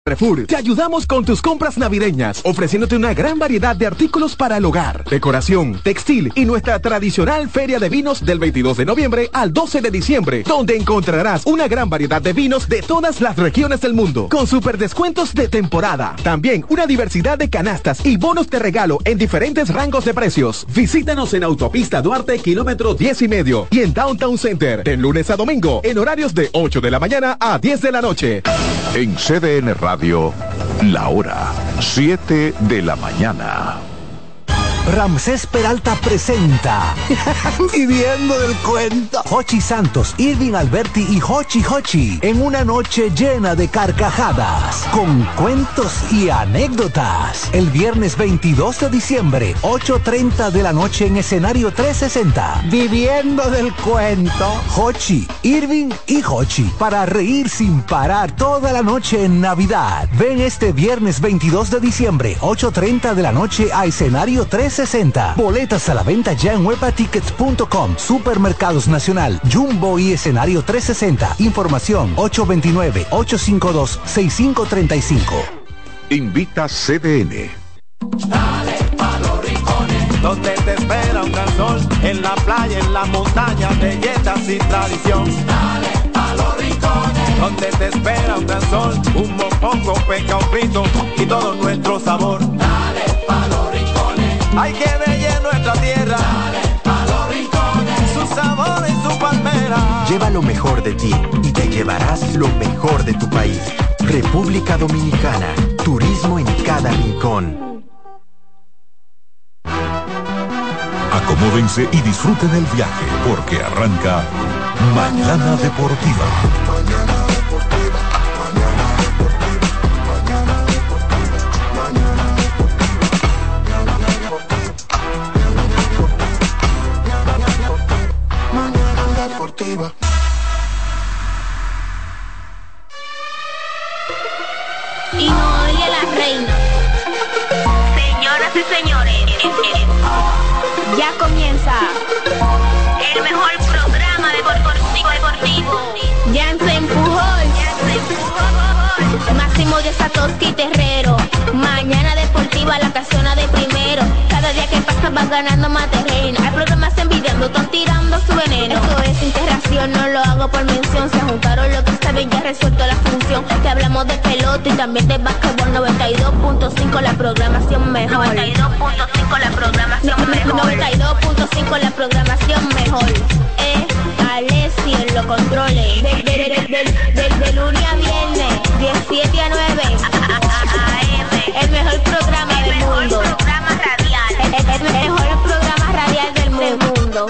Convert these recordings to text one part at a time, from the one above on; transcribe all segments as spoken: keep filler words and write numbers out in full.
Carrefour, te ayudamos con tus compras navideñas, ofreciéndote una gran variedad de artículos para el hogar, decoración, textil y nuestra tradicional feria de vinos del veintidós de noviembre al doce de diciembre, donde encontrarás una gran variedad de vinos de todas las regiones del mundo, con super descuentos de temporada. También una diversidad de canastas y bonos de regalo en diferentes rangos de precios. Visítanos en Autopista Duarte, kilómetro diez y medio, y en Downtown Center, de lunes a domingo, en horarios de ocho de la mañana a diez de la noche. En C D N Radio, la hora siete de la mañana. Ramsés Peralta presenta Viviendo del Cuento. Hochi Santos, Irving Alberti y Hochi Hochi en una noche llena de carcajadas, con cuentos y anécdotas. El viernes veintidós de diciembre, ocho treinta de la noche en escenario trescientos sesenta. Viviendo del Cuento. Hochi, Irving y Hochi, para reír sin parar toda la noche en Navidad. Ven este viernes veintidós de diciembre, ocho treinta de la noche a escenario trescientos sesenta. Boletas a la venta ya en huepa tickets punto com, Supermercados Nacional, Jumbo y escenario trescientos sesenta. Información ocho dos nueve, ocho cinco dos, seis cinco tres cinco. Invita C D N. Dale pa' los rincones, donde te espera un gran sol, en la playa, en la montaña, belletas y tradición. Dale pa' los rincones, donde te espera un gran sol, un mopongo, peca, un frito y todo nuestro sabor. Dale pa' los rincones, hay que ver en nuestra tierra. Dale pa' los rincones, su sabor y su palmera. Lleva lo mejor de ti y te llevarás lo mejor de tu país. República Dominicana, turismo en cada rincón. Acomódense y disfruten el viaje, porque arranca Mañana Deportiva. Mañana Deportiva, Mañana Deportiva, Mañana Deportiva. Y no oye la reina. Señoras y señores, ya comienza el mejor programa deportivo deportivo. Jansen Pujol, Máximo de Satoshi Terrero. Mañana Deportiva, la casona de primero. Cada día que pasa vas ganando más terreno. Hay programas envidiando, están tirando su veneno. Esto es interacción, no lo hago por mención. Se juntaron lo que saben, ya resuelto la función. Te hablamos de pelota y también de básquetbol. Noventa y dos punto cinco la programación mejor. Noventa y dos punto cinco la programación mejor. Noventa y dos punto cinco la programación mejor. Eh, Alessio en los controles. De, de, de, de, de, de, de lunes a viernes, diecisiete a nueve. A M. El mejor programa el del mejor mundo. Programa radial. El, el, el mejor programa radial del mundo.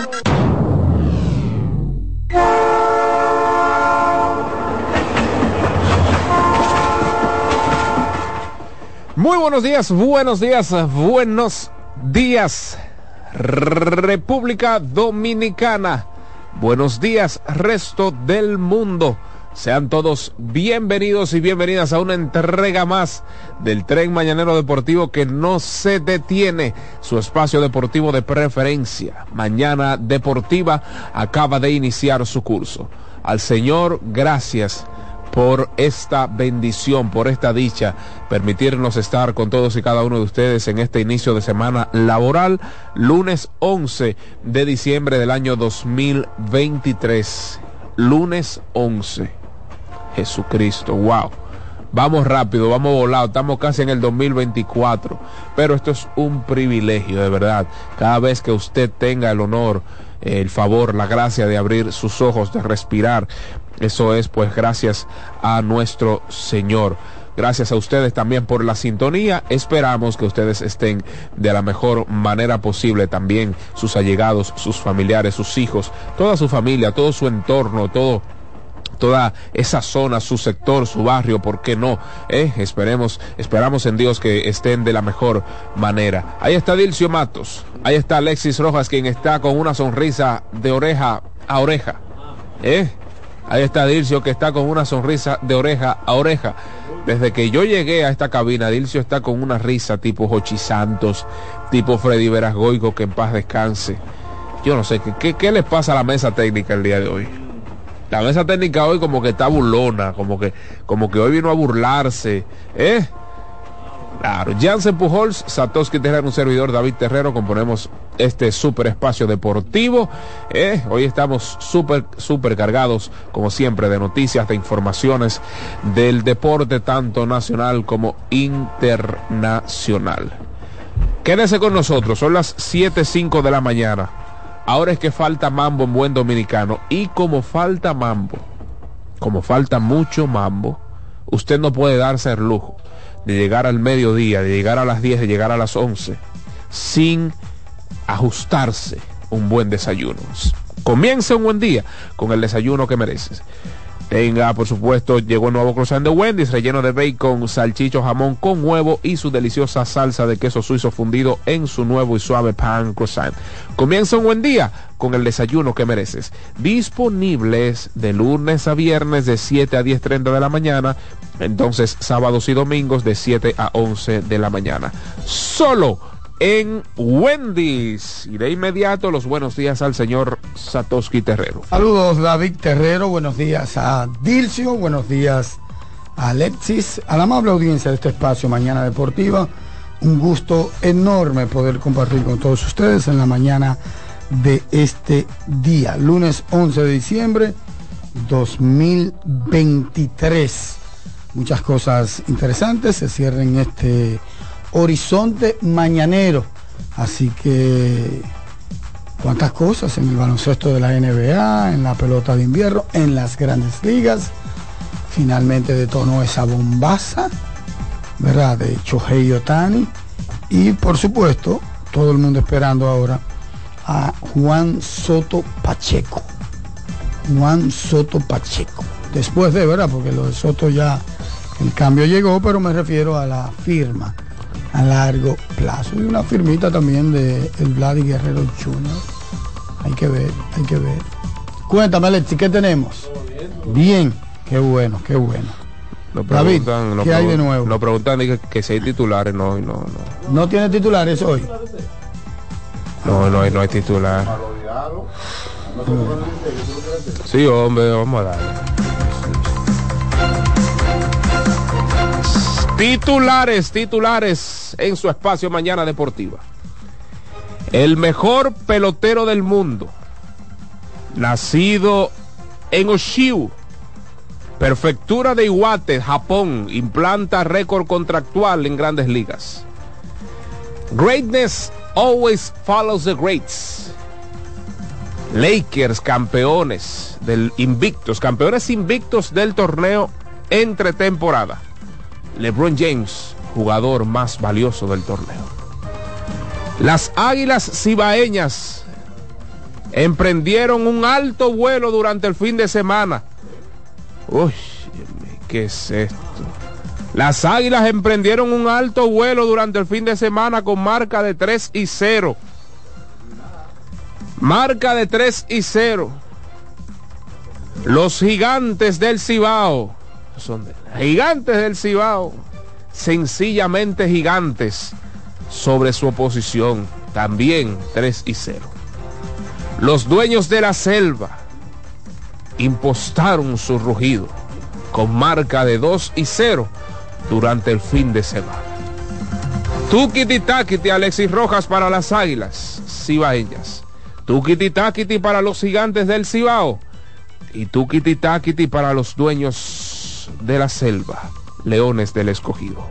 Muy buenos días, buenos días, buenos días, República Dominicana. Buenos días, resto del mundo. Sean todos bienvenidos y bienvenidas a una entrega más del Tren Mañanero Deportivo que no se detiene, su espacio deportivo de preferencia. Mañana Deportiva acaba de iniciar su curso. Al Señor, gracias por esta bendición, por esta dicha, permitirnos estar con todos y cada uno de ustedes en este inicio de semana laboral, lunes once de diciembre del año dos mil veintitrés. Lunes once. Jesucristo, wow. Vamos rápido, vamos volado, estamos casi en el dos mil veinticuatro, pero esto es un privilegio, de verdad. Cada vez que usted tenga el honor, el favor, la gracia de abrir sus ojos, de respirar, eso es pues gracias a nuestro Señor. Gracias a ustedes también por la sintonía. Esperamos que ustedes estén de la mejor manera posible, también sus allegados, sus familiares, sus hijos, toda su familia, todo su entorno, todo toda esa zona, su sector, su barrio, ¿por qué no? Eh, esperemos, esperamos en Dios que estén de la mejor manera. Ahí está Dilcio Matos, ahí está Alexis Rojas, quien está con una sonrisa de oreja a oreja. Eh, ahí está Dilcio, que está con una sonrisa de oreja a oreja. Desde que yo llegué a esta cabina, Dilcio está con una risa tipo Jochi Santos, tipo Freddy Verasgoico, que en paz descanse. Yo no sé, ¿qué, qué, qué le pasa a la mesa técnica el día de hoy? La mesa técnica hoy como que está burlona, como que, como que hoy vino a burlarse, ¿eh? Claro, Jansen Pujols, Satoshi Terrero, un servidor, David Terrero, componemos este super espacio deportivo. Eh, hoy estamos súper, súper cargados, como siempre, de noticias, de informaciones del deporte, tanto nacional como internacional. Quédese con nosotros, son las siete cinco de la mañana. Ahora es que falta mambo en buen dominicano. Y como falta mambo, como falta mucho mambo, usted no puede darse el lujo de llegar al mediodía, de llegar a las diez, de llegar a las once, sin ajustarse un buen desayuno. Comienza un buen día con el desayuno que mereces. Tenga, por supuesto, llegó el nuevo croissant de Wendy's, relleno de bacon, salchicho, jamón con huevo y su deliciosa salsa de queso suizo fundido en su nuevo y suave pan croissant. Comienza un buen día con el desayuno que mereces. Disponibles de lunes a viernes de siete a diez treinta de la mañana, entonces sábados y domingos de siete a once de la mañana. Solo en Wendy's. Y de inmediato los buenos días al señor Satoshi Terrero. Saludos, David Terrero, buenos días a Dilcio, buenos días a Alexis, a la amable audiencia de este espacio Mañana Deportiva. Un gusto enorme poder compartir con todos ustedes en la mañana de este día, lunes once de diciembre dos mil veintitrés. Muchas cosas interesantes se cierran en este horizonte mañanero, así que cuántas cosas en el baloncesto de la N B A, en la pelota de invierno, en las grandes ligas. Finalmente detonó esa bombaza, ¿verdad?, de Shohei Ohtani, y por supuesto todo el mundo esperando ahora a Juan Soto Pacheco. Juan Soto Pacheco, después de, ¿verdad?, porque lo de Soto ya el cambio llegó, pero me refiero a la firma a largo plazo, y una firmita también de el Vladi Guerrero junior Hay que ver, hay que ver. Cuéntame, Alexi, ¿qué tenemos? Bien, qué bueno, qué bueno. Lo David, ¿qué lo hay de nuevo? Nos preguntan que, que si hay titulares, no, no, no. ¿No tiene titulares hoy? No, no hay, no hay titular. Sí, hombre, vamos a darle. Titulares, titulares en su espacio Mañana Deportiva. El mejor pelotero del mundo, nacido en Oshiu, prefectura de Iwate, Japón, implanta récord contractual en grandes ligas. Greatness always follows the greats. Lakers campeones del invictos, campeones invictos del torneo entre temporada. LeBron James, jugador más valioso del torneo. Las Águilas Cibaeñas emprendieron un alto vuelo durante el fin de semana. Uy, ¿qué es esto? Las Águilas emprendieron un alto vuelo durante el fin de semana con marca de tres y cero. Marca de tres y cero. Los Gigantes del Cibao, son de, Gigantes del Cibao, sencillamente gigantes sobre su oposición, también tres y cero. Los Dueños de la Selva impostaron su rugido con marca de dos y cero durante el fin de semana. Tuquiti taquiti, Alexis Rojas para las Águilas Cibaeñas. Tuquiti taquiti para los Gigantes del Cibao. Y tuquiti taquiti para los Dueños de la Selva, Leones del Escogido.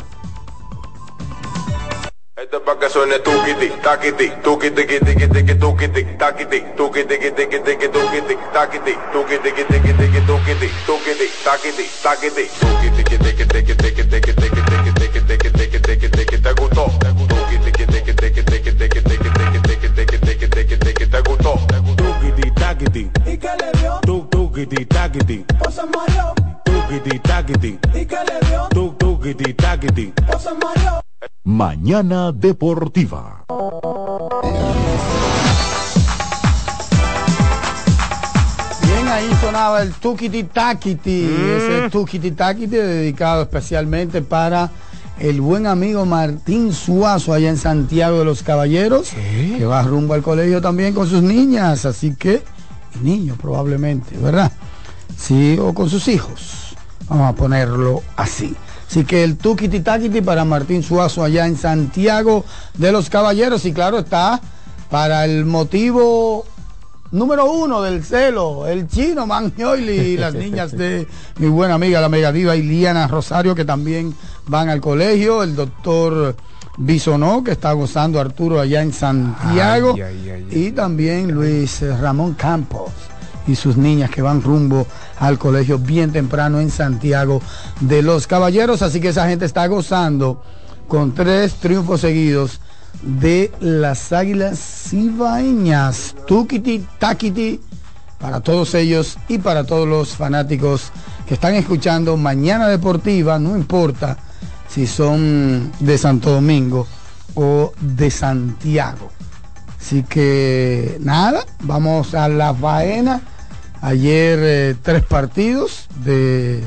Esto es pa' que suene tuquiti, taquiti, tuquiti, tiqui, tiqui, tuquiti, taquiti, tuquiti, tiqui, tiqui, tuquiti, taquiti, tuquiti, tiqui, tiqui, tuquiti, tuquiti, taquiti, taquiti, tuquiti, tiqui, tiqui, tiqui, tiqui, tiqui, tiqui, tiqui, tiqui, tiqui, tiqui, tiqui, te gustó, tuquiti, tiqui, tiqui, tiqui, tiqui, tiqui, tiqui, tiqui, tiqui, tiqui, tiqui, tiqui, te gustó, tuquiti, taquiti, ¿y qué le dio? Tuquiti, taquiti, o se mareó, tuquiti, taquiti, ¿y qué le dio? Tuquiti, taquiti, o se mareó. Mañana Deportiva. Bien, ahí sonaba el Tuquiti Taquiti, mm. ese Tuquiti Taquiti dedicado especialmente para el buen amigo Martín Suazo allá en Santiago de los Caballeros, ¿qué? Que va rumbo al colegio también con sus niñas, así que, y niños probablemente, ¿verdad? sí, o con sus hijos, vamos a ponerlo así. Así que el tuquiti taquiti para Martín Suazo allá en Santiago de los Caballeros, y claro está, para el motivo número uno del celo, el chino Manjoili y las niñas de mi buena amiga la mega diva Iliana Rosario, que también van al colegio, el doctor Bisonó, que está gozando Arturo allá en Santiago, ay, ay, ay, ay, y también Luis Ramón Campos y sus niñas que van rumbo al colegio bien temprano en Santiago de los Caballeros. Así que esa gente está gozando con tres triunfos seguidos de las Águilas Cibaeñas. Tuquiti taquiti para todos ellos y para todos los fanáticos que están escuchando Mañana Deportiva, no importa si son de Santo Domingo o de Santiago. Así que nada, vamos a la faena. Ayer eh, tres partidos de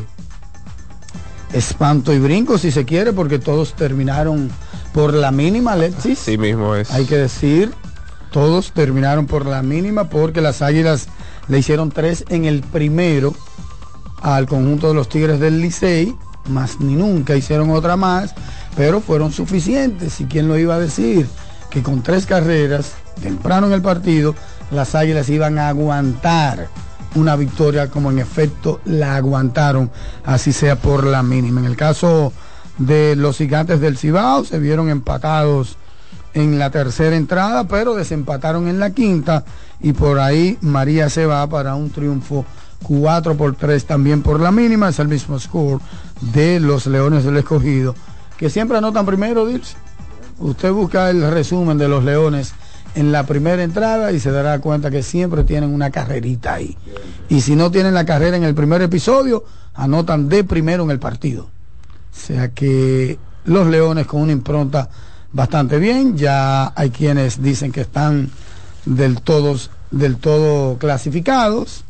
espanto y brinco, si se quiere, porque todos terminaron por la mínima, Alexis. Sí mismo es. Hay que decir, todos terminaron por la mínima, porque las Águilas le hicieron tres en el primero al conjunto de los Tigres del Licey, más ni nunca hicieron otra más, pero fueron suficientes. ¿Y quién lo iba a decir? Que con tres carreras, temprano en el partido, las Águilas iban a aguantar una victoria, como en efecto la aguantaron, así sea por la mínima. En el caso de los Gigantes del Cibao, se vieron empatados en la tercera entrada, pero desempataron en la quinta, y por ahí María se va para un triunfo cuatro por tres también por la mínima. Es el mismo score de los Leones del Escogido, que siempre anotan primero, Dilce. Usted busca el resumen de los Leones en la primera entrada y se dará cuenta que siempre tienen una carrerita ahí. Y si no tienen la carrera en el primer episodio, anotan de primero en el partido. O sea que los Leones con una impronta bastante bien. Ya hay quienes dicen que están del todo, del todo clasificados.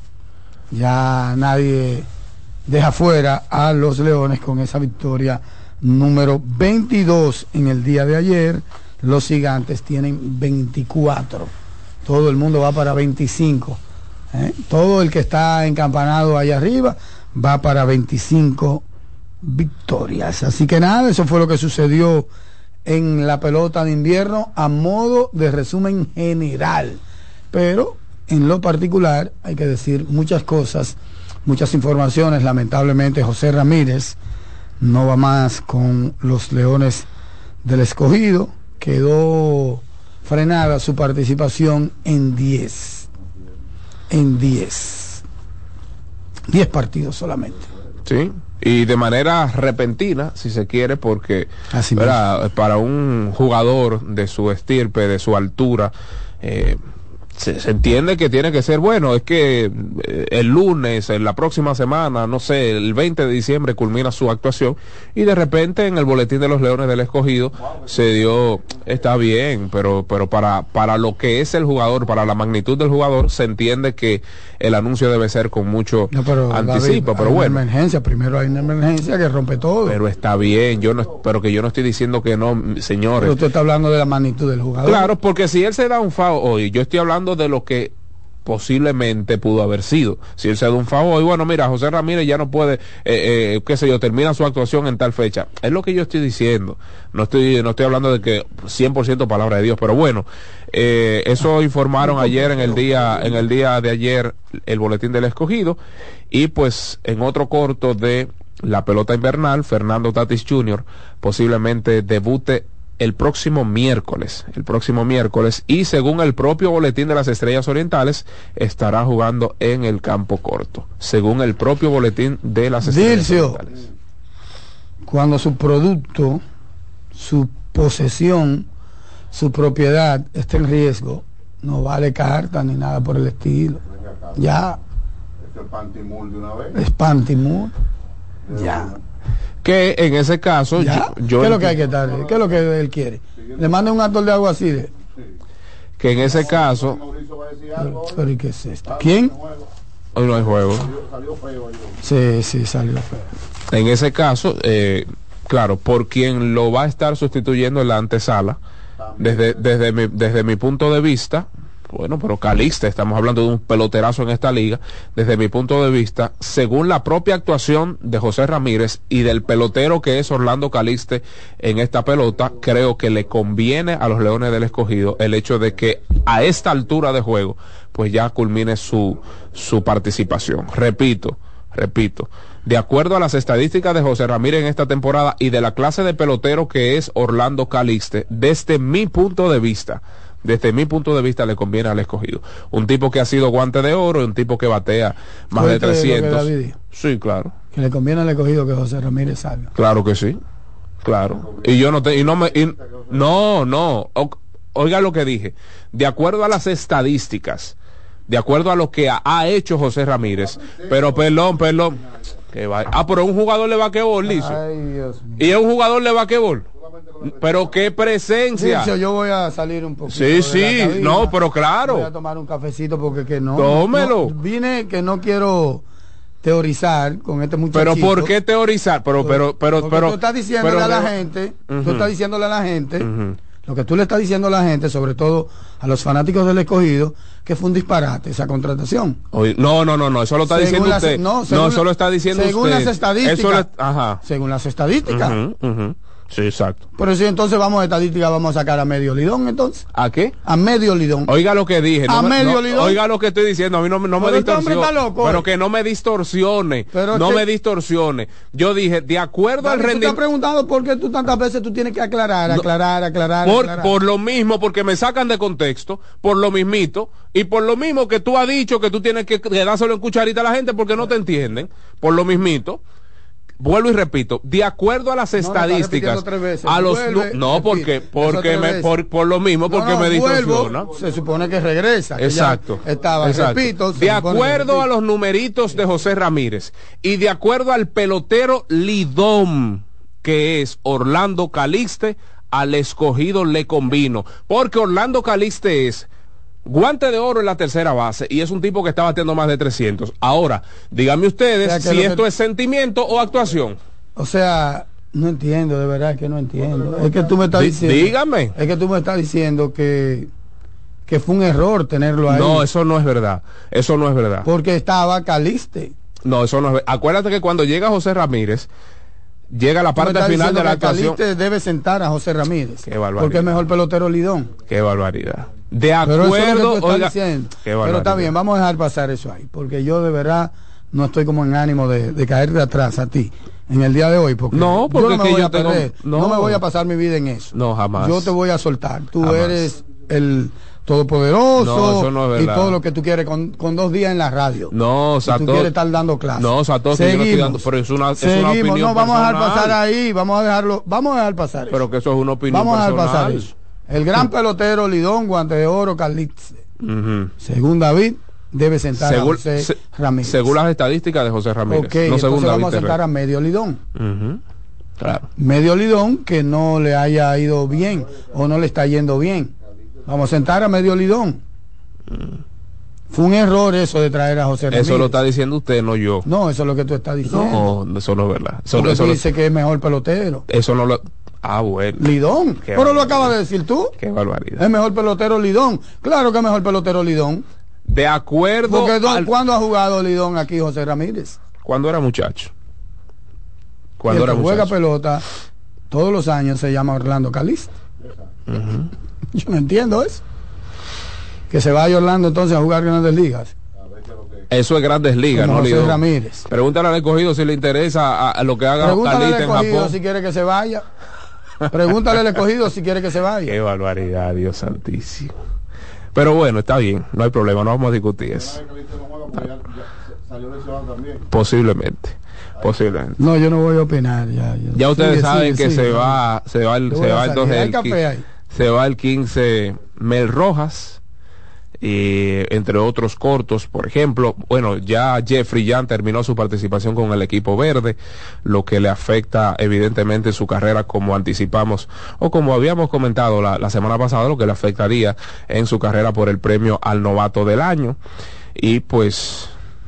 Ya nadie deja fuera a los Leones con esa victoria número veintidós en el día de ayer. Los Gigantes tienen veinticuatro. Todo el mundo va para veinticinco. ¿eh? Todo el que está encampanado allá arriba va para veinticinco victorias. Así que nada, eso fue lo que sucedió en la pelota de invierno a modo de resumen general. Pero en lo particular hay que decir muchas cosas, muchas informaciones. Lamentablemente José Ramírez no va más con los Leones del Escogido. Quedó frenada su participación en diez. En diez. diez partidos solamente. Sí, y de manera repentina, si se quiere, porque ¿verdad? Para un jugador de su estirpe, de su altura, eh, Se, se entiende que tiene que ser bueno. Es que eh, el lunes, en la próxima semana, no sé, el veinte de diciembre culmina su actuación, y de repente en el boletín de los Leones del Escogido se dio, está bien, pero pero para para lo que es el jugador, para la magnitud del jugador, se entiende que el anuncio debe ser con mucho no, pero, anticipo. David, pero hay bueno, una emergencia, primero hay una emergencia que rompe todo. Pero está bien, yo no, pero que yo no estoy diciendo que no, señores. Pero usted está hablando de la magnitud del jugador. Claro, porque si él se da un foul hoy, yo estoy hablando de lo que posiblemente pudo haber sido. Si él se da un favor y bueno, mira, José Ramírez ya no puede, eh, eh, qué sé yo, termina su actuación en tal fecha. Es lo que yo estoy diciendo. No estoy no estoy hablando de que cien por ciento palabra de Dios, pero bueno, eh, eso informaron ayer en el día en el día de ayer el boletín del Escogido. Y pues en otro corto de la pelota invernal, Fernando Tatis junior posiblemente debute el próximo miércoles, el próximo miércoles, y según el propio boletín de las Estrellas Orientales, estará jugando en el campo corto, según el propio boletín de las Estrellas Dilcio, Orientales. Cuando su producto, su posesión, su propiedad esté en riesgo, no vale carta ni nada por el estilo. Ya. Es Pantimul de una vez. Es Pantimul. Ya. Que en ese caso yo, yo ¿qué es lo que hay que dar? ¿Qué es lo que él quiere? Le manda un actor de agua así de... que en ese caso pero, pero ¿y qué es esto? ¿Quién? Hoy no hay juego. Sí, sí, salió feo. En ese caso, eh, claro, por quien lo va a estar sustituyendo en la antesala, desde, desde, mi, desde mi punto de vista, Bueno, pero Calixte, estamos hablando de un peloterazo en esta liga. Desde mi punto de vista, según la propia actuación de José Ramírez y del pelotero que es Orlando Calixte en esta pelota, creo que le conviene a los Leones del Escogido el hecho de que a esta altura de juego, pues ya culmine su, su participación. Repito, repito, de acuerdo a las estadísticas de José Ramírez en esta temporada y de la clase de pelotero que es Orlando Calixte, desde mi punto de vista, desde mi punto de vista le conviene al Escogido. Un tipo que ha sido guante de oro y un tipo que batea más de trescientos. Sí, claro. Que le conviene al Escogido que José Ramírez salga. Claro que sí. Claro. Y yo no te, y no me, y, no, no. O, oiga lo que dije. De acuerdo a las estadísticas, de acuerdo a lo que ha, ha hecho José Ramírez, pero perdón, perdón. Que va, ah, pero es un jugador de basquetbol, Licio. Ay, Dios mío. Y es un jugador de basquetbol. Pero qué presencia. Licio, yo voy a salir un poquito. Sí, sí, no, pero claro. Voy a tomar un cafecito porque que no. Tómelo. No, vine que no quiero teorizar con este muchachito. Pero ¿por qué teorizar? Pero, pero, pero, porque pero. Tú estás diciéndole pero, a la pero, gente, uh-huh. tú estás diciéndole a la gente, uh-huh. lo que tú le estás diciendo a la gente, sobre todo a los fanáticos del Escogido, que fue un disparate esa contratación. Oye, no, no, no, no, eso lo está según diciendo las, usted. No, no, eso lo está diciendo según usted. Según las estadísticas. Eso le, ajá. Según las estadísticas. Uh-huh, uh-huh. Sí, exacto. Pero si entonces vamos a estadística, vamos a sacar a medio lidón, entonces. ¿A qué? A medio lidón. Oiga lo que dije. A no medio no, lidón. Oiga lo que estoy diciendo. A mí no, no me distorsione. Pero eh. que no me distorsione. Pero no que... me distorsione. Yo dije, de acuerdo Dale, al rendimiento. Tú te has preguntado por qué tú tantas veces tú tienes que aclarar, aclarar, no, aclarar, por, aclarar. Por lo mismo, porque me sacan de contexto, por lo mismito, y por lo mismo que tú has dicho que tú tienes que, que dárselo en cucharita a la gente porque no te entienden, por lo mismito. Vuelvo y repito, de acuerdo a las no, estadísticas, a los vuelve, no porque porque me, por, por lo mismo porque no, no, me distorsiona. Se supone que regresa. Que exacto. Estaba, exacto. repito. De acuerdo a los numeritos de José Ramírez y de acuerdo al pelotero Lidón que es Orlando Calixte, al Escogido le convino, porque Orlando Calixte es guante de oro en la tercera base y es un tipo que está bateando más de trescientos. Ahora, díganme ustedes, o sea, si esto que... es sentimiento o actuación. O sea, no entiendo, de verdad que no entiendo. Es que tú me estás Dí, diciendo. Dígame. Es que tú me estás diciendo que que fue un error tenerlo ahí. No, eso no es verdad. Eso no es verdad. Porque estaba Calixte. No, eso no es verdad. Acuérdate que cuando llega José Ramírez, llega la parte final de la actuación. Calixte debe sentar a José Ramírez. Qué barbaridad. Porque es mejor pelotero Lidón. Qué barbaridad. De acuerdo, pero, eso es lo oiga, pero está bien, vamos a dejar pasar eso ahí, porque yo de verdad no estoy como en ánimo de, de caer de atrás a ti en el día de hoy, porque no, porque yo no me voy yo a tengo, perder, no. no me voy a pasar mi vida en eso. No, jamás. Yo te voy a soltar. Tú jamás. eres el todopoderoso no, eso no es y todo lo que tú quieres con, con dos días en la radio. No, Sato, tú quieres estar dando clases. No, Sato, que yo no estoy dando, pero es una, es una opinión no, vamos personal. a dejar pasar ahí, vamos a dejarlo, vamos a dejar pasar. Pero eso. que eso es una opinión vamos personal. Vamos a dejar pasar eso. El gran pelotero Lidón, guante de oro, Calixte. Uh-huh. Según David, debe sentar según, a José se, Ramírez. Según las estadísticas de José Ramírez. Okay, no según David vamos a sentar a medio Lidón. Uh-huh. Claro. Medio Lidón que no le haya ido bien o no le está yendo bien. Vamos a sentar a medio Lidón. Uh-huh. Fue un error eso de traer a José Ramírez. Eso lo está diciendo usted, no yo. No, eso es lo que tú estás diciendo. No, eso no es verdad. Eso, Porque eso tú lo... dices que es mejor pelotero. Eso no lo... Ah, bueno. Lidón. Qué pero lo acabas de decir tú. Qué barbaridad. Es mejor pelotero Lidón. Claro que es mejor pelotero Lidón. De acuerdo. Porque al... ¿cuándo ha jugado Lidón aquí José Ramírez? Cuando era muchacho. Cuando era muchacho. Juega pelota todos los años se llama Orlando Calixte. Uh-huh. Yo no entiendo eso. Que se vaya Orlando entonces a jugar Grandes Ligas. Eso es Grandes Ligas, como no José Lidón. Ramírez. Pregúntale al Escogido si le interesa a, a lo que haga Calixte en Japón. Si quiere que se vaya. Pregúntale al Escogido si quiere que se vaya. Qué barbaridad, Dios santísimo. Pero bueno, está bien, no hay problema, no vamos a discutir eso. Posiblemente, posiblemente. No, yo no voy a opinar. Ya, ya. ya ustedes sigue, saben sigue, que sigue, se va, se va, el, se va entonces el quince, se va el quince Mel Rojas. Y entre otros cortos, por ejemplo, bueno, ya Jeffrey Young terminó su participación con el equipo verde, lo que le afecta evidentemente su carrera, como anticipamos o como habíamos comentado la, la semana pasada, lo que le afectaría en su carrera por el premio al novato del año. Y pues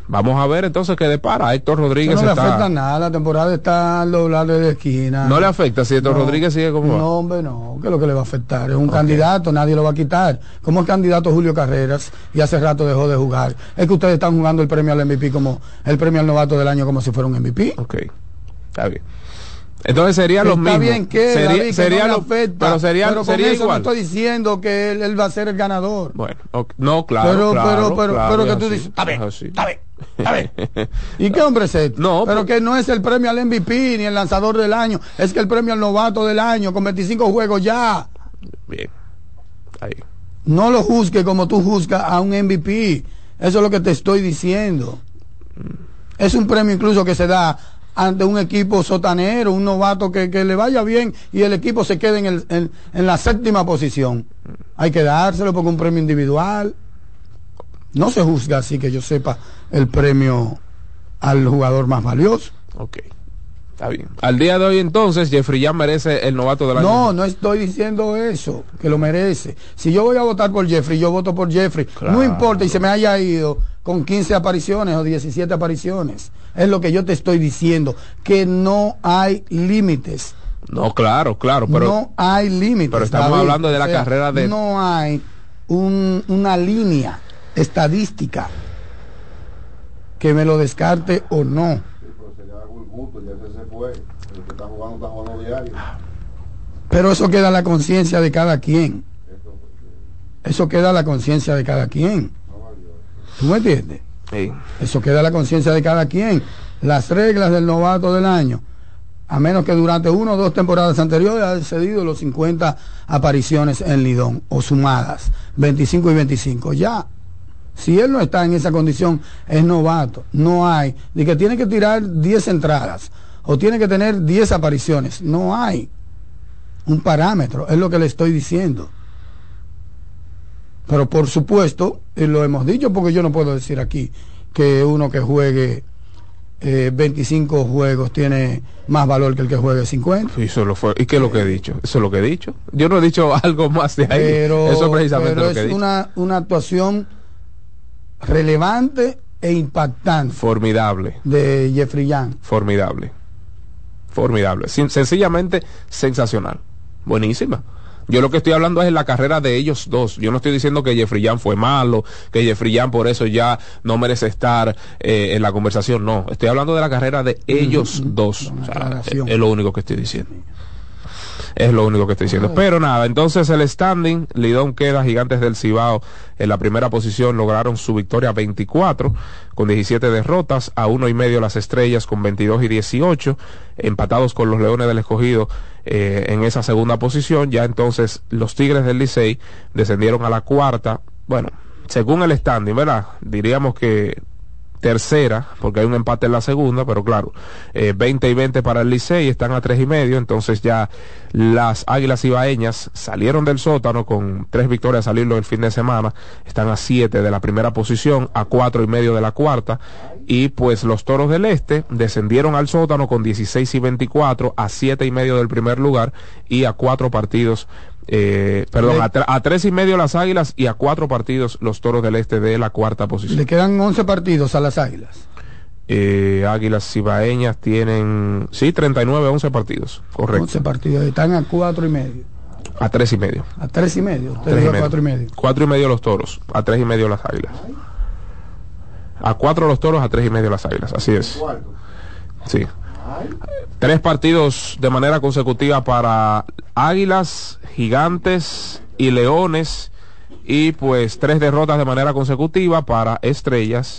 vamos a ver entonces qué depara. Héctor Rodríguez no le está... afecta nada, la temporada está al doblar de esquina. ¿No le afecta si Héctor no, Rodríguez sigue como va? No, hombre, no, ¿qué es lo que le va a afectar? Es un Okay. candidato, nadie lo va a quitar. Como el candidato Julio Carreras, y hace rato dejó de jugar. Es que ustedes están jugando el premio al M V P como el premio al novato del año como si fuera un M V P. Ok, está bien. Entonces sería lo mismo. Está bien que, sería, David, que sería no lo, le afecta, pero sería, pero con sería eso igual. no estoy diciendo que él, él va a ser el ganador. Bueno, okay. no, claro, pero, claro, pero, pero, claro, pero que es tú así, dices, está bien, es así. está bien, está bien. ¿Y qué hombre es este? No, pero por... que no es el premio al M V P ni el lanzador del año, es que el premio al novato del año con veinticinco juegos ya. Bien, ahí. No lo juzgue como tú juzgas a un M V P. Eso es lo que te estoy diciendo. Es un premio incluso que se da ante un equipo sotanero, un novato que, que le vaya bien y el equipo se quede en, el, en, en la séptima posición. Hay que dárselo porque es un premio individual. No se juzga así que yo sepa el premio al jugador más valioso. Ok, está bien. Al día de hoy entonces Jeffrey Young merece el novato del año. No, no estoy diciendo eso, que lo merece. Si yo voy a votar por Jeffrey, yo voto por Jeffrey. Claro. No importa y se me haya ido con quince apariciones o diecisiete apariciones. Es lo que yo te estoy diciendo, que no hay límites. No, claro, claro, pero no hay límites. Pero estamos David, hablando de la o sea, carrera de... No hay un, una línea estadística que me lo descarte o no. Pero eso queda a la conciencia de cada quien. Eso queda a la conciencia de cada quien. ¿Tú me entiendes? Sí. Eso queda a la conciencia de cada quien. Las reglas del novato del año, a menos que durante una o dos temporadas anteriores haya excedido los cincuenta apariciones en Lidón, o sumadas, veinticinco y veinticinco. Ya, si él no está en esa condición, es novato. No hay, de que tiene que tirar diez entradas, o tiene que tener diez apariciones. No hay un parámetro, es lo que le estoy diciendo. Pero por supuesto, y lo hemos dicho porque yo no puedo decir aquí que uno que juegue eh, veinticinco juegos tiene más valor que el que juegue cincuenta. Y, solo fue, ¿y qué es lo que he dicho? Eso es lo que he dicho. Yo no he dicho algo más de ahí. Pero, eso es precisamente pero lo que es he dicho. Una, una actuación relevante e impactante. Formidable. De Jeffrey Young. Formidable. Formidable. Sin, sencillamente sensacional. Buenísima. Yo lo que estoy hablando es en la carrera de ellos dos. Yo no estoy diciendo que Jeffrey Young fue malo, que Jeffrey Young por eso ya no merece estar eh, en la conversación. No, estoy hablando de la carrera de ellos mm-hmm. dos. O sea, es, es lo único que estoy diciendo. Es lo único que estoy diciendo. Pero nada, entonces el standing, Lidón queda Gigantes del Cibao en la primera posición, lograron su victoria veinticuatro con diecisiete derrotas, a uno y medio las Estrellas con veintidós y dieciocho, empatados con los Leones del Escogido eh, en esa segunda posición. Ya entonces los Tigres del Licey descendieron a la cuarta, bueno, según el standing, ¿verdad? Diríamos que tercera, porque hay un empate en la segunda, pero claro, eh, veinte y veinte para el Licey, están a tres y medio. Entonces ya las Águilas Ibaeñas salieron del sótano con tres victorias salirlo el fin de semana, están a siete de la primera posición, a cuatro y medio de la cuarta, y pues los Toros del Este descendieron al sótano con dieciséis y veinticuatro, a siete y medio del primer lugar y a cuatro partidos Eh, perdón, a, a tres y medio las Águilas y a cuatro partidos los Toros del Este de la cuarta posición. Le quedan once partidos a las Águilas. Eh, Águilas Cibaeñas tienen, sí, treinta y nueve, once partidos, correcto. once partidos, están a cuatro y medio. A tres y medio. A tres y medio, usted tres dijo y medio. cuatro y medio. Cuatro y medio los Toros, a tres y medio las Águilas. A cuatro los Toros, a tres y medio las Águilas, así es. Sí. Tres partidos de manera consecutiva para Águilas, Gigantes y Leones, y pues tres derrotas de manera consecutiva para Estrellas,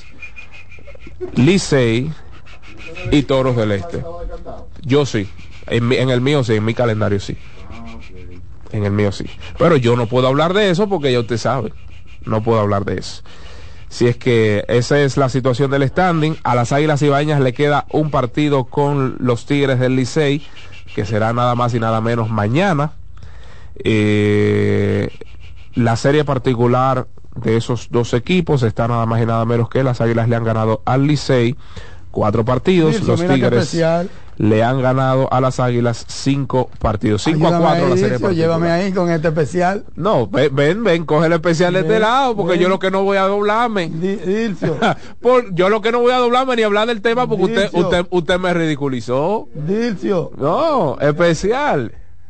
Licey y Toros del Este. Yo sí, en, mi, en el mío sí, en mi calendario sí. En el mío sí. Pero yo no puedo hablar de eso porque ya usted sabe, no puedo hablar de eso. Si es que esa es la situación del standing. A las Águilas Ibaeñas le queda un partido con los Tigres del Licey, que será nada más y nada menos mañana. Eh, la serie particular de esos dos equipos está nada más y nada menos que las Águilas le han ganado al Licey cuatro partidos, sí, los Tigres le han ganado a las Águilas cinco partidos. cinco a cuatro la serie particular. Llévame ahí con este especial. No, ven, ven, ven coge el especial de este lado, porque ven. Yo lo que no voy a doblarme. Dilcio. Por, yo lo que no voy a doblarme ni hablar del tema, porque usted, usted, usted me ridiculizó. Dilcio. No, especial.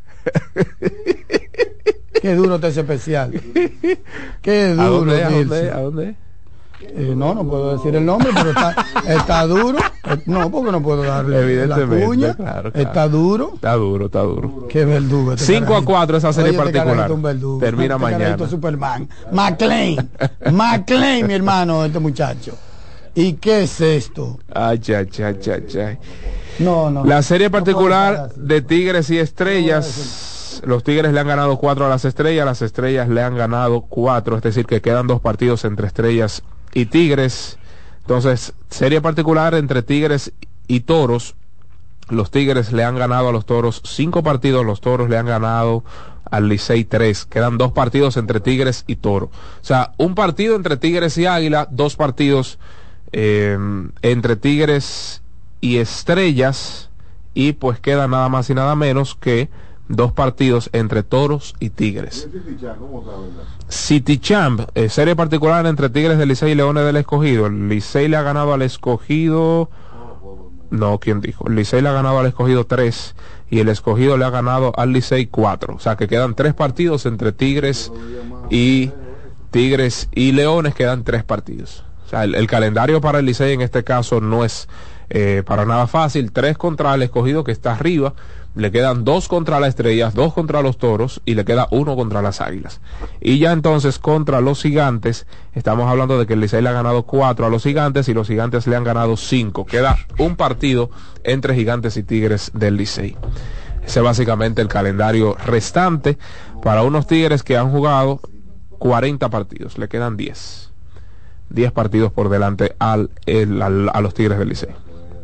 Qué duro está ese especial. Qué duro. ¿A dónde? ¿A dónde? ¿A dónde? Eh, no, no puedo decir el nombre, pero está, está duro. No, porque no puedo darle evidentemente, la cuña. Claro, claro. Está duro. Está duro, está duro. Qué verdugo. Este cinco a cuatro esa serie. Oye, particular. Este Termina este mañana. Superman. McLean. McLean, mi hermano, este muchacho. ¿Y qué es esto? Ay, ay, ay, ay, ay. No, no. La serie particular no de Tigres y Estrellas. No, los Tigres le han ganado cuatro a las Estrellas, las Estrellas le han ganado cuatro, es decir que quedan dos partidos entre Estrellas y Tigres. Entonces, serie particular entre Tigres y Toros. Los Tigres le han ganado a los Toros cinco partidos, los Toros le han ganado al Licey tres. Quedan dos partidos entre Tigres y Toro. O sea, un partido entre Tigres y Águila, dos partidos eh, entre Tigres y Estrellas, y pues queda nada más y nada menos que dos partidos entre Toros y Tigres. City Champ, eh, serie particular entre Tigres del Licey y Leones del Escogido. El Licey le ha ganado al Escogido, no, ¿quién dijo? El Licey le ha ganado al Escogido tres y el Escogido le ha ganado al Licey cuatro. O sea que quedan tres partidos entre Tigres y Tigres y Leones, quedan tres partidos. O sea, el, el calendario para el Licey en este caso no es eh, para nada fácil. Tres contra el Escogido, que está arriba. Le quedan dos contra las Estrellas, dos contra los Toros y le queda uno contra las Águilas. Y ya entonces contra los Gigantes, estamos hablando de que el Licey le ha ganado cuatro a los Gigantes y los Gigantes le han ganado cinco. Queda un partido entre Gigantes y Tigres del Licey. Ese es básicamente el calendario restante para unos Tigres que han jugado cuarenta partidos. Le quedan diez. diez partidos por delante al, el, al, a los Tigres del Licey.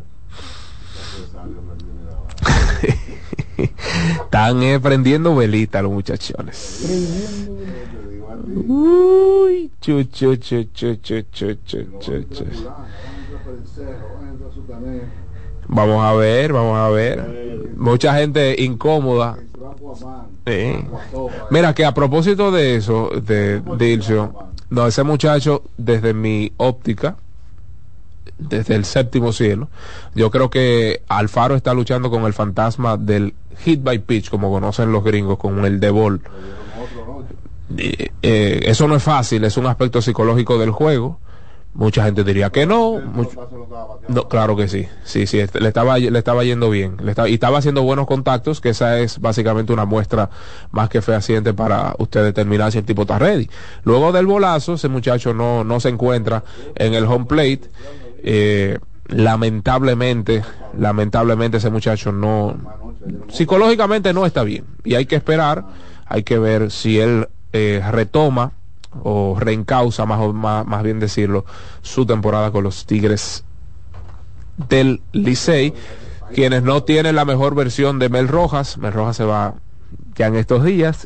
Están eh, prendiendo velita los muchachones. Uy, chu, chu, chu, chu, chu, chu, chu, chu, chu. Vamos a ver, vamos a ver. Mucha gente incómoda. Sí. Mira que a propósito de eso, de Dilcio, no, ese muchacho, desde mi óptica, desde el séptimo cielo, yo creo que Alfaro está luchando con el fantasma del hit by pitch, como conocen los gringos, con el de ball. Eh, eh, eso no es fácil, es un aspecto psicológico del juego. Mucha gente diría que no, mucho, no, claro que sí, sí, sí, le estaba, le estaba yendo bien, le estaba, y estaba haciendo buenos contactos, que esa es básicamente una muestra más que fehaciente para usted determinar si el tipo está ready. Luego del bolazo, ese muchacho no, no se encuentra en el home plate. Eh, lamentablemente, lamentablemente ese muchacho no, psicológicamente no está bien, y hay que esperar, hay que ver si él eh, retoma o reencausa, más, más, más bien decirlo, su temporada con los Tigres del Licey, quienes no tienen la mejor versión de Mel Rojas. Mel Rojas se va ya en estos días,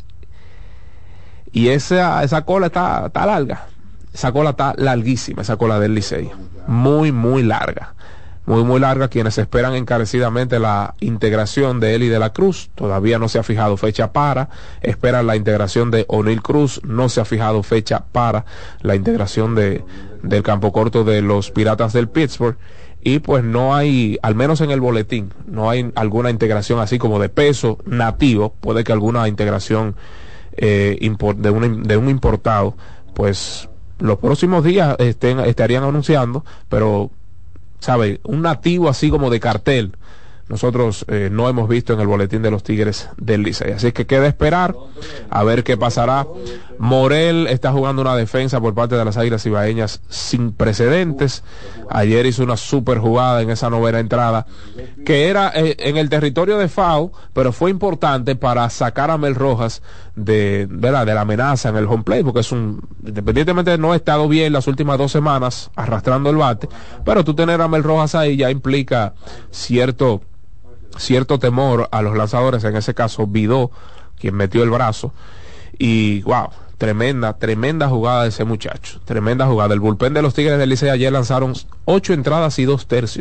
y esa, esa cola está, está larga, esa cola está larguísima, esa cola del Licey, muy muy larga, muy muy larga. Quienes esperan encarecidamente la integración de Eli de la Cruz, todavía no se ha fijado fecha para. Esperan la integración de O'Neal Cruz, no se ha fijado fecha para la integración de del campo corto de los Piratas del Pittsburgh. Y pues no hay, al menos en el boletín, no hay alguna integración así como de peso nativo. Puede que alguna integración eh, import, de, un, de un importado, pues los próximos días estén, estarían anunciando, pero ¿sabe? Un nativo así como de cartel, nosotros eh, no hemos visto en el boletín de los Tigres del Licey. Así que queda esperar a ver qué pasará. Morel está jugando una defensa por parte de las Águilas Ibaeñas sin precedentes. Ayer hizo una super jugada en esa novena entrada, que era eh, en el territorio de foul, pero fue importante para sacar a Mel Rojas de, ¿verdad?, de la amenaza en el home plate, porque es un, independientemente de no ha estado bien las últimas dos semanas arrastrando el bate, pero tú tener a Mel Rojas ahí ya implica cierto cierto temor a los lanzadores, en ese caso Vidó, quien metió el brazo. Y wow, tremenda, tremenda jugada de ese muchacho, tremenda jugada. El bullpen de los Tigres del Licey ayer lanzaron ocho entradas y dos tercios,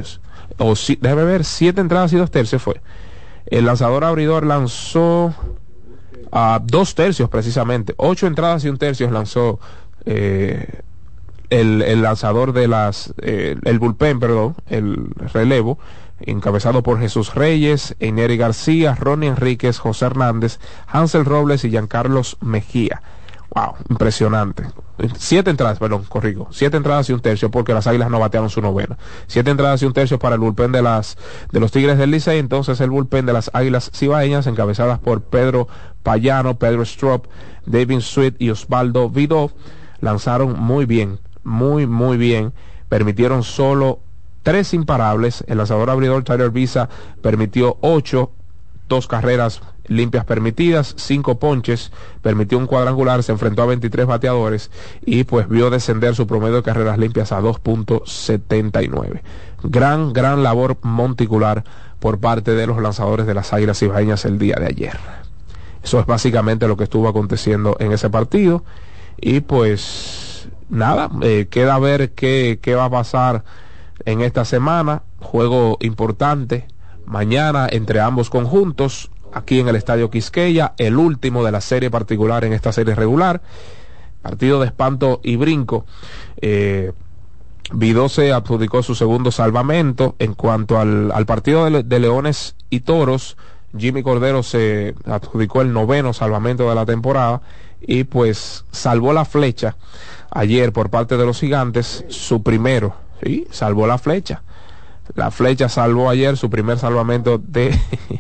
o si, déjame ver, siete entradas y dos tercios fue. El lanzador abridor lanzó a uh, dos tercios precisamente, ocho entradas y un tercio lanzó eh, el, el lanzador de las, eh, el bullpen, perdón, el relevo, encabezado por Jesús Reyes, Eineri García, Ronnie Enríquez, José Hernández, Hansel Robles y Giancarlos Mejía. Wow, impresionante. Siete entradas, perdón, corrijo. Siete entradas y un tercio porque las Águilas no batearon su novena. Siete entradas y un tercio para el bullpen de las de los Tigres del Licey. Entonces el bullpen de las Águilas Cibaeñas, encabezadas por Pedro Payano, Pedro Strop, David Sweet y Osvaldo Vidó, lanzaron muy bien, muy, muy bien. Permitieron solo tres imparables. El lanzador abridor Tyler Visa permitió ocho, dos carreras limpias permitidas, cinco ponches, permitió un cuadrangular, se enfrentó a veintitrés bateadores y pues vio descender su promedio de carreras limpias a dos punto setenta y nueve. Gran, gran labor monticular por parte de los lanzadores de las Águilas Cibaeñas el día de ayer. Eso es básicamente lo que estuvo aconteciendo en ese partido y pues nada, eh, queda ver qué, qué va a pasar en esta semana. Juego importante mañana entre ambos conjuntos aquí en el Estadio Quisqueya, el último de la serie particular en esta serie regular. Partido de espanto y brinco. eh, Vidó se adjudicó su segundo salvamento. En cuanto al, al partido de, de Leones y Toros, Jimmy Cordero se adjudicó el noveno salvamento de la temporada y pues salvó la flecha ayer por parte de los Gigantes, su primero, sí, salvó la flecha. La flecha salvó ayer su primer salvamento de,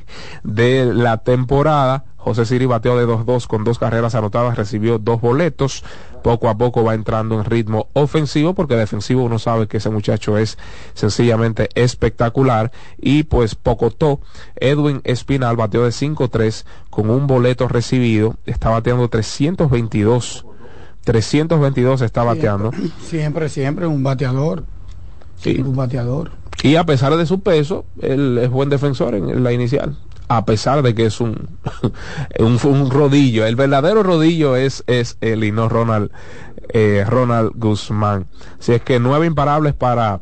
de la temporada. José Siri bateó de dos dos con dos carreras anotadas, recibió dos boletos. Poco a poco va entrando en ritmo ofensivo, porque defensivo uno sabe que ese muchacho es sencillamente espectacular. Y pues Pocotó, Edwin Espinal bateó de cinco tres con un boleto recibido. Está bateando trescientos veintidós. trescientos veintidós está bateando. Siempre, siempre un bateador. Sí. Un bateador. Y a pesar de su peso, él es buen defensor en la inicial. A pesar de que es un, un, un rodillo. El verdadero rodillo es, es él y no Ronald, eh, Ronald Guzmán. Así es que nueve imparables para,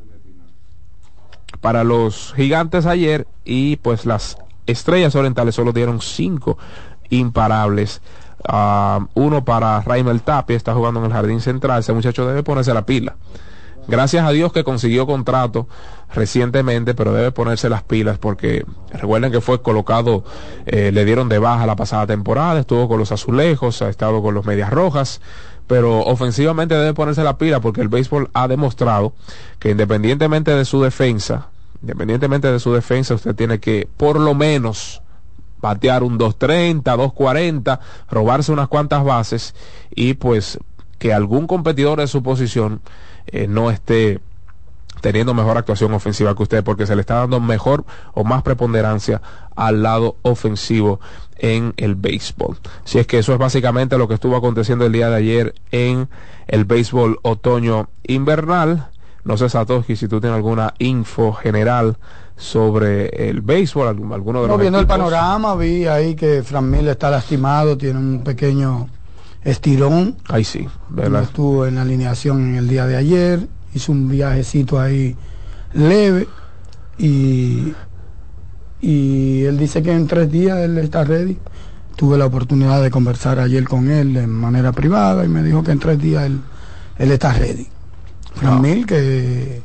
para los Gigantes ayer. Y pues las Estrellas Orientales solo dieron cinco imparables. Uh, uno para Raimel Tapia, está jugando en el jardín central. Ese muchacho debe ponerse la pila. Gracias a Dios que consiguió contrato recientemente, pero debe ponerse las pilas porque recuerden que fue colocado, eh, le dieron de baja la pasada temporada, estuvo con los Azulejos, ha estado con los Medias Rojas, pero ofensivamente debe ponerse la pila porque el béisbol ha demostrado que independientemente de su defensa, independientemente de su defensa, usted tiene que por lo menos batear un dos treinta, dos cuarenta, robarse unas cuantas bases y pues que algún competidor de su posición Eh, no esté teniendo mejor actuación ofensiva que usted, porque se le está dando mejor o más preponderancia al lado ofensivo en el béisbol. Si es que eso es básicamente lo que estuvo aconteciendo el día de ayer en el béisbol otoño invernal. No sé, Satoshi, si tú tienes alguna info general sobre el béisbol, alguno de no, los viendo equipos. El panorama, vi ahí que Fran Mil está lastimado, tiene un pequeño estirón. Ahí sí, ¿verdad? No estuvo en la alineación en el día de ayer, hizo un viajecito ahí leve y, y él dice que en tres días él está ready. Tuve la oportunidad de conversar ayer con él de manera privada y me dijo que en tres días él, él está ready. Fran Mil, que,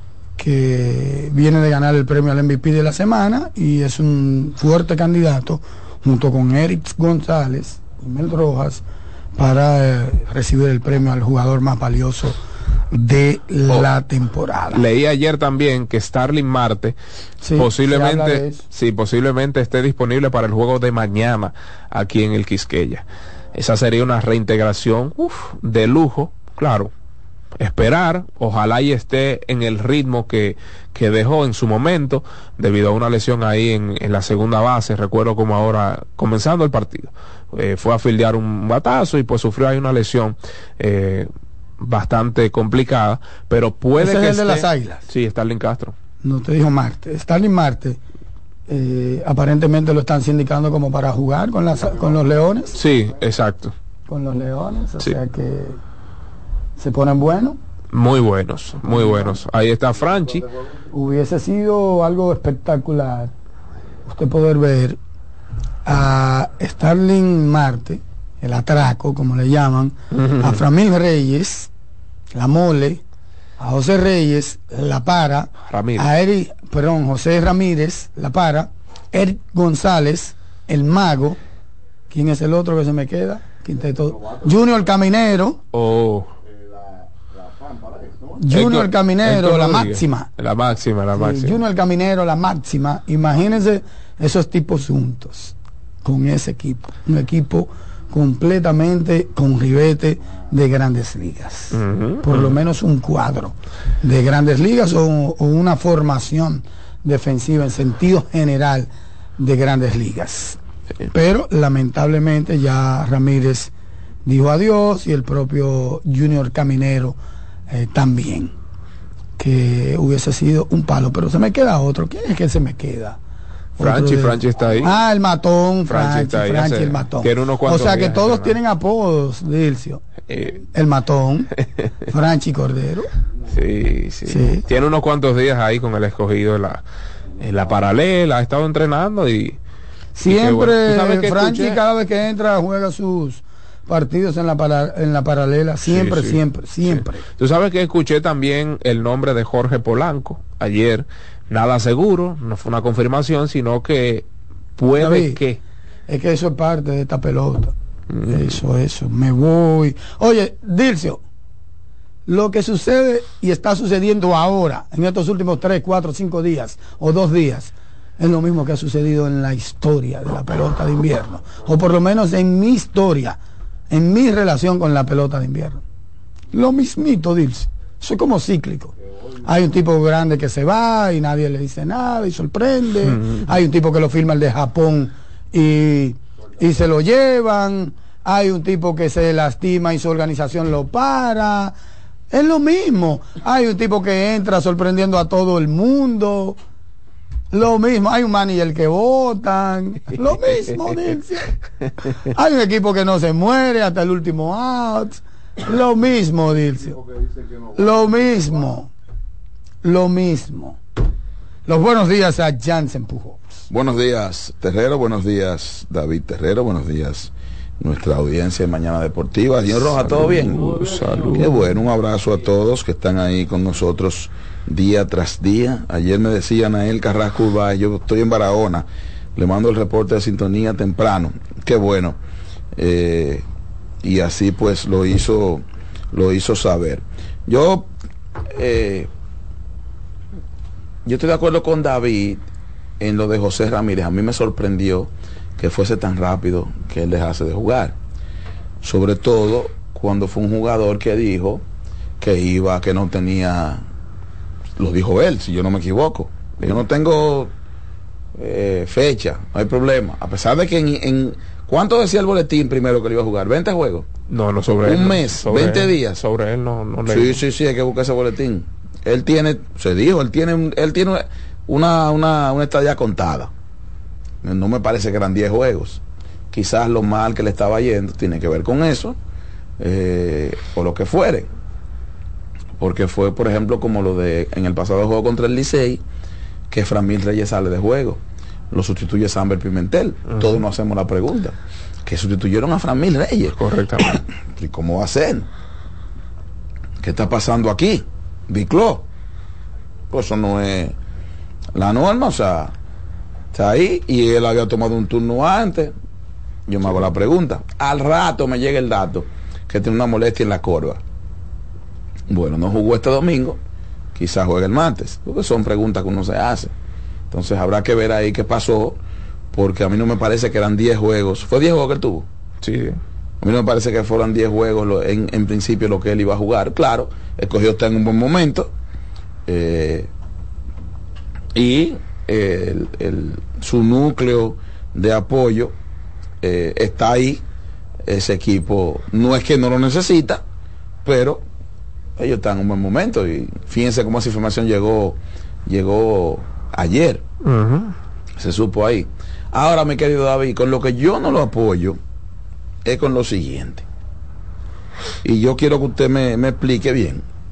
que viene de ganar el premio al M V P de la semana y es un fuerte candidato junto con Eric González y Mel Rojas para eh, recibir el premio al jugador más valioso de oh, la temporada. Leí ayer también que Starling Marte sí, posiblemente sí, posiblemente esté disponible para el juego de mañana aquí en el Quisqueya. Esa sería una reintegración uf, de lujo, claro. Esperar, ojalá y esté en el ritmo que, que dejó en su momento debido a una lesión ahí en, en la segunda base. Recuerdo como ahora comenzando el partido eh, fue a fildear un batazo y pues sufrió ahí una lesión eh, bastante complicada, pero puede ¿Ese que es el esté... de las Águilas? Sí, Starling Castro. No te dijo Marte. Starling Marte eh, aparentemente lo están sindicando como para jugar con las con los Leones. Sí, exacto. Con los Leones, o sí. sea que se ponen buenos. Muy buenos, muy buenos. Ahí está Franchi. Hubiese sido algo espectacular usted poder ver a Starling Marte, el atraco, como le llaman, uh-huh. a Framil Reyes, la Mole, a José Reyes, la Para, Ramírez. a Eric, perdón, José Ramírez, la Para, Eric González, el Mago. ¿Quién es el otro que se me queda? Quinteto. Junior Caminero. Oh. Junior Caminero, la máxima. La máxima, la máxima. Sí, Junior Caminero, la máxima. Imagínense esos tipos juntos con ese equipo. Un equipo completamente con ribete de Grandes Ligas. Uh-huh, Por uh-huh. lo menos un cuadro de Grandes Ligas o, o una formación defensiva en sentido general de Grandes Ligas. Sí. Pero lamentablemente ya Ramírez dijo adiós y el propio Junior Caminero eh, también, que hubiese sido un palo. Pero se me queda otro. ¿Quién es que se me queda? Franchi, de... Franchi está ahí. Ah, el matón, Franchi, Franchi, Franchi el matón. Tiene unos o sea que días, todos ¿no? tienen apodos, Dilcio. Eh. El matón, Franchi Cordero. Sí, sí, sí. Tiene unos cuantos días ahí con el escogido en la, en la paralela, ha estado entrenando y... Siempre, y bueno. Franchi escuché? cada vez que entra juega sus partidos en la, para, en la paralela, siempre, sí, sí. siempre, siempre. Sí. Tú sabes que escuché también el nombre de Jorge Polanco ayer. Nada seguro, no fue una confirmación, sino que puede David, que... Es que eso es parte de esta pelota. Mm. Eso, eso, me voy. Oye, Dilcio, lo que sucede y está sucediendo ahora, en estos últimos tres, cuatro, cinco días, o dos días, es lo mismo que ha sucedido en la historia de la pelota de invierno. O por lo menos en mi historia, en mi relación con la pelota de invierno. Lo mismito, Dilcio. Eso es como cíclico. Hay un tipo grande que se va y nadie le dice nada y sorprende. Mm-hmm. Hay un tipo que lo firma el de Japón y, y se lo llevan. Hay un tipo que se lastima y su organización lo para. Es lo mismo. Hay un tipo que entra sorprendiendo a todo el mundo. Lo mismo. Hay un manager que votan. Lo mismo, Dilcio. Hay un equipo que no se muere hasta el último out. Lo mismo, Dilcio. Lo mismo. Lo mismo. Los buenos días a Jansen Pujols. Buenos días, Terrero. Buenos días, David Terrero. Buenos días, nuestra audiencia de Mañana Deportiva. Señor Roja, ¿todo bien? Salud. Qué bueno. Un abrazo a todos que están ahí con nosotros día tras día. Ayer me decía Anael Carrasco Urbay, yo estoy en Barahona. Le mando el reporte de sintonía temprano. Qué bueno. Eh, y así pues lo hizo, lo hizo saber. Yo... Eh, Yo estoy de acuerdo con David en lo de José Ramírez. A mí me sorprendió que fuese tan rápido que él dejase de jugar. Sobre todo cuando fue un jugador que dijo que iba, que no tenía, lo dijo él, si yo no me equivoco. Yo no tengo eh, fecha, no hay problema. A pesar de que en, en ¿cuánto decía el boletín primero que le iba a jugar? ¿veinte juegos? No, no, sobre un él. Un mes, sobre veinte él, días. Sobre él no, no le... Sí, sí, sí, hay que buscar ese boletín. Él tiene, se dijo, él tiene, él tiene una, una, una estadía contada. No me parece que eran diez juegos. Quizás lo mal que le estaba yendo tiene que ver con eso, eh, o lo que fuere. Porque fue, por ejemplo, como lo de en el pasado juego contra el Licey, que Framil Reyes sale de juego, lo sustituye Samber Pimentel. Uh-huh. Todos nos hacemos la pregunta, que sustituyeron a Framil Reyes. Correctamente. ¿Y cómo va a ser? ¿Qué está pasando aquí? Bicló, pues eso no es la norma, o sea, está ahí y él había tomado un turno antes. Yo me hago la pregunta, al rato me llega el dato que tiene una molestia en la corva. Bueno, no jugó este domingo, quizás juegue el martes, porque son preguntas que uno se hace. Entonces habrá que ver ahí qué pasó, porque a mí no me parece que eran diez juegos. ¿Fue diez juegos que él tuvo? Sí. A mí no me parece que fueran diez juegos lo, en, en principio lo que él iba a jugar. Claro, el Escogido está en un buen momento. Eh, y eh, el, el, su núcleo de apoyo eh, está ahí. Ese equipo no es que no lo necesita, pero ellos están en un buen momento. Y fíjense cómo esa información llegó, llegó ayer. Uh-huh. Se supo ahí. Ahora, mi querido David, con lo que yo no lo apoyo es con lo siguiente, y yo quiero que usted me, me explique bien.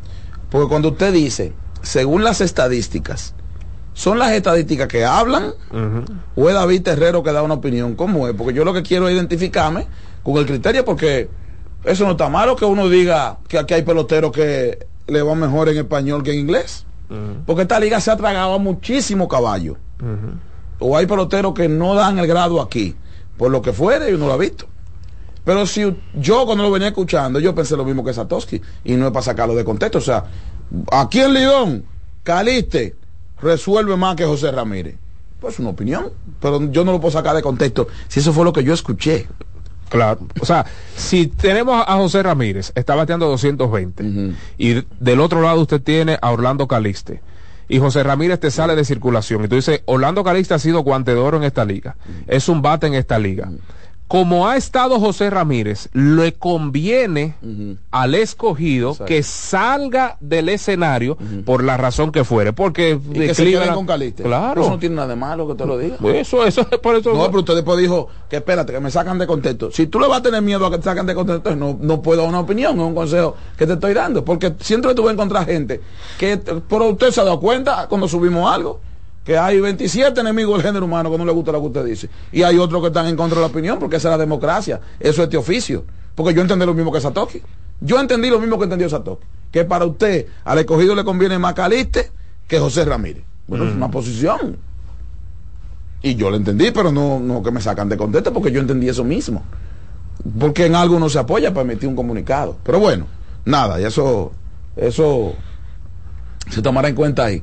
Porque cuando usted dice, según las estadísticas, ¿son las estadísticas que hablan uh-huh. o es David Terrero que da una opinión? ¿Cómo es? Porque yo lo que quiero es identificarme con el criterio, porque eso no está malo que uno diga que aquí hay peloteros que le van mejor en español que en inglés. Uh-huh. Porque esta liga se ha tragado a muchísimo caballo. Uh-huh. O hay peloteros que no dan el grado aquí, por lo que fuere, y uno lo ha visto. Pero si yo cuando lo venía escuchando, yo pensé lo mismo que Satoshi, y no es para sacarlo de contexto. O sea, aquí en Lidón, Caliste resuelve más que José Ramírez. Pues una opinión, pero yo no lo puedo sacar de contexto si eso fue lo que yo escuché. Claro, o sea, si tenemos a José Ramírez, está bateando doscientos veinte, uh-huh. y del otro lado usted tiene a Orlando Caliste, y José Ramírez te sale de circulación, y tú dices, Orlando Caliste ha sido guante de oro en esta liga, uh-huh. es un bate en esta liga. Uh-huh. Como ha estado José Ramírez, le conviene uh-huh. al escogido Exacto. que salga del escenario uh-huh. por la razón que fuere, porque y que se queden con Caliste. Claro. Eso no tiene nada de malo que te lo diga. Eso, eso, por eso. No, pero usted después dijo que espérate, que me sacan de contexto. Si tú le vas a tener miedo a que te sacan de contexto, no, no puedo dar una opinión, es un consejo que te estoy dando, porque siempre tú vas a encontrar gente que, pero usted se ha dado cuenta cuando subimos algo, que hay veintisiete enemigos del género humano que no le gusta lo que usted dice, y hay otros que están en contra de la opinión, porque esa es la democracia, eso es este oficio, porque yo entendí lo mismo que Satoshi, yo entendí lo mismo que entendió Satoshi, que para usted al escogido le conviene más Caliste que José Ramírez. Bueno, mm. es una posición, y yo lo entendí, pero no, no que me sacan de contexto, porque yo entendí eso mismo, porque en algo no se apoya para emitir un comunicado. Pero bueno, nada, y eso eso se tomará en cuenta ahí.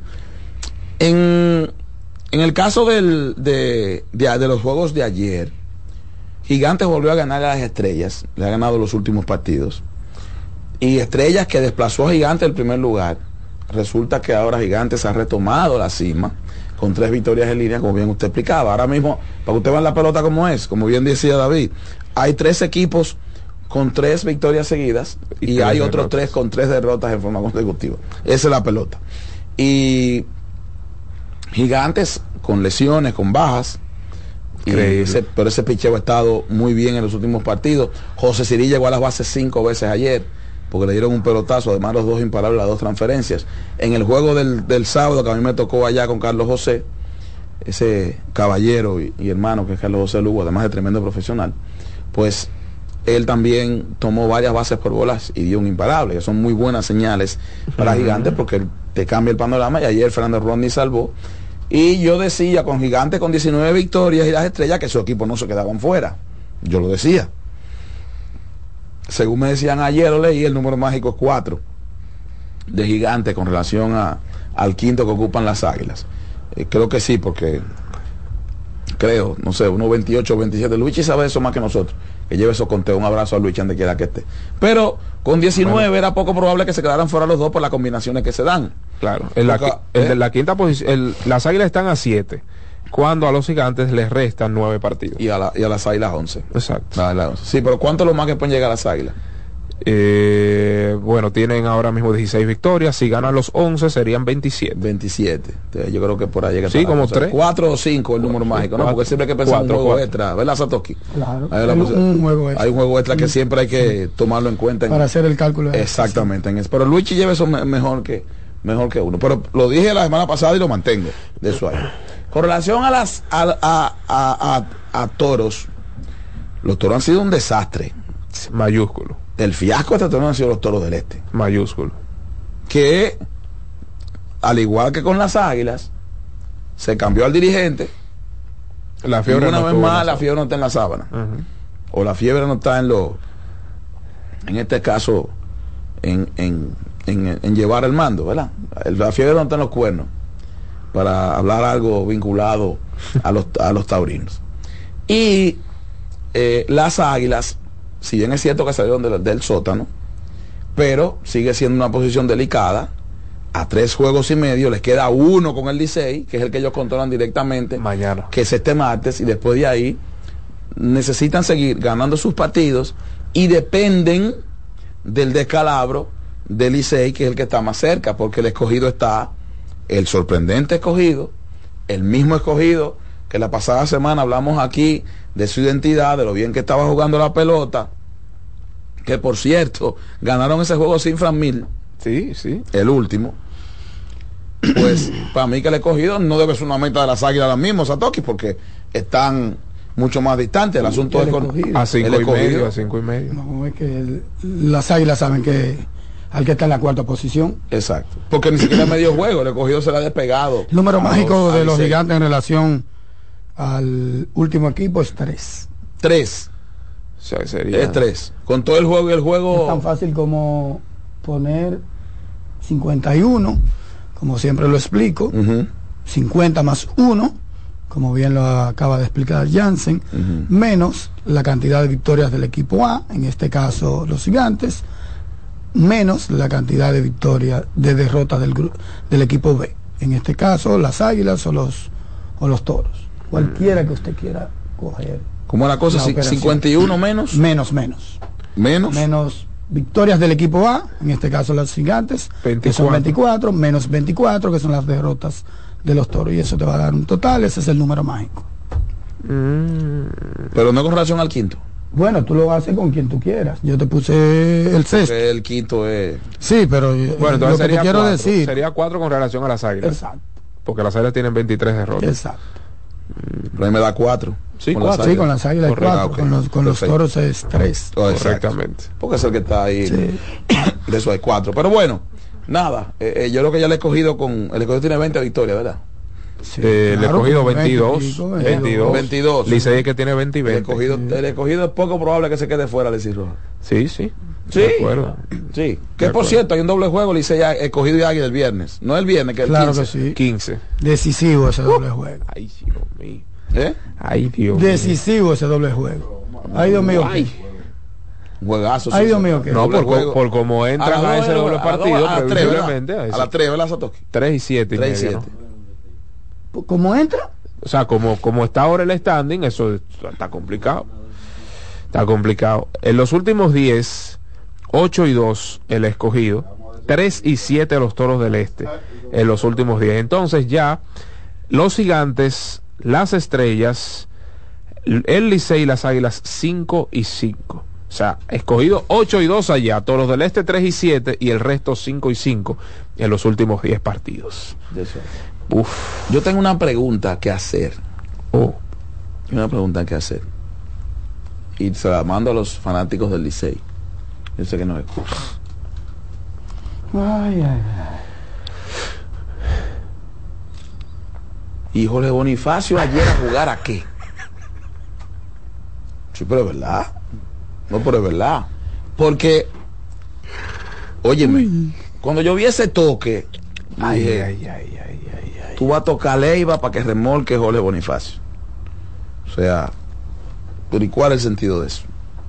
En, en el caso del, de, de, de los juegos de ayer, Gigantes volvió a ganar a las Estrellas, le ha ganado los últimos partidos, y Estrellas, que desplazó a Gigantes el primer lugar, resulta que ahora Gigantes ha retomado la cima con tres victorias en línea, como bien usted explicaba. Ahora mismo, para que usted vea la pelota como es, como bien decía David, hay tres equipos con tres victorias seguidas y, y hay otros derrotas. tres con tres derrotas en forma consecutiva. Esa es la pelota. Y Gigantes con lesiones, con bajas, y ese, pero ese picheo ha estado muy bien en los últimos partidos. José Sirí llegó a las bases cinco veces ayer, porque le dieron un pelotazo, además los dos imparables, las dos transferencias. En el juego del, del sábado, que a mí me tocó allá con Carlos José, ese caballero y, y hermano que es Carlos José Lugo, además de tremendo profesional, pues él también tomó varias bases por bolas y dio un imparable, que son muy buenas señales para uh-huh. Gigantes, porque te cambia el panorama. Y ayer Fernando Rodney salvó, y yo decía con Gigantes con diecinueve victorias y las Estrellas que su equipo no se quedaban fuera, yo lo decía. Según me decían ayer, lo leí, el número mágico es cuatro de Gigantes con relación a, al quinto que ocupan las Águilas. Eh, creo que sí, porque creo, no sé, uno veintiocho o veintisiete. Luigi sabe eso más que nosotros, que lleve esos conteos. Un abrazo a Luigi donde quiera que esté. Pero con diecinueve bueno, era poco probable que se quedaran fuera los dos por las combinaciones que se dan. Claro, en la, Porque, el eh, de la quinta posición, las Águilas están a siete, cuando a los Gigantes les restan nueve partidos. Y a, la, y a las Águilas once. Exacto. A las once. Sí, pero ¿cuánto es lo más que pueden llegar a las Águilas? Eh, bueno, tienen ahora mismo dieciséis victorias. Si ganan los once serían veintisiete. veintisiete. Entonces, yo creo que por ahí llega. Sí, como tres. cuatro o cinco el número mágico, ¿no? Porque siempre hay que pensar en un juego cuatro. extra, ¿verdad, Satoshi? Claro. Hay, un, un juego extra. Hay un juego extra que siempre hay que tomarlo en cuenta. En, Para hacer el cálculo. Exactamente. En eso. Pero Luigi lleva eso mejor que, mejor que uno. Pero lo dije la semana pasada y lo mantengo. De eso ahí. Con relación a las a, a, a, a, a toros, los toros han sido un desastre. Mayúsculo. El fiasco de este torneo han sido los Toros del Este. Mayúsculo. Que, al igual que con las Águilas, se cambió al dirigente. La fiebre y una no vez más la fiebre no está en la sábana. Uh-huh. O la fiebre no está en lo, en este caso, en, en, en, en llevar el mando, ¿verdad? La fiebre no está en los cuernos, para hablar algo vinculado a los, a los taurinos. Y eh, las Águilas, si bien es cierto que salieron del, del sótano, pero sigue siendo una posición delicada. A tres juegos y medio, les queda uno con el Licey, que es el que ellos controlan directamente mañana, que es este martes, y después de ahí necesitan seguir ganando sus partidos y dependen del descalabro del Licey, que es el que está más cerca, porque el escogido está, el sorprendente escogido, el mismo escogido que la pasada semana hablamos aquí de su identidad, de lo bien que estaba jugando la pelota, que por cierto ganaron ese juego sin Fran Mil, Sí, sí. El último. Pues para mí que el escogido no debe ser una meta de las Águilas ahora mismo, Satoki, porque están mucho más distantes. El asunto el es con escogido. A cinco el y medio, escogido. a cinco y medio. No, es que el- las Águilas saben que al que está en la cuarta posición. Exacto. Porque ni siquiera medio juego, el escogido se le ha despegado. El número a mágico los- de al los Licey. gigantes en relación al último equipo es tres. Tres. O sea, sería... Es tres. Con todo el juego y el Es juego. tan fácil como poner cincuenta y uno, como siempre lo explico, Ujú, cincuenta más uno, como bien lo acaba de explicar Jansen, ujú. menos la cantidad de victorias del equipo A, en este caso los gigantes, menos la cantidad de victorias de derrotas del, gru- del equipo B, en este caso las Águilas o los, o los Toros, cualquiera que usted quiera coger. ¿Cómo es la cosa? La Ci- operación. cincuenta y uno menos. Menos, menos. Menos. Menos victorias del equipo A, en este caso los gigantes, que son veinticuatro. veinticuatro, menos veinticuatro, que son las derrotas de los Toros, y eso te va a dar un total, ese es el número mágico. Pero no con relación al quinto. Bueno, tú lo haces con quien tú quieras. Yo te puse el sexto. Que el quinto es. Sí, pero eh, Bueno, lo entonces que te sería quiero cuatro. decir. Sería cuatro con relación a las Águilas. Exacto, Porque las Águilas tienen veintitrés derrotas. exacto. Pero ahí me da cuatro. Sí, Con cuatro. las Sí, con las águilas hay Correcto. cuatro, Ah, ok. con los, con los Perfecto. toros es tres. Oh, exacto. Correctamente. Porque es el que está ahí. Sí. De eso hay cuatro. Pero bueno, nada. eh, eh, yo creo que ya le he cogido con. El escogido tiene veinte victorias, ¿verdad? Sí, Eh, el claro, escogido con veintidós. veinte y pico, veintidós. veintidós. Licey que tiene veinte y El veinte. escogido, el escogido es poco probable que se quede fuera de Rojas. Sí, sí. Sí. De acuerdo. Sí. Que De por acuerdo. cierto, hay un doble juego, Licey escogido y Águila el viernes. No el viernes, que el Claro quince. que sí. quince. Decisivo ese doble juego. Ay, Dios mío. ¿Eh? Ay, Dios mío. Decisivo ese doble juego. Ay, Dios mío. Ay. Un juejuegazo. Ay, sí, Dios sí. mío, ¿qué? No, Doble por, juego. por como A entran las a, dos, ese doble a las dos, partido, a las tres, previsiblemente. ¿verdad? a A las tres, ¿verdad, Satoki? tres y siete y tres y medio, siete. ¿no? ¿Cómo entra? O sea, como, como está ahora el standing, eso está complicado. Está complicado. En los últimos diez, ocho y dos el escogido, tres y siete los Toros del Este en los últimos diez. Entonces ya los Gigantes, las Estrellas, el Licey y las Águilas cinco y cinco. O sea, escogido ocho y dos allá, Toros del Este tres y siete y el resto cinco y cinco en los últimos diez partidos. De eso. Uf. Yo tengo una pregunta que hacer. Oh. Una pregunta que hacer. Y se la mando a los fanáticos del Licey. Yo sé que no escuchan. Ay, ay, ay. ¿Y Jorge Bonifacio ayer a jugar a qué? Sí, pero es verdad. No, pero es verdad. Porque, óyeme, cuando yo vi ese toque, Ay, dije, ay, ay, ay, ay, ay. tú vas a tocar Leiva para que remolque Jorge Bonifacio. O sea, pero ¿y cuál es el sentido de eso?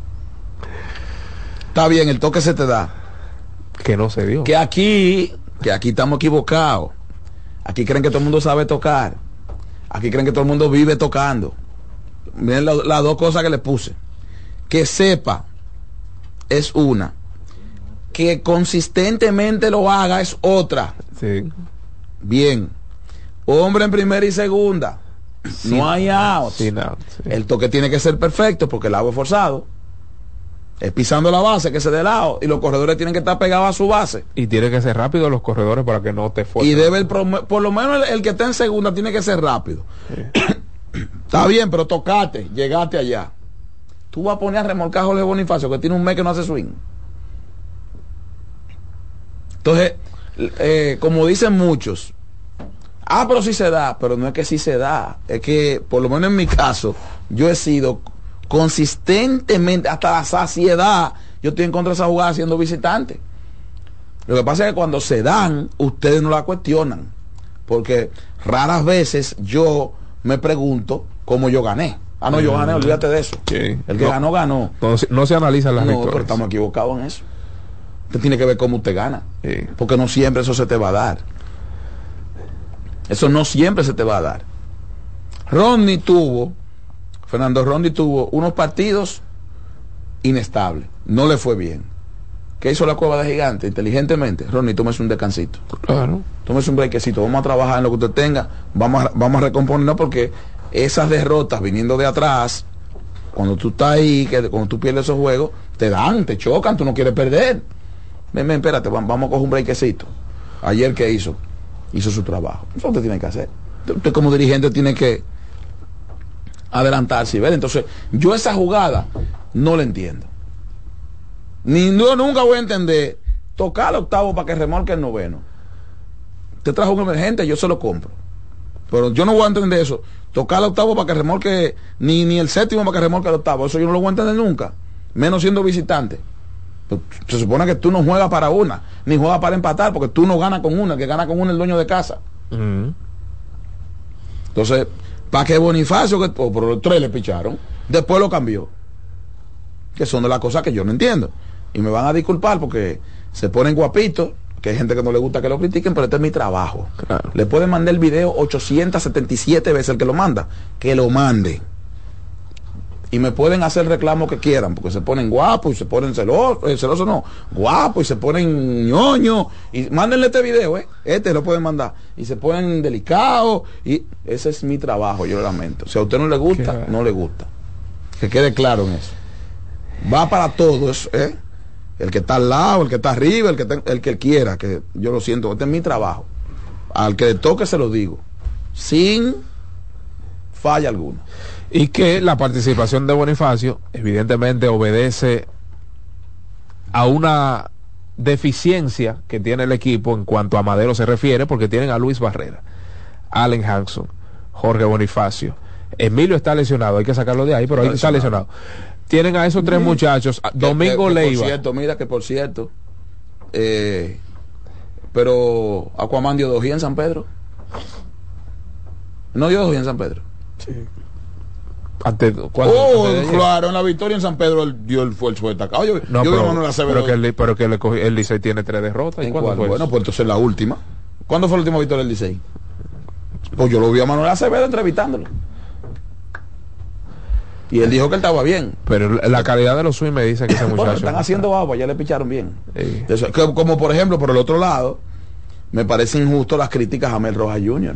Está bien, el toque se te da. Que no se dio. Que aquí, que aquí estamos equivocados. Aquí creen que todo el mundo sabe tocar. Aquí creen que todo el mundo vive tocando. Miren la- las dos cosas que le puse. Que sepa es una. Que consistentemente lo haga es otra. Sí. Bien. Hombre en primera y segunda. Sí. No hay outs. Sí, no, sí. El toque tiene que ser perfecto porque el agua es forzado. Es pisando la base que se dé lado y los corredores tienen que estar pegados a su base. Y tiene que ser rápido los corredores para que no te fuercen. Y debe el prom- por lo menos el, el que está en segunda tiene que ser rápido. Está bien, pero tocate, llegaste allá. Tú vas a poner a remolcar a Jorge Bonifacio que tiene un mes que no hace swing. Entonces, eh, como dicen muchos, ah, pero sí se da, pero no es que sí se da, es que por lo menos en mi caso, yo he sido consistentemente hasta la saciedad, yo estoy en contra de esa jugada siendo visitante. Lo que pasa es que cuando se dan, ustedes no la cuestionan, porque raras veces yo me pregunto cómo yo gané. Ah, no, yo gané, olvídate de eso. Sí. El que No. ganó, ganó. No, se- no se analizan las No, pero victorias. estamos equivocados en eso. Usted tiene que ver cómo usted gana. Sí. Porque no siempre eso se te va a dar. Eso no siempre se te va a dar. Rodney tuvo, Fernando Rodney tuvo unos partidos inestables. No le fue bien. ¿Qué hizo la Cueva de Gigante? Inteligentemente. Rodney, tómese un descansito. Claro. Tómese un brequecito. Vamos a trabajar en lo que usted tenga. Vamos a, vamos a recomponernos porque esas derrotas viniendo de atrás, cuando tú estás ahí, que cuando tú pierdes esos juegos, te dan, te chocan, tú no quieres perder. ven, ven, espérate, vamos a coger un breakcito. Ayer, ¿qué hizo? Hizo su trabajo. Eso usted tiene que hacer. Usted como dirigente tiene que adelantarse y ver. Entonces, yo esa jugada no la entiendo. Ni yo nunca voy a entender tocar el octavo para que remolque el noveno. Usted trajo un emergente, yo se lo compro. Pero yo no voy a entender eso. Tocar el octavo para que remolque, ni, ni el séptimo para que remolque el octavo. Eso yo no lo voy a entender nunca. Menos siendo visitante. Se supone que tú no juegas para una, ni juegas para empatar, porque tú no ganas con una. El que gana con una es el dueño de casa. Uh-huh. Entonces, para que Bonifacio, que oh, por los tres le picharon, después lo cambió. Que son de las cosas que yo no entiendo. Y me van a disculpar porque se ponen guapitos, que hay gente que no le gusta que lo critiquen, pero este es mi trabajo. Claro. Le pueden mandar el video ochocientas setenta y siete veces el que lo manda, que lo mande. Y me pueden hacer el reclamo que quieran, porque se ponen guapos y se ponen celosos, eh, celosos no, guapos y se ponen ñoños. Y mándenle este video, eh, este lo pueden mandar. Y se ponen delicados. Y ese es mi trabajo, yo lo lamento. Si a usted no le gusta, no le gusta. Que quede claro en eso. Va para todos, eh. El que está al lado, el que está arriba, el que te, el que quiera, que yo lo siento, este es mi trabajo. Al que le toque se lo digo, sin falla alguna. Y que la participación de Bonifacio evidentemente obedece a una deficiencia que tiene el equipo en cuanto a Madero se refiere, porque tienen a Luis Barrera, Allen Hanson, Jorge Bonifacio. Emilio está lesionado, hay que sacarlo de ahí, pero ahí está lesionado. Tienen a esos tres muchachos, Domingo que, que, que Leiva. Por cierto, mira que por cierto, eh, pero Aquaman dio dos y en San Pedro. No dio dos y en San Pedro. Sí. Ante, oh, ante claro, en la victoria en San Pedro él dio el fue el fue atacado. Yo, no, yo pero, vi a Manuel Acevedo. Pero que el, pero que le cogió, el Licey tiene tres derrotas. ¿Y cuándo fue bueno, eso? pues entonces la última. ¿Cuándo fue la última victoria del Licey? Pues yo lo vi a Manuel Acevedo entrevistándolo. Y él dijo que él estaba bien. Pero la calidad de los swings me dice que ese muchacho... Bueno, están haciendo agua, ya le picharon bien. Sí. Eso, que, como por ejemplo, por el otro lado, me parece injusto las críticas a Mel Rojas junior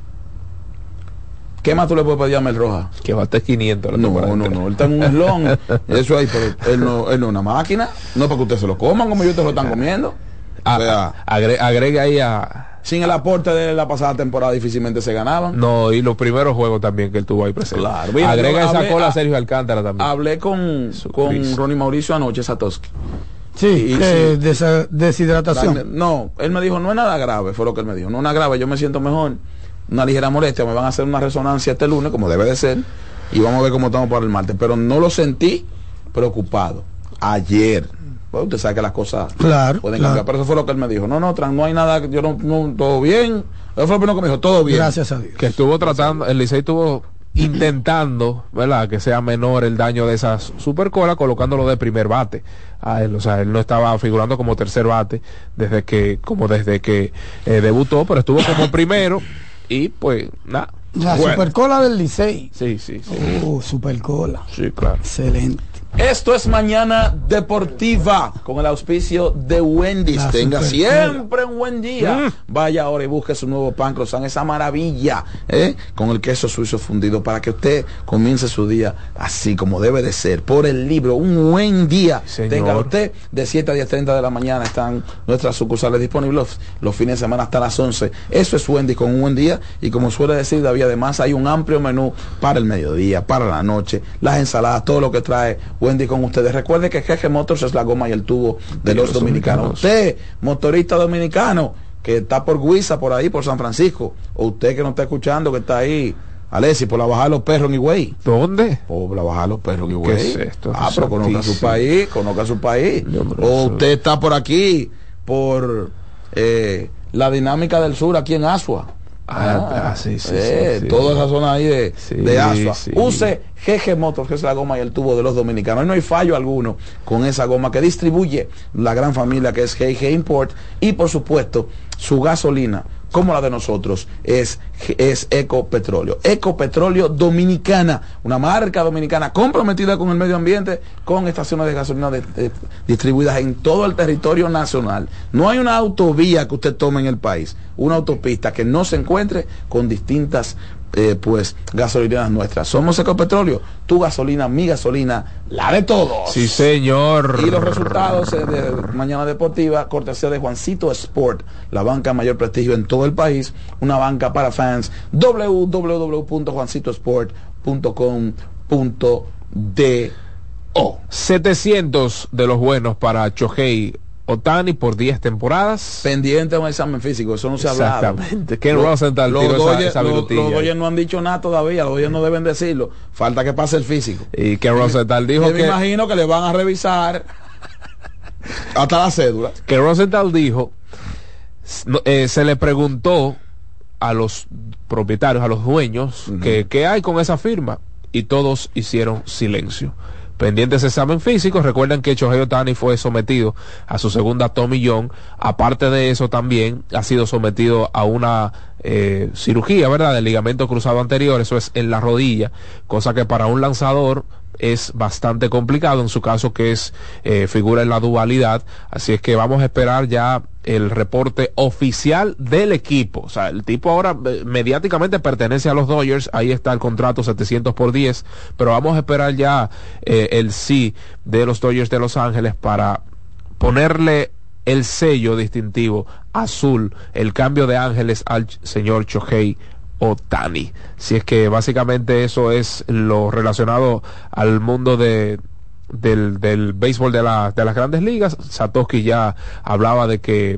¿Qué más tú le puedes pedir a Mel Rojas? Que bate quinientos. No, no, no, no, él está en un slon. Eso ahí, pero él no, él no es una máquina. No para que ustedes se lo coman como ellos te lo están comiendo. Ah, o sea, agre, agregue ahí a... Sin el aporte de la pasada temporada difícilmente se ganaban. No, y los primeros juegos también que él tuvo ahí presente. Claro. Mira, agrega esa hablé, cola a, a Sergio Alcántara también. Hablé con, con Ronnie Mauricio anoche, Satoshi. Sí, y, eh, sí. Desa, deshidratación. La, no, él me dijo, no es nada grave, fue lo que él me dijo. No es nada grave, yo me siento mejor. Una ligera molestia, me van a hacer una resonancia este lunes, como debe de ser, y vamos a ver cómo estamos para el martes. Pero no lo sentí preocupado. Ayer. Bueno, usted sabe que las cosas claro, pueden claro. cambiar, pero eso fue lo que él me dijo. No, no, no hay nada, yo no, no todo bien. Eso fue lo primero que me dijo, todo bien. Gracias a Dios. Que estuvo tratando, el Licey estuvo intentando, ¿verdad?, que sea menor el daño de esa supercola, colocándolo de primer bate a él. O sea, él no estaba figurando como tercer bate desde que, como desde que eh, debutó, pero estuvo como primero y pues nada. La bueno. supercola del Licey. Sí, sí, sí. Uh, supercola. Sí, claro. Excelente. Esto es Mañana Deportiva con el auspicio de Wendy's. La Tenga supercola. siempre un buen día. Mm. Vaya ahora y busque su nuevo pan croissant, esa maravilla, ¿eh? Con el queso suizo fundido para que usted comience su día así como debe de ser. Por el libro, un buen día. Señor. Tenga usted de siete a diez treinta de la mañana. Están nuestras sucursales disponibles los, los fines de semana hasta las once. Eso es Wendy's con un buen día. Y como suele decir David, además hay un amplio menú para el mediodía, para la noche, las ensaladas, todo lo que trae Wendy con ustedes. Recuerde que G G Motors es la goma y el tubo de, de los, los dominicanos. dominicanos. Usted, motorista dominicano, que está por Guisa, por ahí, por San Francisco, o usted que no está escuchando, que está ahí, Alessi, por la bajada de los perros en Higüey. ¿Dónde? Por la bajada de los perros en Higüey. ¿Qué es esto? Ah, pero conozca su país, conozca su país. O usted está por aquí, por eh, la dinámica del sur, aquí en Asua. Ah, ah, sí, sí, eh, sí, sí. Toda esa zona ahí de, sí, de Asua. Sí. Use G G Motors, que es la goma y el tubo de los dominicanos. Y no hay fallo alguno con esa goma que distribuye la gran familia que es G G Import. Y por supuesto, su gasolina, como la de nosotros, es, es Ecopetróleo. Ecopetróleo Dominicana, una marca dominicana comprometida con el medio ambiente, con estaciones de gasolina de, de, distribuidas en todo el territorio nacional. No hay una autovía que usted tome en el país, una autopista que no se encuentre con distintas eh, pues gasolineras nuestras. Somos Ecopetróleo, tu gasolina, mi gasolina, la de todos. Sí, señor. Y los resultados eh, de Mañana Deportiva, cortesía de Juancito Sport, la banca de mayor prestigio en todo el país, una banca para fans. doble u doble u doble u punto juancito sport punto com punto do. setecientos de los buenos para Shohei Ohtani por diez temporadas. Pendiente de un examen físico, eso no se ha hablado. Exactamente. Ken Rosenthal tiró esa, Dodgers, esa los, virutilla. los Dodgers no han dicho nada todavía, los Dodgers no deben decirlo. Falta que pase el físico. Y Ken Rosenthal dijo Yo que... me imagino que le van a revisar hasta la cédula. Ken Rosenthal dijo, eh, se le preguntó a los propietarios, a los dueños, uh-huh. que qué hay con esa firma, y todos hicieron silencio. Pendientes de examen físico. Recuerden que Shohei Ohtani fue sometido a su segunda Tommy John. Aparte de eso, también ha sido sometido a una eh, cirugía, ¿verdad?, del ligamento cruzado anterior. Eso es en la rodilla, cosa que para un lanzador es bastante complicado, en su caso que es eh, figura en la dualidad. Así es que vamos a esperar ya el reporte oficial del equipo. O sea, el tipo ahora eh, mediáticamente pertenece a los Dodgers, ahí está el contrato setecientos por diez, pero vamos a esperar ya eh, el sí de los Dodgers de Los Ángeles para ponerle el sello distintivo azul, el cambio de ángeles al señor Shohei Ohtani. Si es que básicamente eso es lo relacionado al mundo de del, del béisbol de, la, de las grandes ligas. Satoshi ya hablaba de que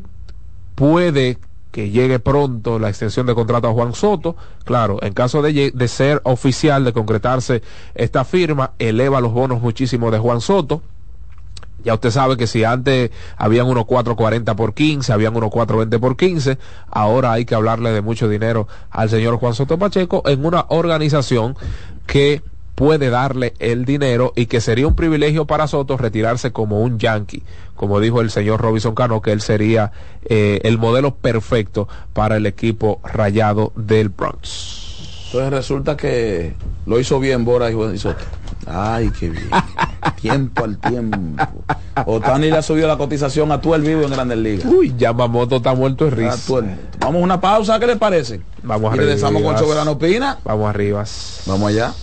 puede que llegue pronto la extensión de contrato a Juan Soto. Claro, en caso de, de ser oficial, de concretarse esta firma, eleva los bonos muchísimo de Juan Soto. Ya usted sabe que si antes habían unos cuatro cuarenta por quince, habían unos cuatro veinte por quince, ahora hay que hablarle de mucho dinero al señor Juan Soto Pacheco en una organización que puede darle el dinero y que sería un privilegio para Soto retirarse como un yankee, como dijo el señor Robinson Cano, que él sería eh, el modelo perfecto para el equipo rayado del Bronx. Entonces resulta que lo hizo bien Bora y Juan Soto. Ay, qué bien. Tiempo al tiempo. Ohtani le ha subido la cotización a todo el vivo en Grandes Ligas. Uy, Yamamoto está muerto de risa. Vamos a una pausa, ¿qué le parece? Vamos y arriba. Regresamos con Soberano Opina. Vamos arriba. Vamos allá.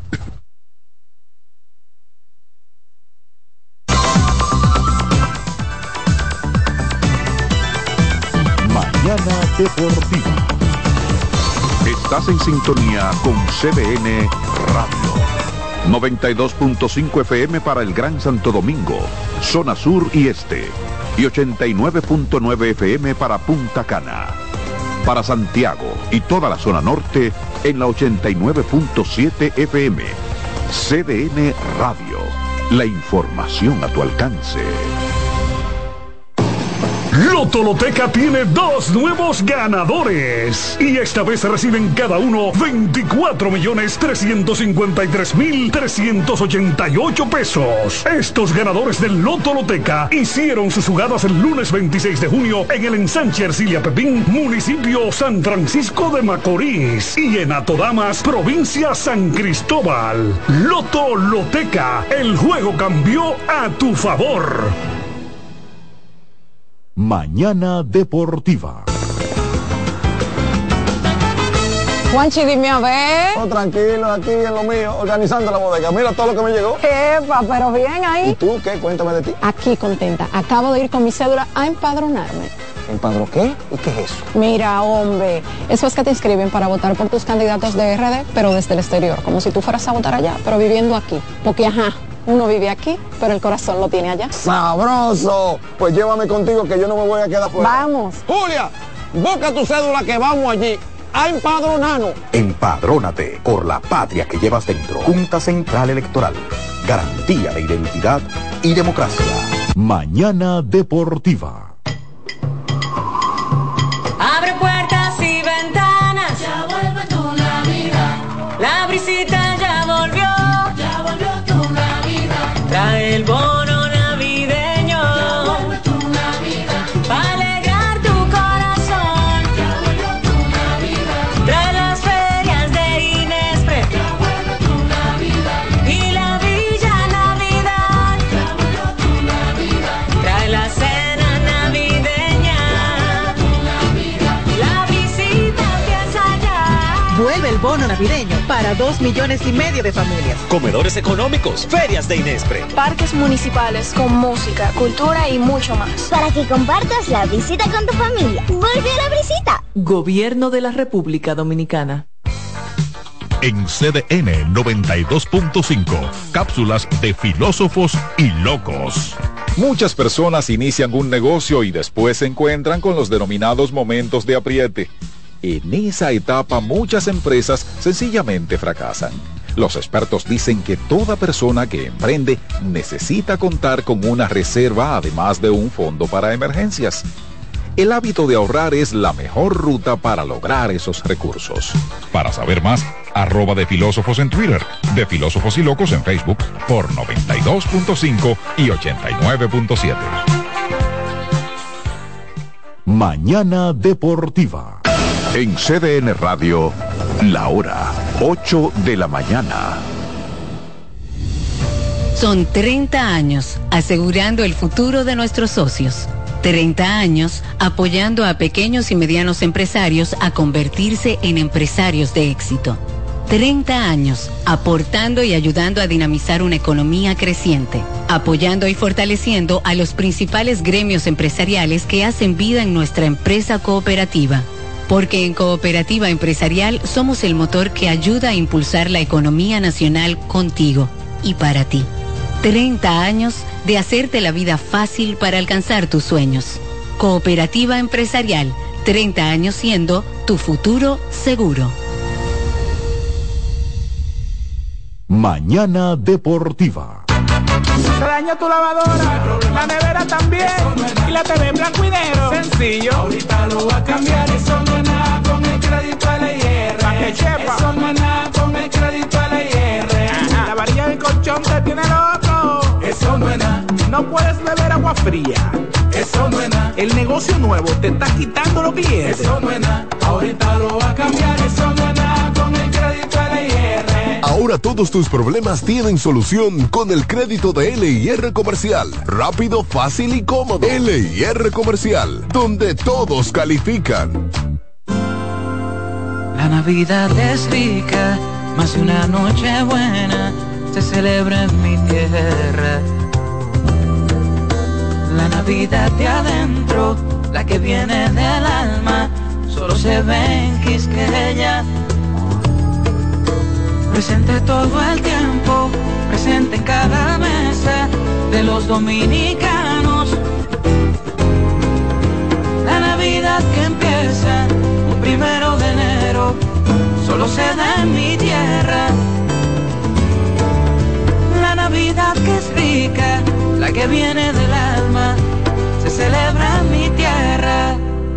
Mañana Deportiva. Estás en sintonía con C D N Radio. noventa y dos punto cinco F M para el Gran Santo Domingo, zona sur y este, y ochenta y nueve punto nueve F M para Punta Cana. Para Santiago y toda la zona norte en la ochenta y nueve punto siete F M. C D N Radio, la información a tu alcance. Lotoloteca tiene dos nuevos ganadores y esta vez reciben cada uno veinticuatro millones trescientos cincuenta y tres mil trescientos ochenta y ocho pesos. Estos ganadores del Lotoloteca hicieron sus jugadas el lunes veintiséis de junio en el ensanche Ercilia Pepín, municipio San Francisco de Macorís, y en Atodamas, provincia San Cristóbal. Lotoloteca, el juego cambió a tu favor. Mañana Deportiva. Juanchi, dime a ver. Oh, tranquilo, aquí en lo mío, organizando la bodega. Mira todo lo que me llegó. Epa, pero bien ahí. ¿Y tú qué? Cuéntame de ti. Aquí contenta. Acabo de ir con mi cédula a empadronarme. ¿Empadro qué? ¿Y qué es eso? Mira, hombre, eso es que te inscriben para votar por tus candidatos de R D, pero desde el exterior, como si tú fueras a votar allá, pero viviendo aquí. Porque, ajá, uno vive aquí, pero el corazón lo tiene allá. ¡Sabroso! Pues llévame contigo que yo no me voy a quedar fuera. Vamos. Julia, busca tu cédula que vamos allí a empadronarnos. Empadrónate por la patria que llevas dentro. Junta Central Electoral. Garantía de identidad y democracia. Mañana Deportiva. Abre puertas y ventanas. Ya vuelve tu Navidad. La brisita ya volvió. Ya volvió tu Navidad. Trae el bono navideño. Ya vuelve tu Navidad. Para alegrar tu corazón. Ya volvió tu Navidad. Trae las ferias de Inespre. Ya vuelve tu Navidad. Y la Villa Navidad. Ya volvió tu Navidad. Trae la cena navideña. bono navideño para dos millones y medio de familias. Comedores económicos, ferias de Inespre. Parques municipales con música, cultura y mucho más. Para que compartas la visita con tu familia. ¡Vuelve a la visita! Gobierno de la República Dominicana. En C D N noventa y dos punto cinco, cápsulas de filósofos y locos. Muchas personas inician un negocio y después se encuentran con los denominados momentos de apriete. En esa etapa muchas empresas sencillamente fracasan. Los expertos dicen que toda persona que emprende necesita contar con una reserva además de un fondo para emergencias. El hábito de ahorrar es la mejor ruta para lograr esos recursos. Para saber más, arroba de filósofos en Twitter, de filósofos y locos en Facebook por noventa y dos punto cinco y ochenta y nueve punto siete. Mañana Deportiva. En C D N Radio, la hora ocho de la mañana. Son treinta años asegurando el futuro de nuestros socios. treinta años apoyando a pequeños y medianos empresarios a convertirse en empresarios de éxito. treinta años aportando y ayudando a dinamizar una economía creciente, apoyando y fortaleciendo a los principales gremios empresariales que hacen vida en nuestra empresa cooperativa. Porque en Cooperativa Empresarial somos el motor que ayuda a impulsar la economía nacional contigo y para ti. treinta años de hacerte la vida fácil para alcanzar tus sueños. Cooperativa Empresarial, treinta años siendo tu futuro seguro. Mañana Deportiva. Se daña tu lavadora, la nevera también, y la T V en blanco y negro. Sencillo. Ahorita lo va a cambiar, eso no es nada con el crédito L I R. Pa' que sepa. Eso no es nada con el crédito L I R. La varilla del colchón te tiene loco. Eso no es nada. No puedes beber agua fría. Eso no es nada. El negocio nuevo te está quitando los clientes. Eso no es nada. Ahorita lo va a cambiar, eso no es nada con el crédito L I R. Ahora todos tus problemas tienen solución con el crédito de L I R Comercial. Rápido, fácil y cómodo. L I R Comercial, donde todos califican. La Navidad es rica, más de una noche buena se celebra en mi tierra. La Navidad de adentro, la que viene del alma, solo se ve en Quisqueya. Presente todo el tiempo, presente en cada mesa de los dominicanos. La Navidad que empieza un primero de enero, solo se da en mi tierra. La Navidad que es rica, la que viene del alma, se celebra en mi tierra.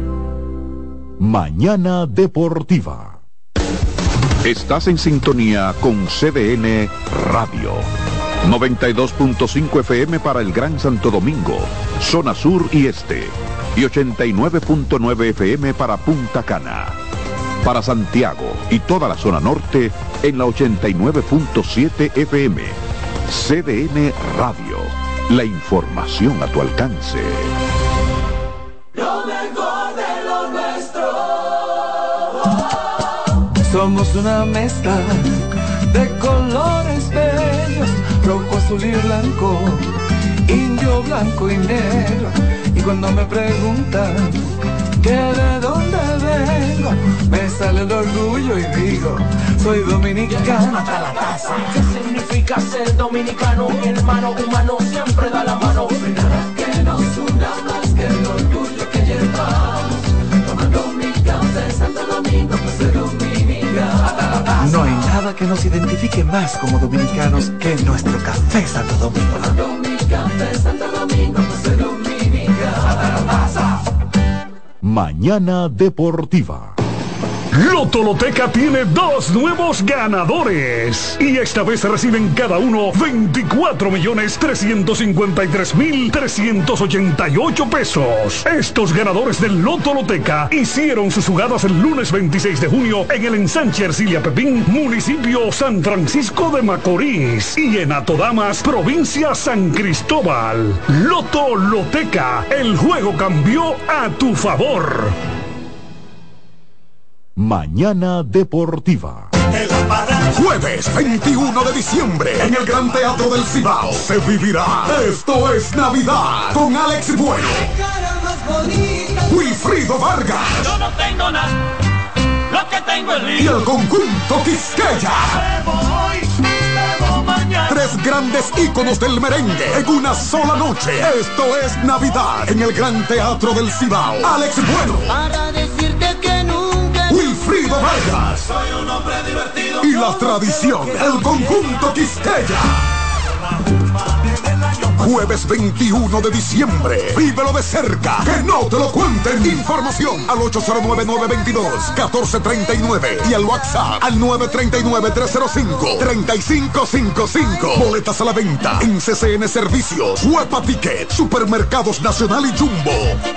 Mañana Deportiva. Estás en sintonía con C D N Radio. noventa y dos punto cinco F M para el Gran Santo Domingo, zona sur y este. Y ochenta y nueve punto nueve F M para Punta Cana. Para Santiago y toda la zona norte en la ochenta y nueve punto siete F M. C D N Radio. La información a tu alcance. Lo mejor de lo nuestro. Somos una mezcla de colores bellos, rojo, azul y blanco, indio, blanco y negro. Y cuando me preguntan que de dónde vengo, me sale el orgullo y digo, soy dominicano hasta la casa. ¿Qué significa ser dominicano? Mi hermano humano siempre da la mano. Nada que nos una más que el orgullo que llevamos. Tomando mi café Santo Domingo, pues soy dominicano. No hay nada que nos identifique más como dominicanos que nuestro café Santo Domingo. Tomando mi café Santo Domingo, pues soy dominicano. Mañana Deportiva. Lotoloteca tiene dos nuevos ganadores y esta vez reciben cada uno veinticuatro millones trescientos cincuenta y tres mil trescientos ochenta y ocho pesos. Estos ganadores del Lotoloteca hicieron sus jugadas el lunes veintiséis de junio en el ensanche Ercilia Pepín, municipio San Francisco de Macorís, y en Atodamas, provincia San Cristóbal. Lotoloteca, el juego cambió a tu favor. Mañana Deportiva. Jueves veintiuno de diciembre en el Gran Teatro del Cibao se vivirá Esto es Navidad con Alex Bueno, Wilfrido Vargas. Yo no tengo nada, lo que tengo es lío. Y el conjunto Quisqueya. Bebo hoy, bebo mañana. Tres grandes íconos del merengue en una sola noche. Esto es Navidad en el Gran Teatro del Cibao. Alex Bueno. Para decirte que nunca. Wilfrido Vargas. Soy un hombre divertido. Y la tradición, el conjunto Quisqueya. Jueves veintiuno de diciembre. Vívelo de cerca. Que no te lo cuenten. Información al ocho cero nueve, nueve dos dos, uno cuatro tres nueve y al WhatsApp al nueve tres nueve, tres cero cinco, tres cinco cinco cinco. Boletas a la venta en C C N Servicios, Huepa Ticket, Supermercados Nacional y Jumbo.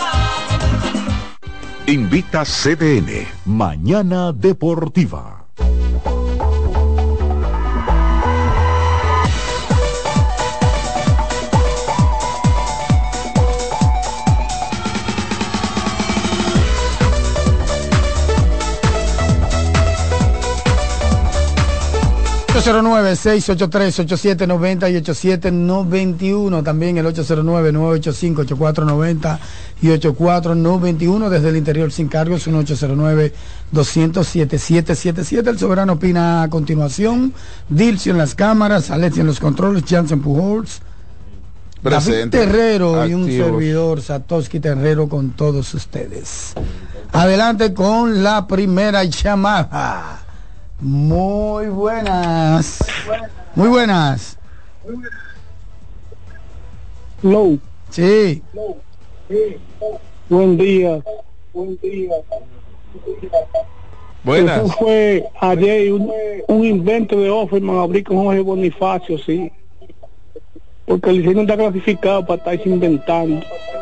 Invita C D N. Mañana Deportiva. ocho cero nueve, seis ocho tres, ocho siete nueve cero y ocho siete nueve uno, también el ocho cero nueve, nueve ocho cinco, ocho cuatro nueve cero y ocho cuatro nueve uno, desde el interior sin cargos, un ocho cero nueve, dos cero cero, siete siete siete siete. El Soberano opina a continuación. Dilcio en las cámaras, Alexi en los controles, Jansen Pujols, Presente. David Terrero y un Activos. servidor, Satoshi Terrero, con todos ustedes. Adelante con la primera llamada. Muy buenas. Muy buenas. Low. Sí. Buen día. Buen día. Buenas. Eso fue ayer un, un invento de Offerman abrir con Jorge Bonifacio, sí. Porque el Licey no está clasificado para estarse inventando.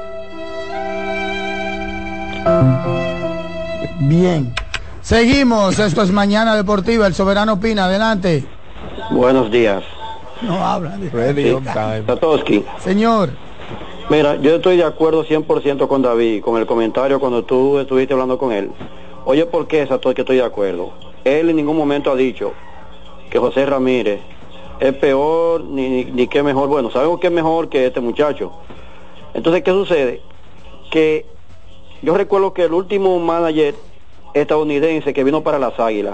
Bien. Seguimos, esto es Mañana Deportiva, el Soberano opina, adelante. Buenos días. No habla. Ready on time. Satoshi. Señor. Mira, yo estoy de acuerdo cien por ciento con David, con el comentario cuando tú estuviste hablando con él. Oye, ¿por qué, Satoshi, que estoy de acuerdo? Él en ningún momento ha dicho que José Ramírez es peor, ni, ni, ni que mejor. Bueno, sabemos que es mejor que este muchacho. Entonces, ¿qué sucede? Que yo recuerdo que el último manager estadounidense que vino para las Águilas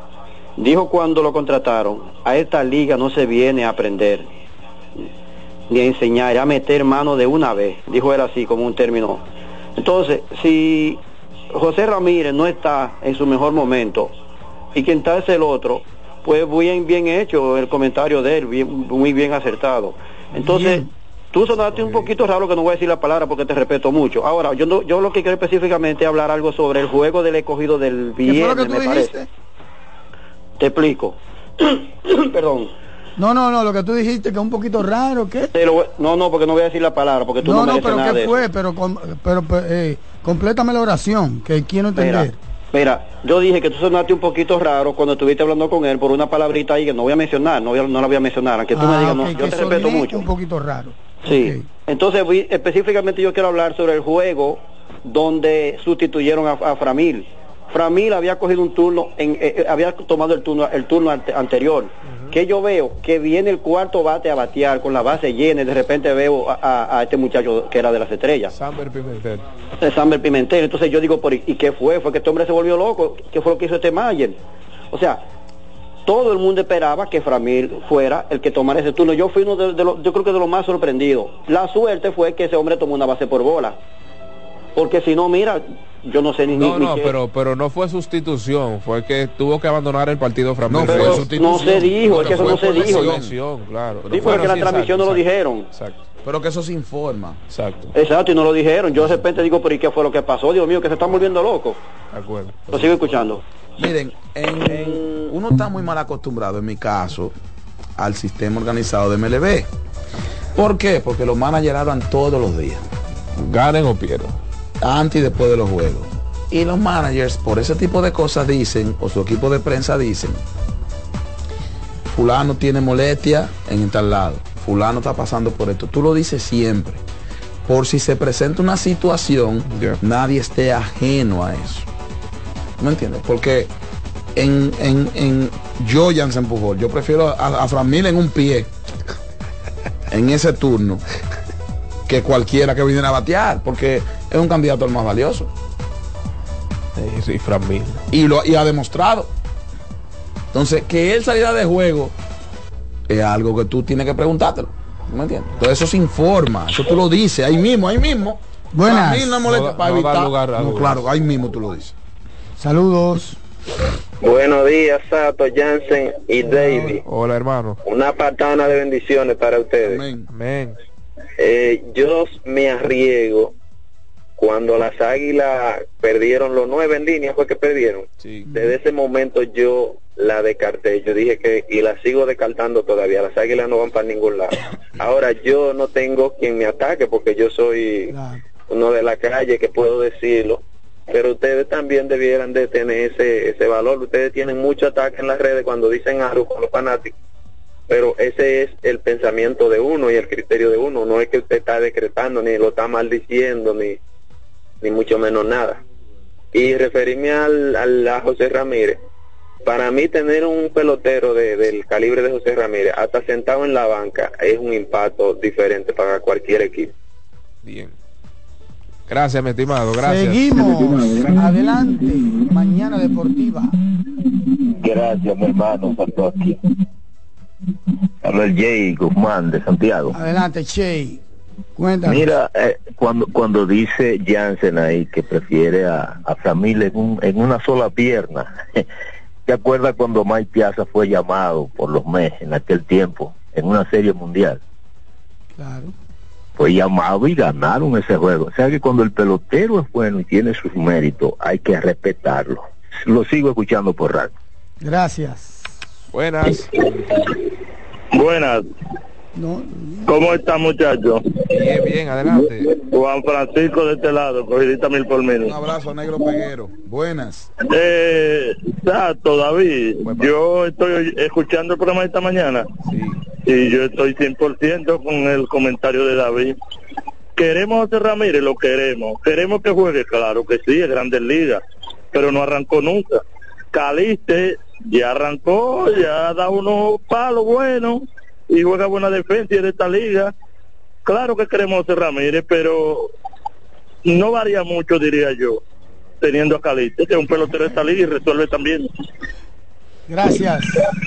dijo cuando lo contrataron: a esta liga no se viene a aprender ni a enseñar, a meter mano de una vez, dijo él así como un término. Entonces, si José Ramírez no está en su mejor momento y quien está es el otro, pues bien bien hecho el comentario de él, bien, muy bien acertado. Entonces, bien. Tú sonaste un poquito raro, que no voy a decir la palabra porque te respeto mucho. Ahora, yo no, yo lo que quiero específicamente es hablar algo sobre el juego del escogido del viernes. ¿Qué fue lo que tú me dijiste? Parece. Te explico. Perdón. No, no, no, lo que tú dijiste que es un poquito raro, ¿qué? Lo, no, no, porque no voy a decir la palabra, porque tú no, no me dices nada de eso. No, no, pero ¿qué fue? Pero, pero eh, complétame la oración, que quiero entender. Mira, mira, yo dije que tú sonaste un poquito raro cuando estuviste hablando con él por una palabrita ahí que no voy a mencionar, no, voy a, no la voy a mencionar, aunque tú ah, me digas, okay, no, yo te respeto mucho. Un poquito raro. Sí, okay. Entonces voy, específicamente yo quiero hablar sobre el juego donde sustituyeron a, a Framil. Framil había cogido un turno, en, eh, había tomado el turno el turno ante, anterior. Uh-huh. Que yo veo que viene el cuarto bate a batear con la base llena y de repente veo a, a, a este muchacho que era de las estrellas. Samber Pimentel. Eh, Samber Pimentel. Entonces yo digo, por, ¿y qué fue? Fue que este hombre se volvió loco. ¿Qué fue lo que hizo este manager? O sea, todo el mundo esperaba que Framil fuera el que tomara ese turno. Yo fui uno de, de los, yo creo que de los más sorprendidos. La suerte fue que ese hombre tomó una base por bola. Porque si no, mira, yo no sé ni... No, ni, no, ni pero, pero no fue sustitución, fue que tuvo que abandonar el partido Framil. No, pero no se dijo, es que eso no se dijo. Lesión, claro. Sí, porque en la transmisión no lo dijeron. Exacto. Pero que eso se informa. Exacto. Exacto, y no lo dijeron. Yo de repente digo, pero ¿y qué fue lo que pasó? Dios mío, que se están volviendo locos. De acuerdo. Lo sigo escuchando. Miren, en, en, uno está muy mal acostumbrado, en mi caso, al sistema organizado de M L B. ¿Por qué? Porque los managers hablan todos los días. Ganen o pierdan. Antes y después de los juegos. Y los managers, por ese tipo de cosas dicen, o su equipo de prensa dicen, fulano tiene molestia en tal lado, fulano está pasando por esto. Tú lo dices siempre. Por si se presenta una situación, yeah. nadie esté ajeno a eso. ¿Me entiendes? Porque en, en, en yo Jansen Pujol, yo prefiero a, a Fran Mil en un pie en ese turno que cualquiera que viniera a batear, porque es un candidato el más valioso. Sí, sí, Fran Mil. Y lo y ha demostrado. Entonces, que él saliera de juego es algo que tú tienes que preguntártelo. ¿Me entiendes? Entonces eso se informa, eso tú lo dices ahí mismo, ahí mismo. Buenas. A mí no molesta No, para no da evitar. lugar a No, dudas. claro, ahí mismo tú lo dices. Saludos. Buenos días, Sato, Jansen y David. Hola, hermano. Una patana de bendiciones para ustedes. Amén. Amén. Eh, yo me arriesgo cuando las Águilas perdieron los nueve en línea, fue que perdieron. Sí. Desde ese momento yo la descarté. Yo dije que, y la sigo descartando todavía, las Águilas no van para ningún lado. Ahora yo no tengo quien me ataque porque yo soy uno de la calle que puedo decirlo, pero ustedes también debieran de tener ese ese valor. Ustedes tienen mucho ataque en las redes cuando dicen algo con los fanáticos, pero ese es el pensamiento de uno y el criterio de uno. No es que usted está decretando ni lo está maldiciendo ni ni mucho menos nada. Y referirme al, al a José Ramírez, para mí tener un pelotero de, del calibre de José Ramírez hasta sentado en la banca es un impacto diferente para cualquier equipo. Bien. Gracias, mi estimado. Gracias. Seguimos. Adelante. Mañana Deportiva. Gracias, mi hermano Santoski. Habla el Jay Guzmán de Santiago. Adelante, Che. Cuéntanos. Mira, eh, cuando cuando dice Jansen ahí que prefiere a, a Framil en, un, en una sola pierna, ¿te acuerdas cuando Mike Piazza fue llamado por los Mets en aquel tiempo, en una serie mundial? Claro. Fue llamado y ganaron ese juego. O sea que cuando el pelotero es bueno y tiene sus méritos, hay que respetarlo. Lo sigo escuchando por radio. Gracias. Buenas. Buenas. No. ¿Cómo están, muchachos? Bien, bien, adelante. Juan Francisco de este lado, cogidita mil por mil. Un abrazo a Negro Peguero. Buenas. Eh, Sato, David, yo estoy escuchando el programa de esta mañana. Sí. Y yo estoy cien por ciento con el comentario de David. ¿Queremos a José Ramírez? Lo queremos. ¿Queremos que juegue? Claro que sí, es Grandes Ligas, pero no arrancó nunca. Caliste ya arrancó, ya da unos palos buenos y juega buena defensa y es de esta liga. Claro que queremos a José Ramírez, pero no varía mucho, diría yo, teniendo a Caliste, que es un pelotero de esta liga y resuelve también. Gracias.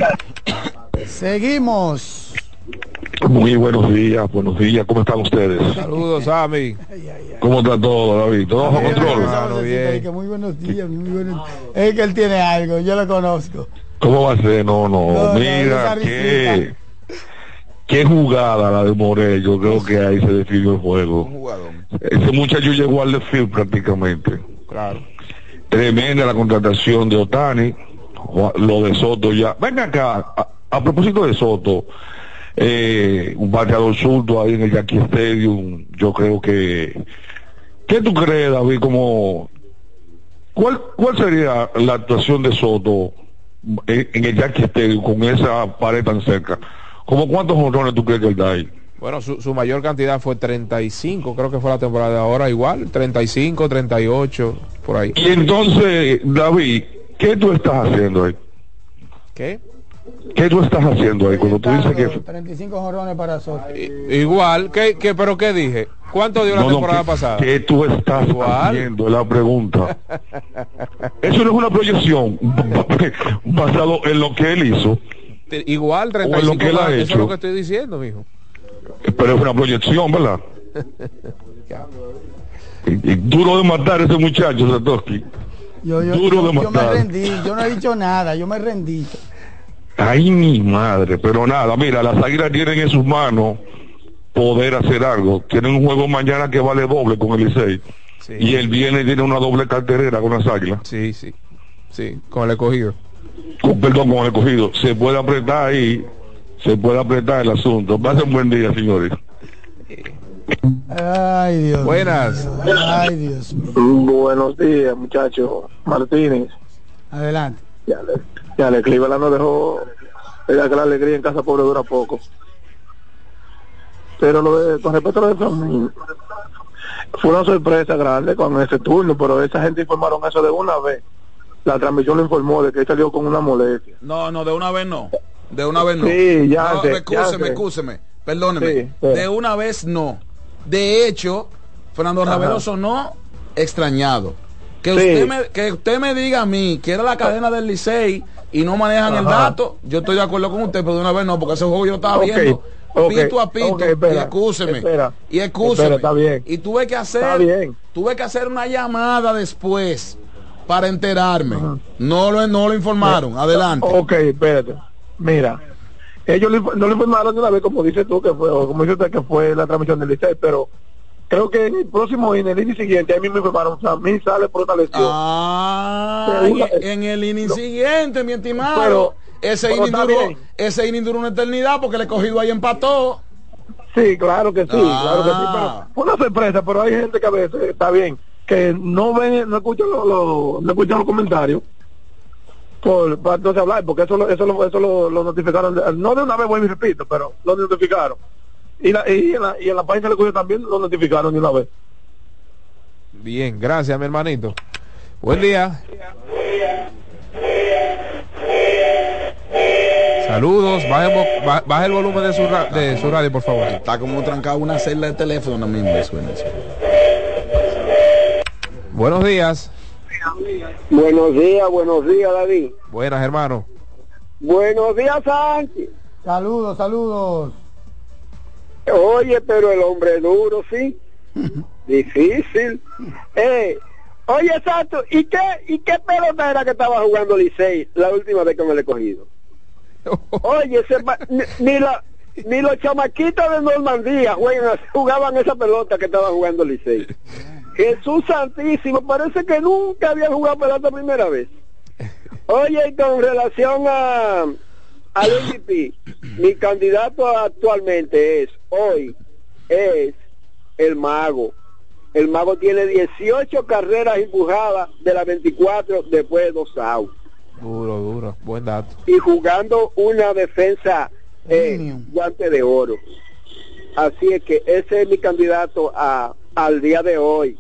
Seguimos. Muy buenos días, buenos días, ¿cómo están ustedes? Saludos, Sammy. ¿Cómo está todo, David? ¿Todo bajo control? Claro, bien. Muy buenos días, muy buenos. Es que él tiene algo, yo lo conozco. ¿Cómo va a ser? No, no, no mira, no, qué, qué jugada la de Morel, yo creo que ahí se definió el juego. Ese muchacho llegó al field prácticamente. Claro. Tremenda la contratación de Otani, lo de Soto ya. Venga acá, a, a propósito de Soto, eh, un bateador zurdo ahí en el Yankee Stadium, yo creo que... ¿Qué tú crees, David, como... ¿Cuál, cuál sería la actuación de Soto en, en el Yankee Stadium con esa pared tan cerca? ¿Cómo cuántos jonrones tú crees que él da ahí? Bueno, su, su mayor cantidad fue treinta y cinco, creo que fue la temporada de ahora, igual, treinta y cinco, treinta y ocho, por ahí. Y entonces, David, ¿qué tú estás haciendo ahí? ¿Qué? ¿Qué tú estás haciendo ahí cuando tú dices que... treinta y cinco jonrones para Soto. Igual, ¿qué, qué, pero qué dije? ¿Cuánto dio la no, temporada no, ¿qué, pasada? ¿Qué tú estás igual haciendo? Es la pregunta. Eso no es una proyección basado en lo que él hizo. Igual, treinta y cinco, lo que él ha eso hecho. es lo que estoy diciendo, mijo. Pero es una proyección, ¿verdad? y, y duro de matar a ese muchacho, Satoshi. Yo, yo, duro yo, de yo matar. me rendí, yo no he dicho nada, yo me rendí. Ay, mi madre, pero nada, mira, las Águilas tienen en sus manos poder hacer algo. Tienen un juego mañana que vale doble con el Licey. Sí. Y el viernes tiene una doble carterera con las Águilas. Sí, sí, sí, con el escogido. Con, perdón, con el escogido. Se puede apretar ahí, se puede apretar el asunto. Pasen un buen día, señores. Ay, Dios. Buenas. Dios. Ay, Dios mío. Buenos días, muchachos. Martínez. Adelante. Ya le, ya le Cleveland nos dejó, era que la alegría en casa pobre dura poco. Pero lo de, con respecto a lo de Flamín, fue una sorpresa grande con ese turno, pero esa gente informaron eso de una vez. la transmisión le informó de que él salió con una molestia. No, no, de una vez no. De una vez no. Sí, ya no, sé, recúseme, ya sé. excúseme. Perdóneme. Sí, sí. De una vez no. De hecho, Fernando Ajá. Ravelo sonó extrañado. Que, Sí. usted me, que usted me diga a mí que era la cadena del Licey y no manejan el Ajá. dato, yo estoy de acuerdo con usted, pero de una vez no, porque ese juego yo estaba Ok, viendo ok, pito a pito. ok, espera, y excúseme. espera, y excúseme. espera, está bien. Y tuve que hacer, Está bien. tuve que hacer una llamada después para enterarme. No lo, no lo informaron. Adelante. Ok, espérate. Mira, ellos le inf- no le informaron de una vez, como dice tú, que fue, o como dice usted, que fue la transmisión del Licey, pero creo que en el próximo, en el inning siguiente, ahí mismo informaron, o sea, a mí sale por una lesión. Ah, Pero en, una- en el inning no. siguiente, mi estimado. Pero- ese pero inning está duró, bien. ese inning duró una eternidad porque el escogido ahí empató. Sí, claro que sí, Ah. claro que sí, pero fue una sorpresa, pero hay gente que a veces está bien, que no ven, no escuchan los, los- no escuchan los comentarios por, para entonces hablar, porque eso lo, eso lo, eso lo, lo notificaron, de- no de una vez, voy y repito, pero lo notificaron. Y, la, y, en la, y en la página del escogido también lo notificaron de una vez. Bien, gracias, mi hermanito. Buen día. Saludos, baje, un po- ba- baje el volumen de su, ra- de su radio, por favor. Está como trancado una celda de teléfono no mismo. Eso, eso. Buenos días. Buenos días, buenos días, David. Buenas, hermano. Buenos días, Sánchez. Saludos, saludos. Oye, pero el hombre duro, sí. Difícil. Eh, oye, Santo, ¿y qué, ¿y qué pelota era que estaba jugando Licey la última vez con el escogido? Oye, ese ma- ni, ni, la, ni los chamaquitos de Normandía juegan, jugaban esa pelota que estaba jugando Licey. Jesús santísimo, parece que nunca habían jugado pelota primera vez. Oye, y con relación a al M V P, mi candidato actualmente es, hoy, es el Mago. El Mago tiene dieciocho carreras empujadas de las veinticuatro después de dos outs. Duro, duro. Buen dato. Y jugando una defensa eh, guante de oro. Así es que ese es mi candidato a, al día de hoy.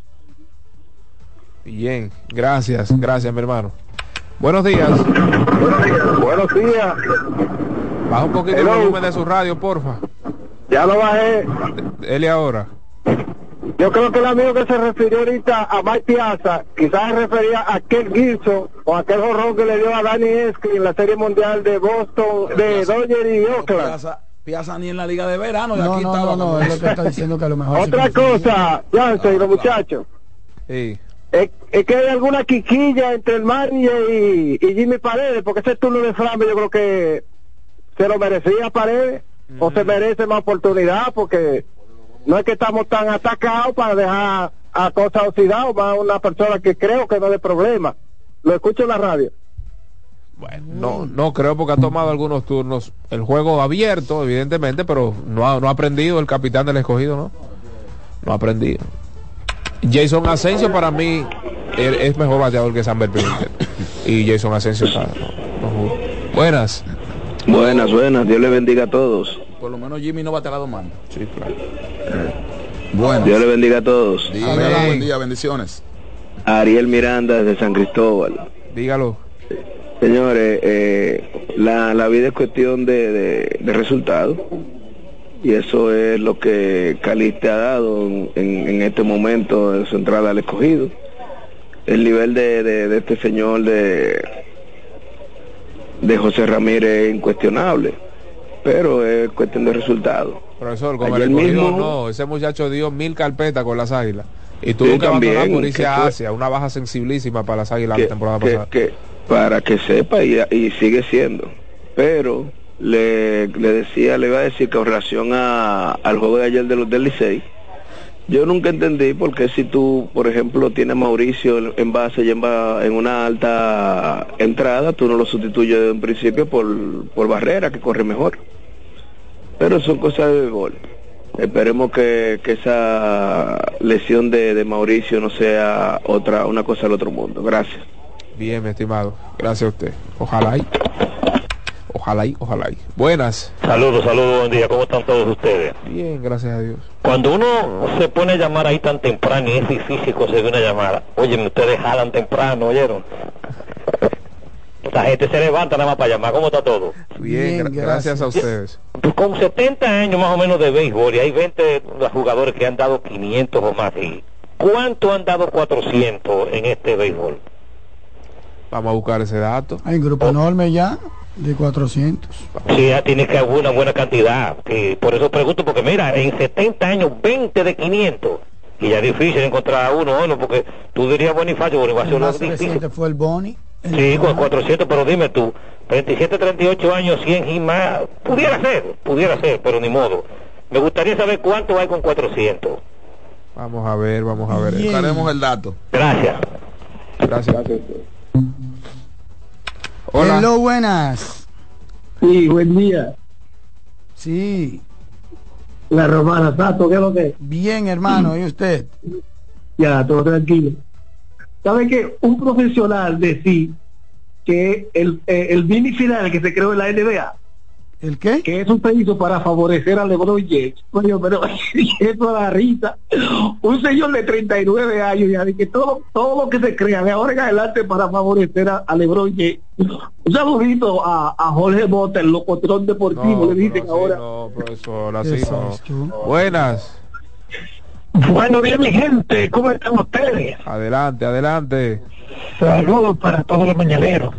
Bien, gracias, gracias, mi hermano. Buenos días. Buenos días. Buenos días. Baja un poquito Hello. el volumen de su radio, porfa. Ya lo bajé. Él y ahora. Yo creo que el amigo que se refirió ahorita a Mike Piazza, quizás se refería a aquel Gilson o aquel jorrón que le dio a Danny Esky en la Serie Mundial de Boston, de Dodgers y Oakland. Piazza, Piazza ni en la Liga de Verano. De No, aquí no, estaba no, no, es lo que está diciendo que a lo mejor... Otra se- cosa, Jansen y los muchachos, Sí. es, es que hay alguna quiquilla entre el manager y, y Jimmy Paredes, porque ese turno de Frambe yo creo que se lo merecía Paredes, o se merece más oportunidad, porque no es que estamos tan atacados para dejar a cosas oxidadas, más una persona que creo que no es de problema. Lo escucho en la radio. Bueno, no, no creo porque ha tomado algunos turnos. El juego abierto, evidentemente, pero no ha, no ha aprendido el capitán del escogido, ¿no? No ha aprendido. Jason Asensio para mí es es mejor bateador que Samber Pimentel. Y Jason Asensio está... no, no juro. Buenas. Buenas, buenas, Dios le bendiga a todos. Por lo menos Jimmy no va a tener la dos manos. Sí, claro. Bueno. Dios le bendiga a todos. Dígalo, buen día, bendiciones. Ariel Miranda desde San Cristóbal. Dígalo. Señores, eh, la, la vida es cuestión de, de, de resultados. Y eso es lo que Cali te ha dado en, en este momento de su entrada al escogido. El nivel de, de, de este señor de, de José Ramírez es incuestionable, pero es cuestión de resultados. Profesor, como Ayer el escogido, mismo- no, ese muchacho dio mil carpetas con las águilas. Y tuvo Sí, que abandonar también, por irse que a fue- Asia, una baja sensibilísima para las águilas que, la temporada que- pasada. que- para que sepa y, y sigue siendo, pero le, le decía, le iba a decir que en relación a, al juego de ayer de los del Licey, yo nunca entendí por qué si tú, por ejemplo, tienes a Mauricio en, en base y en, ba- en una alta entrada, tú no lo sustituyes de un principio por, por Barrera, que corre mejor. Pero son cosas de béisbol. Esperemos que, que esa lesión de, de Mauricio no sea otra una cosa del otro mundo. Gracias. Bien, mi estimado. Gracias a usted. Ojalá y. Ojalá y, ojalá y. Buenas. Saludos, saludos, buen día, ¿cómo están todos ustedes? Bien, gracias a Dios. Cuando uno se pone a llamar ahí tan temprano y es difícil conseguir una llamada, oye, ustedes jalan temprano, ¿oyeron? Esa gente se levanta nada más para llamar. ¿Cómo está todo? Bien, gra- gracias. gracias a ustedes. Con setenta años más o menos de béisbol y hay veinte jugadores que han dado quinientos o más. ¿Y cuánto han dado cuatrocientos en este béisbol? Vamos a buscar ese dato. Hay un grupo enorme ya de cuatrocientos. Sí, ya tiene que haber una buena cantidad. Y por eso pregunto, porque mira, en setenta años, veinte de quinientos. Y ya es difícil encontrar a uno, bueno, porque tú dirías Bonifacio, Bonifacio El lo más es difícil. reciente fue el Boni. El Sí, con Boni. cuatrocientos, pero dime tú, treinta y siete, treinta y ocho años, cien y más, pudiera ser, pudiera ser, pero ni modo. Me gustaría saber cuánto hay con cuatrocientos. Vamos a ver, vamos a ver. Bien. Buscaremos el dato. Gracias. Gracias. Hola. Hello, buenas. Sí, buen día. Sí. La Romana, Sato, ¿qué es lo que es? Bien, hermano. ¿Y usted? Ya, todo tranquilo. ¿Sabe que un profesional decir que el, eh, el mini final que se creó en la N B A, ¿el qué? que eso se hizo para favorecer a LeBron James? Coño, pero eso da risa. Un señor de treinta y nueve años ya de que todo todo lo que se crea de ahora en adelante para favorecer a, a LeBron James. Un saludito a, a Jorge Mota, el locutor deportivo, No, le dicen pero ahora. así no, profesor, así ¿Qué no. sabes tú? Buenas. Buenos días, mi gente, ¿cómo están ustedes? Adelante, adelante. Saludos para todos los mañaneros.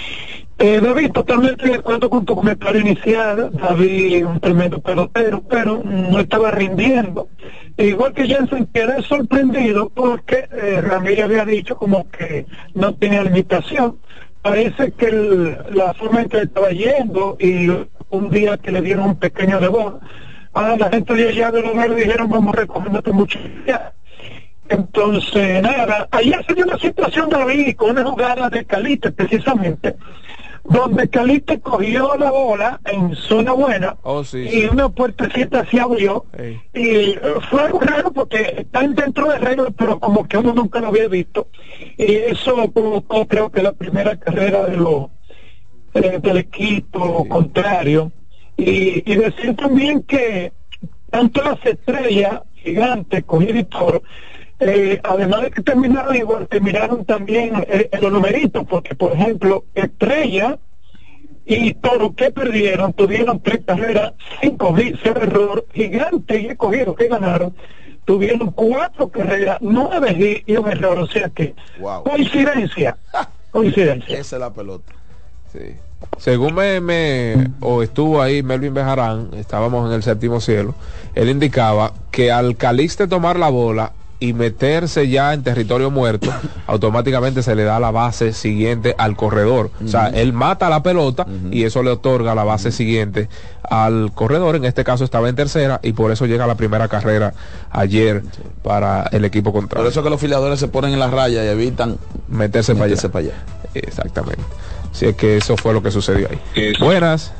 Eh, David, totalmente de acuerdo con tu comentario inicial. David, un tremendo pelotero, pero no estaba rindiendo. E igual que Jensen, quedé sorprendido porque eh, Ramírez había dicho como que no tenía limitación. Parece que el, la forma en que estaba yendo y un día que le dieron un pequeño debut, a la gente de allá de los verdes dijeron vamos a recomendarte mucho ya. Entonces, nada, ayer se dio una situación, David, con una jugada de Calite, precisamente, donde Calite cogió la bola en zona buena Oh, sí, y sí. una puertecita se abrió. Ey. Y eh, fue algo raro porque están dentro de reglas, pero como que uno nunca lo había visto. Y eso provocó, creo que la primera carrera de los eh, del equipo Sí. contrario. Y, y decir también que tanto las estrellas gigantes, cogido y toro, eh, además de que terminaron igual, terminaron también eh, en los numeritos, porque por ejemplo, estrella y toro que perdieron, tuvieron tres carreras, cinco hits, cero error, gigante y escogido que ganaron, tuvieron cuatro carreras, nueve hits y un error, o sea que, Wow. coincidencia, coincidencia. Esa es la pelota. Sí. Según me, me o estuvo ahí Melvin Bejarán, estábamos en el séptimo cielo, él indicaba que al Calixte tomar la bola y meterse ya en territorio muerto, automáticamente se le da la base siguiente al corredor. Uh-huh. O sea, él mata la pelota uh-huh. y eso le otorga la base uh-huh. siguiente al corredor. En este caso estaba en tercera y por eso llega la primera carrera ayer sí. para el equipo contrario. Por eso que los filiadores se ponen en la raya y evitan meterse, meterse para, allá. para allá. Exactamente. Así es que eso fue lo que sucedió ahí. Eso. Buenas.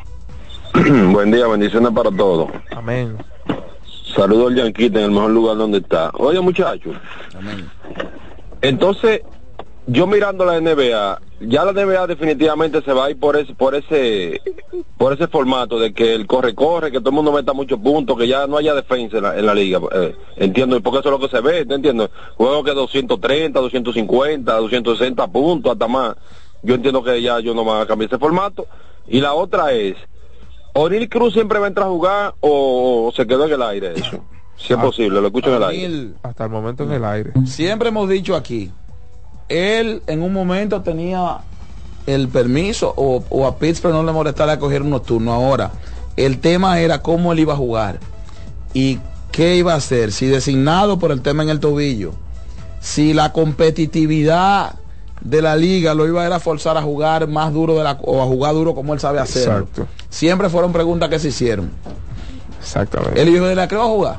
Buen día, bendiciones para todos. Amén. Saludos al Yanquita en el mejor lugar donde está. Oye, muchachos. Amén. Entonces, yo mirando la N B A, ya la N B A definitivamente se va a ir por ese, por ese, por ese formato de que el corre-corre, que todo el mundo meta muchos puntos, que ya no haya defensa en la, en la liga. Eh, entiendo, porque eso es lo que se ve, ¿te entiendo? Juegos que doscientos treinta, doscientos cincuenta, doscientos sesenta puntos, hasta más. Yo entiendo que ya yo no me voy a cambiar ese formato. Y la otra es, ¿O'Neal Cruz siempre va a entrar a jugar o se quedó en el aire eso? Si es posible, lo escucho en el aire. Hasta el momento en el aire. Siempre hemos dicho aquí, él en un momento tenía el permiso o, o a Pittsburgh no le molestaba a coger unos turnos. Ahora, el tema era cómo él iba a jugar y qué iba a hacer, si designado por el tema en el tobillo, si la competitividad de la liga lo iba a, ir a forzar a jugar más duro de la, o a jugar duro como él sabe hacerlo. Exacto. Siempre fueron preguntas que se hicieron. Exactamente. ¿El hijo de la que va a jugar?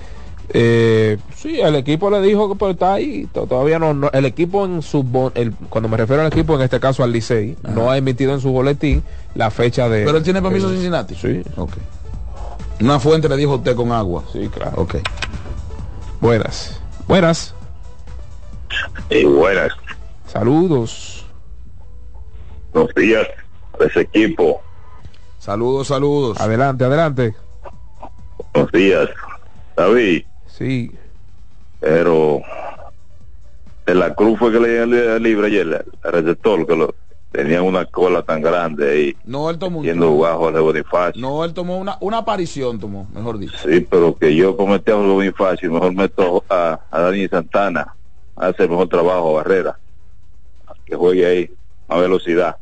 Eh, sí, el equipo le dijo que pues, está ahí, todavía no, no el equipo en su el, cuando me refiero al equipo, en este caso al Licey, ajá, no ha emitido en su boletín la fecha de. ¿Pero él tiene permiso de Cincinnati? Sí. Ok. Una fuente le dijo a usted con agua. Sí, claro. Ok. Buenas. Buenas. Y buenas. Saludos. Buenos días a ese equipo. Saludos, saludos. Adelante, adelante. Buenos días, David. Sí. Pero de la Cruz fue que le dio el libre ayer, el receptor, que lo, tenían una cola tan grande ahí. No, él tomó un yendo jugar a Jorge Bonifacio. No, él tomó una, una aparición, tomó, mejor dicho. Sí, pero que yo cometí a Jorge Bonifacio, mejor meto a, a Dani Santana a hacer mejor trabajo, Barrera, que juegue ahí a velocidad.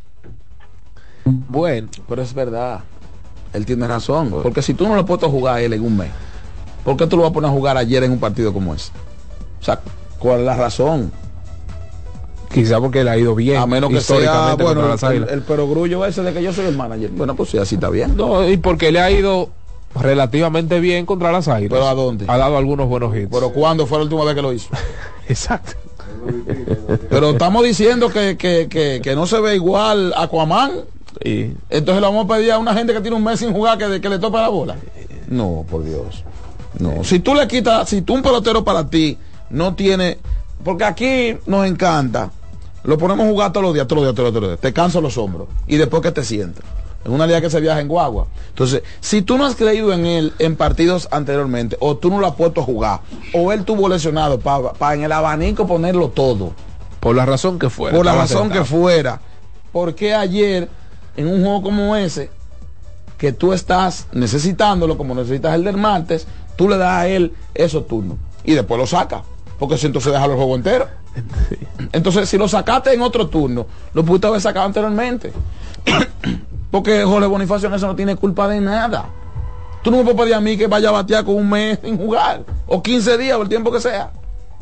Bueno, pero es verdad, él tiene razón, bueno. Porque si tú no lo puedes jugar a él en un mes, ¿por qué tú lo vas a poner a jugar ayer en un partido como ese? O sea, ¿cuál es la razón? Quizá porque le ha ido bien. A menos que sea, bueno, el, el, el perogrullo ese de que yo soy el manager. Bueno, pues sí, así está bien. No, y porque le ha ido relativamente bien contra las Águilas. ¿Pero a dónde? Ha dado algunos buenos hits. ¿Pero cuándo fue la última vez que lo hizo? Exacto. Pero estamos diciendo que, que, que, que no se ve igual Aquaman. Sí. Entonces le vamos a pedir a una gente que tiene un mes sin jugar que, que le tope la bola. No, por Dios. No. Si tú le quitas, si tú un pelotero para ti no tiene... Porque aquí nos encanta... Lo ponemos a jugar todos los días, todos los días, todos los días. Te cansan los hombros. Y después que te sientas. En una liga que se viaja en guagua. Entonces, si tú no has creído en él en partidos anteriormente, o tú no lo has puesto a jugar, o él tuvo lesionado para pa en el abanico ponerlo todo. Por la razón que fuera. Por la razón sentado. que fuera. Porque ayer, en un juego como ese, que tú estás necesitándolo, como necesitas el del martes, tú le das a él esos turnos. Y después lo sacas. Porque si entonces deja el juego entero. Sí. Entonces, si lo sacaste en otro turno, lo pudiste haber sacado anteriormente. Porque Jorge Bonifacio en eso no tiene culpa de nada. Tú no me puedes pedir a mí que vaya a batear con un mes sin jugar. O quince días, o el tiempo que sea.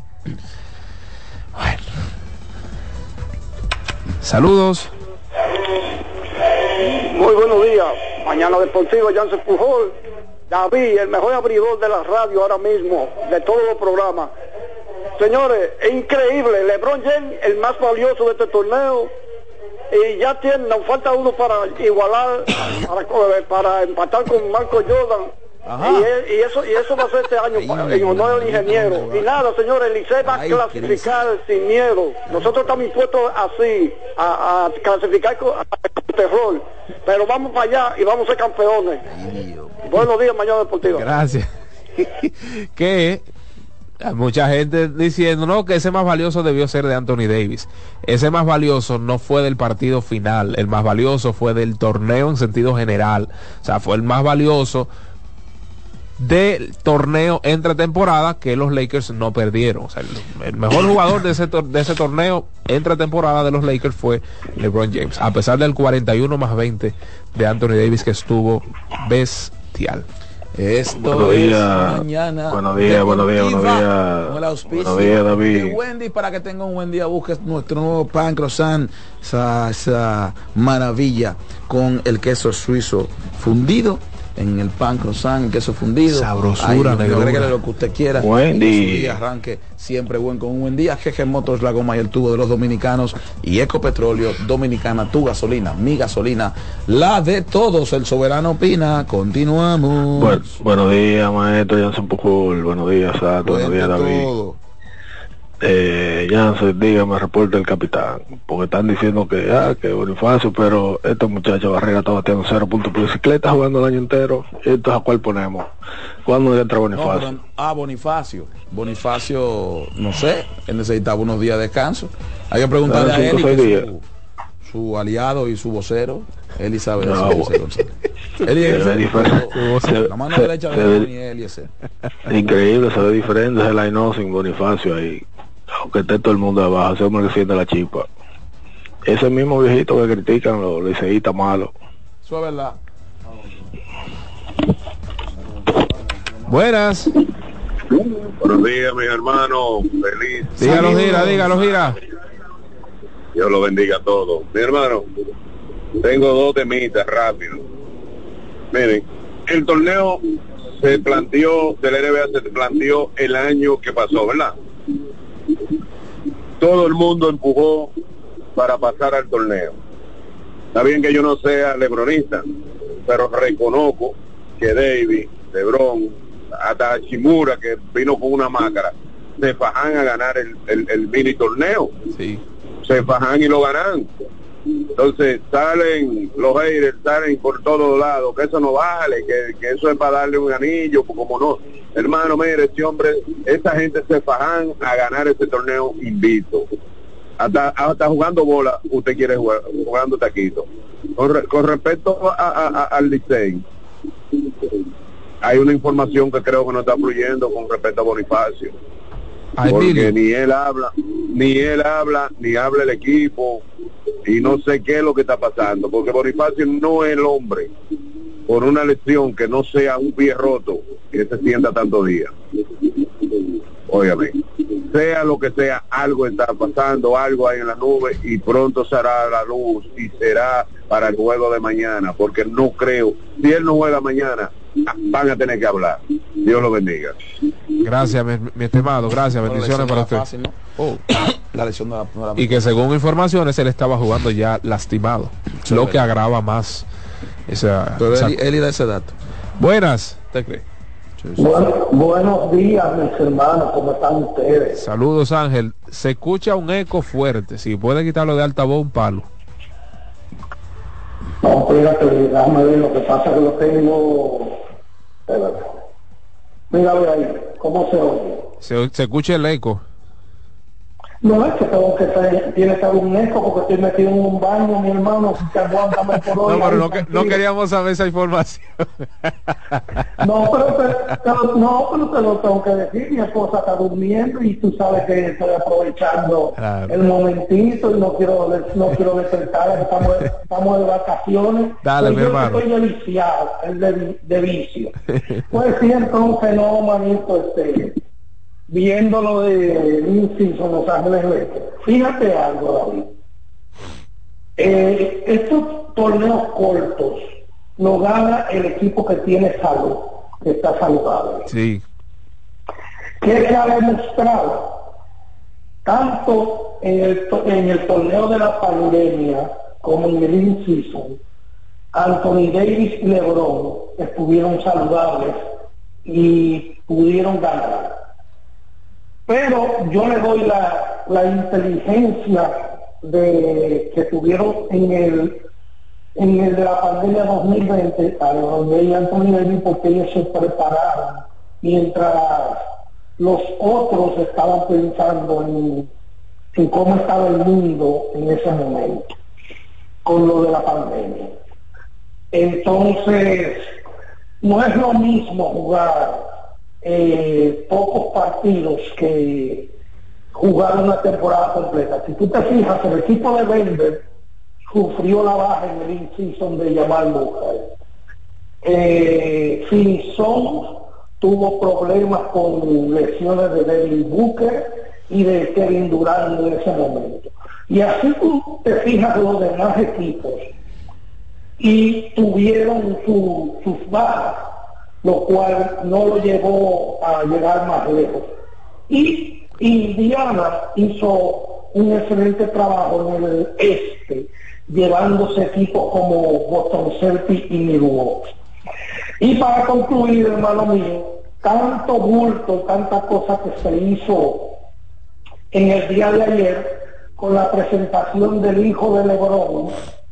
Bueno. Saludos. Muy buenos días. Mañana Deportivo, Jansen Pujol. David, el mejor abridor de la radio ahora mismo, de todos los programas. Señores, es increíble. LeBron James, el más valioso de este torneo, y ya tiene, nos falta uno para igualar, para, para empatar con Marco Jordan. Y, y eso y eso va a ser este año. Ay, en honor al ingeniero. Y nada, señores, el Licey va a clasificar sin miedo. Nosotros estamos impuestos así a, a clasificar con, a, con terror, pero vamos para allá y vamos a ser campeones. Buenos días, Mañana Deportiva. Gracias. Que mucha gente diciendo no, que ese más valioso debió ser de Anthony Davis. Ese más valioso no fue del partido final, el más valioso fue del torneo en sentido general. O sea, fue el más valioso del torneo entre temporada que los Lakers no perdieron. O sea, el, el mejor jugador de ese, de ese torneo entre temporada de los Lakers fue LeBron James, a pesar del cuarenta y uno más veinte de Anthony Davis, que estuvo bestial. Esto buenos es días, mañana. Buenos días, buenos días, buenos días. Con el auspicio buenos días, David. de Wendy, para que tenga un buen día. Busques nuestro nuevo pan croissant, esa, esa maravilla con el queso suizo fundido. En el pan croissant, el queso fundido. Sabrosura, agréguele lo que usted quiera. Wendy. Y arranque siempre buen con un buen día. G G Motors, la goma y el tubo de los dominicanos. Y Ecopetróleo Dominicana, tu gasolina, mi gasolina, la de todos. El soberano opina. Continuamos. Bueno, buenos días, maestro Jansen Pujol. Buenos días, Sato. Buenos días, David. Todo. Eh, Jansen, dígame, reporte el capitán, porque están diciendo que ah, que Bonifacio, pero esta muchacha Barrera está bateando cero puntos por bicicleta, jugando el año entero. Entonces, ¿a cuál ponemos? ¿Cuándo entra Bonifacio? No, pero, ah, Bonifacio Bonifacio, no sé, él necesitaba unos días de descanso. Hay que preguntarle a él, su, su aliado y su vocero, Elizabeth. No, la mano derecha de Eliezer. Increíble, se ve diferente el line sin Bonifacio ahí. Aunque esté todo el mundo abajo, ese hombre que siente la chispa. Ese mismo viejito que critican los liceístas malos. Eso es verdad. Buenas. Buenos días, mis hermanos. Feliz. Dígalo, gira, dígalo, gira. Dios lo bendiga a todos. Mi hermano, tengo dos temitas rápido. Miren, el torneo se planteó, de la N B A se planteó el año que pasó, ¿verdad? Todo el mundo empujó para pasar al torneo. Está bien que yo no sea lebronista, pero reconozco que Davis, LeBron, hasta Shimura, que vino con una máscara, se fajan a ganar el, el, el mini torneo. Sí. Se fajan y lo ganan. Entonces salen los haters, salen por todos lados, que eso no vale, que, que eso es para darle un anillo, pues como no. Hermano, mire, este hombre, esta gente se fajan a ganar este torneo invicto. hasta, hasta jugando bola usted quiere jugar, jugando taquito. Con, re, con respecto a, a, a, al Licey, hay una información que creo que no está fluyendo con respecto a Bonifacio. Ay, porque Billy. ni él habla, ni él habla, ni habla el equipo, y no sé qué es lo que está pasando, porque Bonifacio no es el hombre por una lesión que no sea un pie roto que se sienta tantos días. Óyame, sea lo que sea, algo está pasando, algo hay en la nube y pronto será la luz y será para el juego de mañana, porque no creo, si él no juega mañana, van a tener que hablar. Dios lo bendiga. Gracias, mi, mi estimado, gracias, bendiciones para usted. Fácil, ¿no? Oh, la lesión no era, no y que según informaciones él estaba jugando ya lastimado, sí, lo que agrava más esa. Pero esa... él, él da ese dato. Buenas, ¿te crees? Sí, sí. Bueno, buenos días, mis hermanos, ¿cómo están ustedes? Saludos, Ángel. Se escucha un eco fuerte, si puede quitarlo de altavoz, un palo. No, espérate, déjame ver, lo que pasa que lo tengo. Espérate. Mira, ve ahí, ¿cómo se oye? Se, se escucha el eco. No, es que tengo que tener, tiene que haber un eco porque estoy metido en un baño, mi hermano, que aguántame por hoy. No, pero no, que, no queríamos saber esa información. No, pero, pero, pero, no, pero te lo tengo que decir, mi esposa está durmiendo y tú sabes que estoy aprovechando claro. el momentito y no quiero no quiero despertar, estamos, estamos de vacaciones. Dale, pues mi yo hermano. Estoy de viciado, el de, de vicio. Pues sí, entonces no, manito, este... viendo lo de Linfield, Los Ángeles Lakers, fíjate algo, David. Eh, estos torneos cortos lo gana el equipo que tiene salud, que está saludable. Sí. ¿Qué se ha demostrado? Tanto en el, en el torneo de la pandemia como en el in-season, Anthony Davis y LeBron estuvieron saludables y pudieron ganar. Pero yo le doy la, la inteligencia de que tuvieron en el en el de la pandemia dos mil veinte a LeBron y Anthony Davis, porque ellos se prepararon mientras los otros estaban pensando en, en cómo estaba el mundo en ese momento con lo de la pandemia. Entonces no es lo mismo jugar Eh, pocos partidos que jugar una temporada completa. Si tú te fijas, el equipo de Denver sufrió la baja en el in-season de Jamal Murray. Eh, Finson tuvo problemas con lesiones de Devin Booker y de Kevin Durant en ese momento. Y así tú te fijas los demás equipos y tuvieron su, sus bajas, lo cual no lo llevó a llegar más lejos. Y Indiana hizo un excelente trabajo en el este, llevándose equipos como Boston Celtics y Milwaukee. Y para concluir, hermano mío, tanto bulto, tanta cosa que se hizo en el día de ayer con la presentación del hijo de LeBron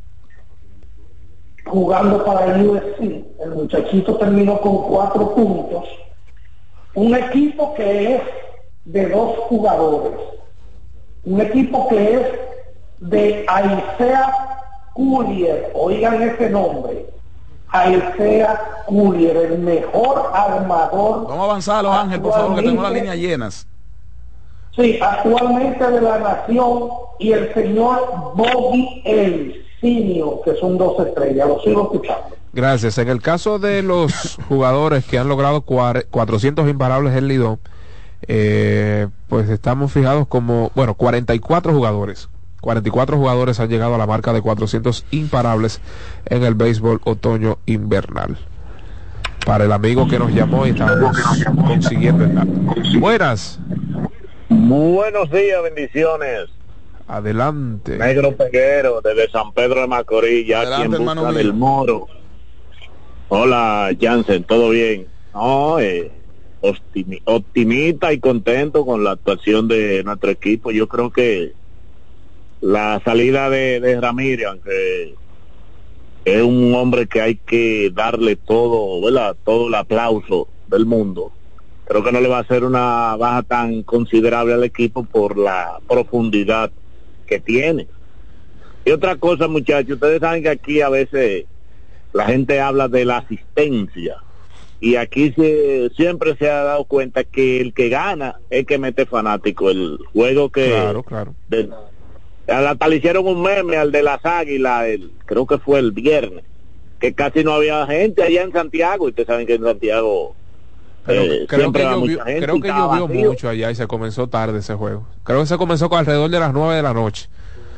jugando para el U S C. El muchachito terminó con cuatro puntos. Un equipo que es de dos jugadores. Un equipo que es de Isaiah Collier. Oigan ese nombre. Isaiah Collier, el mejor armador. Vamos a avanzar, Los Ángeles, por favor, que tenemos las líneas llenas. Sí, actualmente de la nación, y el señor Bobby Ellis, que son dos estrellas, lo sigo escuchando. Gracias. En el caso de los jugadores que han logrado cuatrocientos imparables en Lidón, eh, pues estamos fijados como, bueno, cuarenta y cuatro jugadores. cuarenta y cuatro jugadores han llegado a la marca de cuatrocientos imparables en el béisbol otoño invernal. Para el amigo que nos llamó y estamos consiguiendo el dato. Buenas. Buenos días, bendiciones. Adelante. Negro Peguero, desde San Pedro de Macorís, ya aquí en busca del Moro. Hola, Jansen, ¿todo bien? No, eh, optimi- optimista y contento con la actuación de nuestro equipo. Yo creo que la salida de, de Ramírez, aunque es un hombre que hay que darle todo, ¿verdad? Todo el aplauso del mundo. Creo que no le va a hacer una baja tan considerable al equipo por la profundidad que tiene. Y otra cosa, muchachos, ustedes saben que aquí a veces la gente habla de la asistencia, y aquí se, siempre se ha dado cuenta que el que gana es el que mete fanático. El juego que... Claro, claro. De, hasta le hicieron un meme al de las Águilas, el, creo que fue el viernes, que casi no había gente allá en Santiago, y ustedes saben que en Santiago eh, creo siempre que va llovió, mucha gente. creo que llovió vacío. mucho allá y se comenzó tarde ese juego. Creo que se comenzó con alrededor de las nueve de la noche.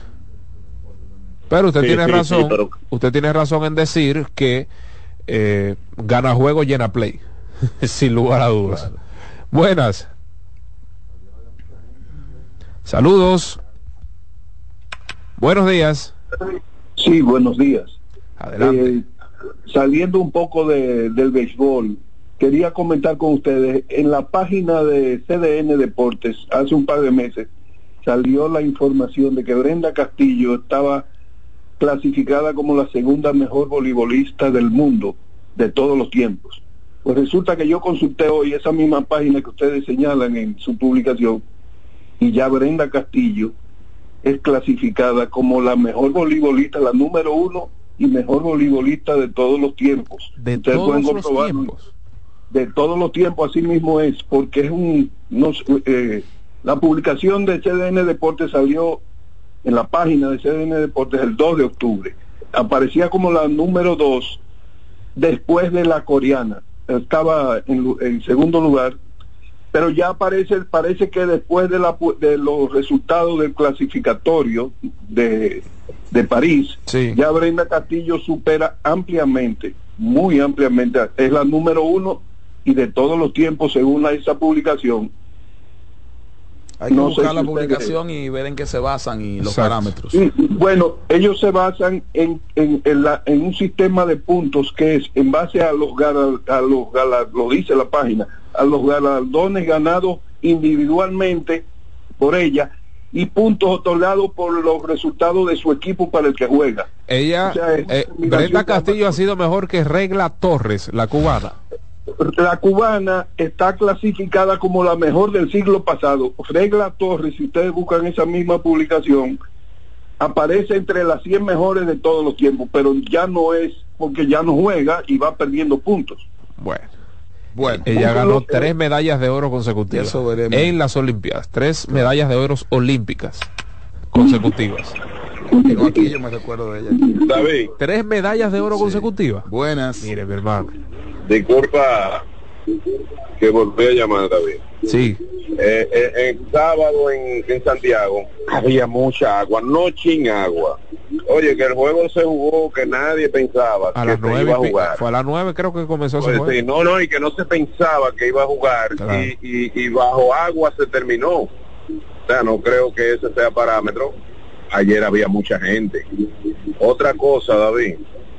Pero usted Sí, tiene sí, razón, sí, pero... usted tiene razón en decir que eh, gana juego, llena play, sin lugar a dudas. Claro. Buenas. Saludos. Buenos días. Sí, buenos días. Adelante. Eh, saliendo un poco de, del béisbol, quería comentar con ustedes, en la página de C D N Deportes, hace un par de meses, salió la información de que Brenda Castillo estaba clasificada como la segunda mejor voleibolista del mundo, de todos los tiempos. Pues resulta que yo consulté hoy esa misma página que ustedes señalan en su publicación, y ya Brenda Castillo es clasificada como la mejor voleibolista, la número uno y mejor voleibolista de todos los tiempos. De Ustedes todos pueden los comprobarlo. tiempos. De todos los tiempos, así mismo es, porque es un... No, eh, la publicación de C D N Deportes salió en la página de C D N Deportes el dos de octubre. Aparecía como la número dos después de la coreana. Estaba en, en segundo lugar, pero ya aparece, parece que después de, la, de los resultados del clasificatorio de, de París, sí. ya Brenda Castillo supera ampliamente, muy ampliamente, es la número uno y de todos los tiempos según la, esa publicación. Hay que no buscar sé la si publicación ustedes... y ver en qué se basan y los Exacto. parámetros. Sí, bueno, ellos se basan en, en, en, la, en un sistema de puntos que es en base a los, galar, a los galar, lo dice la página, a los galardones ganados individualmente por ella y puntos otorgados por los resultados de su equipo para el que juega. Ella, O sea, es eh, Brenda Castillo ha sido mejor que Regla Torres, la cubana. La cubana está clasificada como la mejor del siglo pasado. Regla Torres, si ustedes buscan esa misma publicación, aparece entre las cien mejores de todos los tiempos, pero ya no es, porque ya no juega y va perdiendo puntos. Bueno, bueno ella ganó tres medallas de oro consecutivas en las Olimpiadas, tres medallas de oro olímpicas consecutivas. No, aquí yo me recuerdo de ella. David. Tres medallas de oro sí. consecutivas. Buenas. Mire, mi hermano. Disculpa que volví a llamar, David. Sí. Eh, eh, el sábado en, en Santiago había mucha agua, no chin agua. Oye, que el juego se jugó, que nadie pensaba a que las se nueve iba a jugar. Fue a las nueve creo que comenzó ese Pues juego. sí, no, no, y que no se pensaba que iba a jugar, claro. y, y, y bajo agua se terminó. O sea, no creo que ese sea parámetro. Ayer había mucha gente. Otra cosa, David,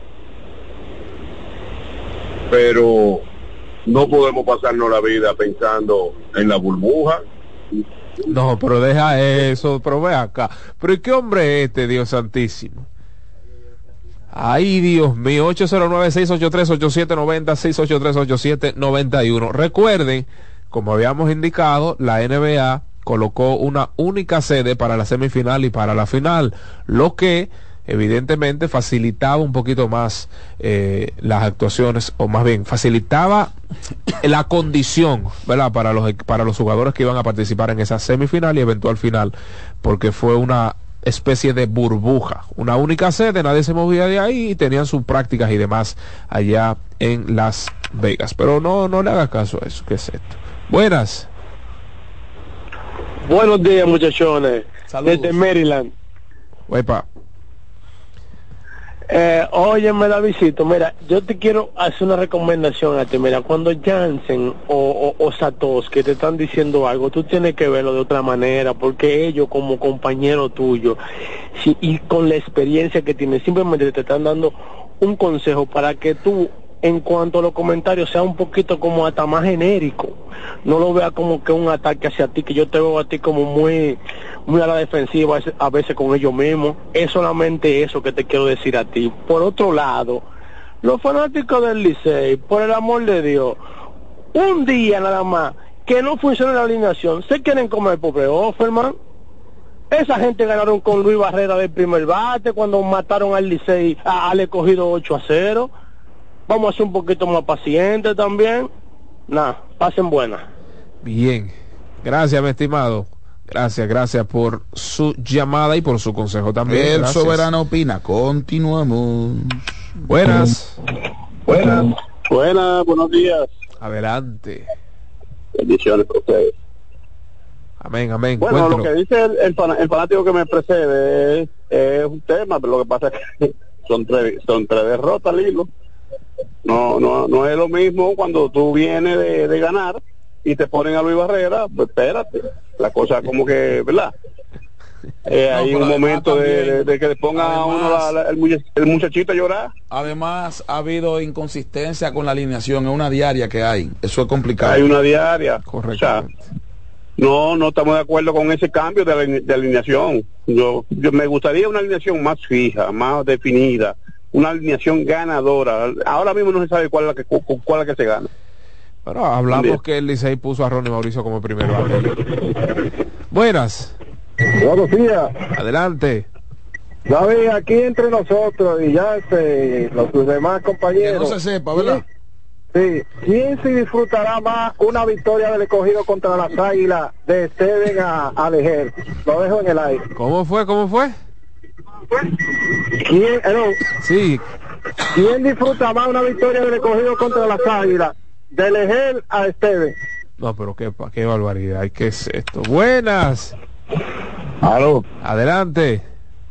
pero no podemos pasarnos la vida pensando en la burbuja. No, pero deja eso, pero ve acá. Pero ¿y qué hombre es este, Dios santísimo? Ay, Dios mío, ocho cero nueve, seis ocho tres, ocho siete nueve cero, seis ocho tres, ocho siete nueve uno. Recuerden, como habíamos indicado, la N B A colocó una única sede para la semifinal y para la final, lo que evidentemente facilitaba un poquito más eh, las actuaciones, o más bien facilitaba la condición, ¿verdad?, para los para los jugadores que iban a participar en esa semifinal y eventual final, porque fue una especie de burbuja, una única sede, nadie se movía de ahí y tenían sus prácticas y demás allá en Las Vegas. Pero no no le hagas caso a eso. ¿Qué es esto? Buenas. Buenos días, muchachones. Saludos. Desde Maryland. Uepa. Eh, óyeme, Davidcito, mira, yo te quiero hacer una recomendación a ti. Mira, cuando Jansen o, o, o Satos que te están diciendo algo, tú tienes que verlo de otra manera, porque ellos como compañero tuyo, si, y con la experiencia que tienen, simplemente te están dando un consejo para que tú, en cuanto a los comentarios, sea un poquito como hasta más genérico. No lo vea como que un ataque hacia ti, que yo te veo a ti como muy muy a la defensiva a veces con ellos mismos. Es solamente eso que te quiero decir a ti. Por otro lado, los fanáticos del Licey, por el amor de Dios, un día nada más que no funcione la alineación, se quieren comer el pobre Offerman. Esa gente ganaron con Luis Barrera del primer bate, cuando mataron al Licey, a- al escogido ocho a cero. Vamos a ser un poquito más pacientes también. Nada, pasen buenas. Bien, gracias mi estimado. Gracias, gracias por su llamada y por su consejo también. El Gracias. Soberano opina. Continuamos. Buenas. Buenas. Buenas, buenos días. Adelante. Bendiciones para ustedes. Amén, amén. Bueno, Cuéntelo. lo que dice el, el, fan- el fanático que me precede es, es un tema, pero lo que pasa es que son tres, son tres derrotas, Lilo. No, no, no es lo mismo cuando tú vienes de, de ganar y te ponen a Luis Barrera, pues espérate. La cosa como que, ¿verdad? Eh, No, hay pero un además momento de, también, de- de que le ponga a uno la- la- el, mucha- el muchachito a llorar. Además, ha habido inconsistencia con la alineación. Es una diaria que hay. Eso es complicado. Hay una diaria. Correcto. O sea, no, no estamos de acuerdo con ese cambio de, aline- de alineación. Yo, yo me gustaría una alineación más fija, más definida, una alineación ganadora. Ahora mismo no se sabe cuál es la que cu- cuál es la que se gana. Pero hablamos Buen día. que el Licey puso a Ronnie Mauricio como primer bate. Buenas. Buenos días. Adelante. David, aquí entre nosotros y ya este, los demás compañeros. Que no se sepa, ¿verdad? Sí. ¿Quién se disfrutará más una victoria del escogido contra las Águilas de Steven a, a Lejer? Lo dejo en el aire. ¿Cómo fue? ¿Cómo fue? ¿Quién, hello? Sí. ¿Quién disfruta más una victoria del escogido contra las Águilas? De Lejer a Steven. No, pero qué, pa- qué barbaridad. ¿Qué es esto? Buenas. Aló. Adelante.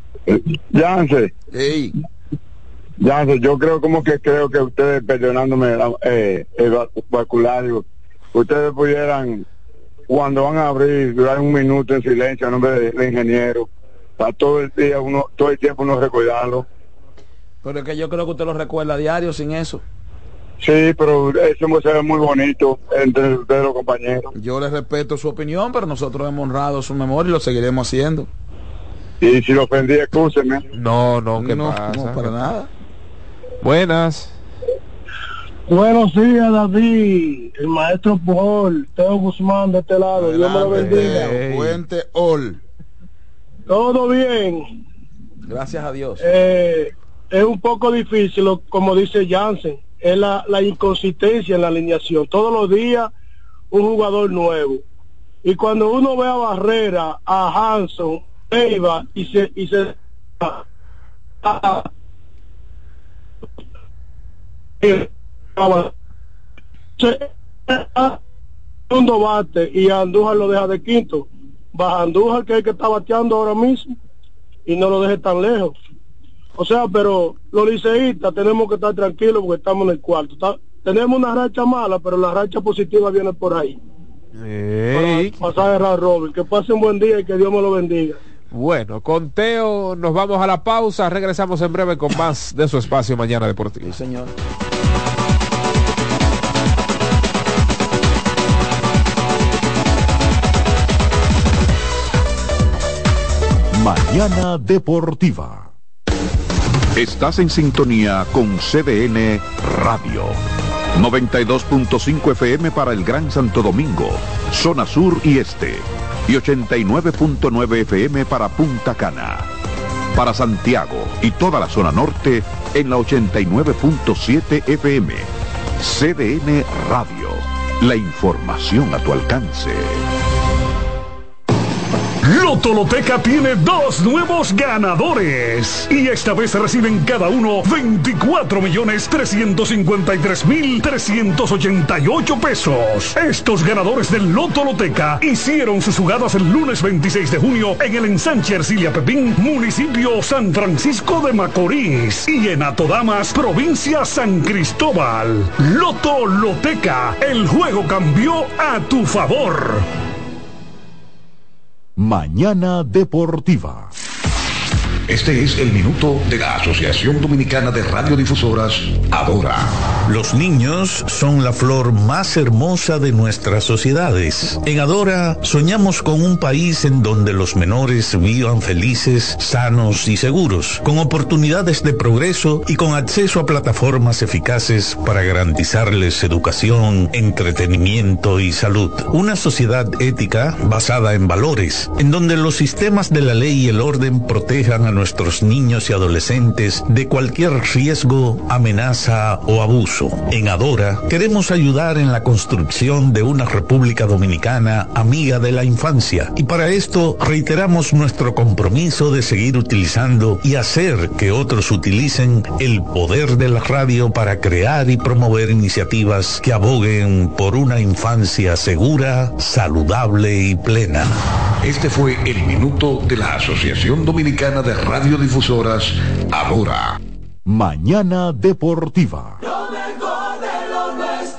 Yance. Ey. Yance, yo creo como que creo que ustedes, perdonándome eh, el vocabulario, ustedes pudieran, cuando van a abrir, durar un minuto en silencio a nombre del de ingeniero, para todo el día, uno todo el tiempo uno recordarlo. Pero es que yo creo que usted lo recuerda a diario sin eso. Sí, pero eso se ve muy bonito entre ustedes los compañeros. Yo le respeto su opinión, pero nosotros hemos honrado su memoria y lo seguiremos haciendo. Y si lo ofendí, excúseme. No, no, ¿qué No, pasa? no, para nada. Buenas. Buenos días, David, el maestro Pujol, Teo Guzmán de este lado, Dios me lo bendiga. Adelante, Puente All. Todo bien. Gracias a Dios. Eh, es un poco difícil, lo- como dice Jansen, es la, la inconsistencia en la alineación. Todos los días un jugador nuevo. Y cuando uno ve a Barrera, a Hanson, Leiva y se y se ah, ah, eh, se- ah, segundo bate y a Andújar lo deja de quinto. Baja Andújar, que es el que está bateando ahora mismo, y no lo deje tan lejos. O sea, pero los liceístas tenemos que estar tranquilos porque estamos en el cuarto. Está- tenemos una racha mala, pero la racha positiva viene por ahí. Ey. Para pasar a errar, Robert. Que pasen un buen día y que Dios me lo bendiga. Bueno, con Teo nos vamos a la pausa. Regresamos en breve con más de su espacio Mañana Deportivo. Sí, señor. Mañana Deportiva. Estás en sintonía con C D N Radio. noventa y dos punto cinco F M para el Gran Santo Domingo, zona sur y este. Y ochenta y nueve punto nueve F M para Punta Cana. Para Santiago y toda la zona norte en la ochenta y nueve punto siete F M. C D N Radio. La información a tu alcance. Loto Loteca tiene dos nuevos ganadores y esta vez reciben cada uno veinticuatro millones trescientos cincuenta y tres mil trescientos ochenta y ocho pesos. Estos ganadores del Loto Loteca hicieron sus jugadas el lunes veintiséis de junio en el ensanche Ercilia Pepín, municipio San Francisco de Macorís, y en Atodamas, provincia San Cristóbal. Loto Loteca, el juego cambió a tu favor. Mañana Deportiva. Este es el minuto de la Asociación Dominicana de Radiodifusoras, Adora. Los niños son la flor más hermosa de nuestras sociedades. En Adora soñamos con un país en donde los menores vivan felices, sanos y seguros, con oportunidades de progreso y con acceso a plataformas eficaces para garantizarles educación, entretenimiento y salud. Una sociedad ética basada en valores, en donde los sistemas de la ley y el orden protejan a nuestros niños y adolescentes de cualquier riesgo, amenaza o abuso. En Adora queremos ayudar en la construcción de una República Dominicana amiga de la infancia, y para esto reiteramos nuestro compromiso de seguir utilizando y hacer que otros utilicen el poder de la radio para crear y promover iniciativas que aboguen por una infancia segura, saludable y plena. Este fue el minuto de la Asociación Dominicana de Radiodifusoras, Adora. Mañana Deportiva. Lo mejor de lo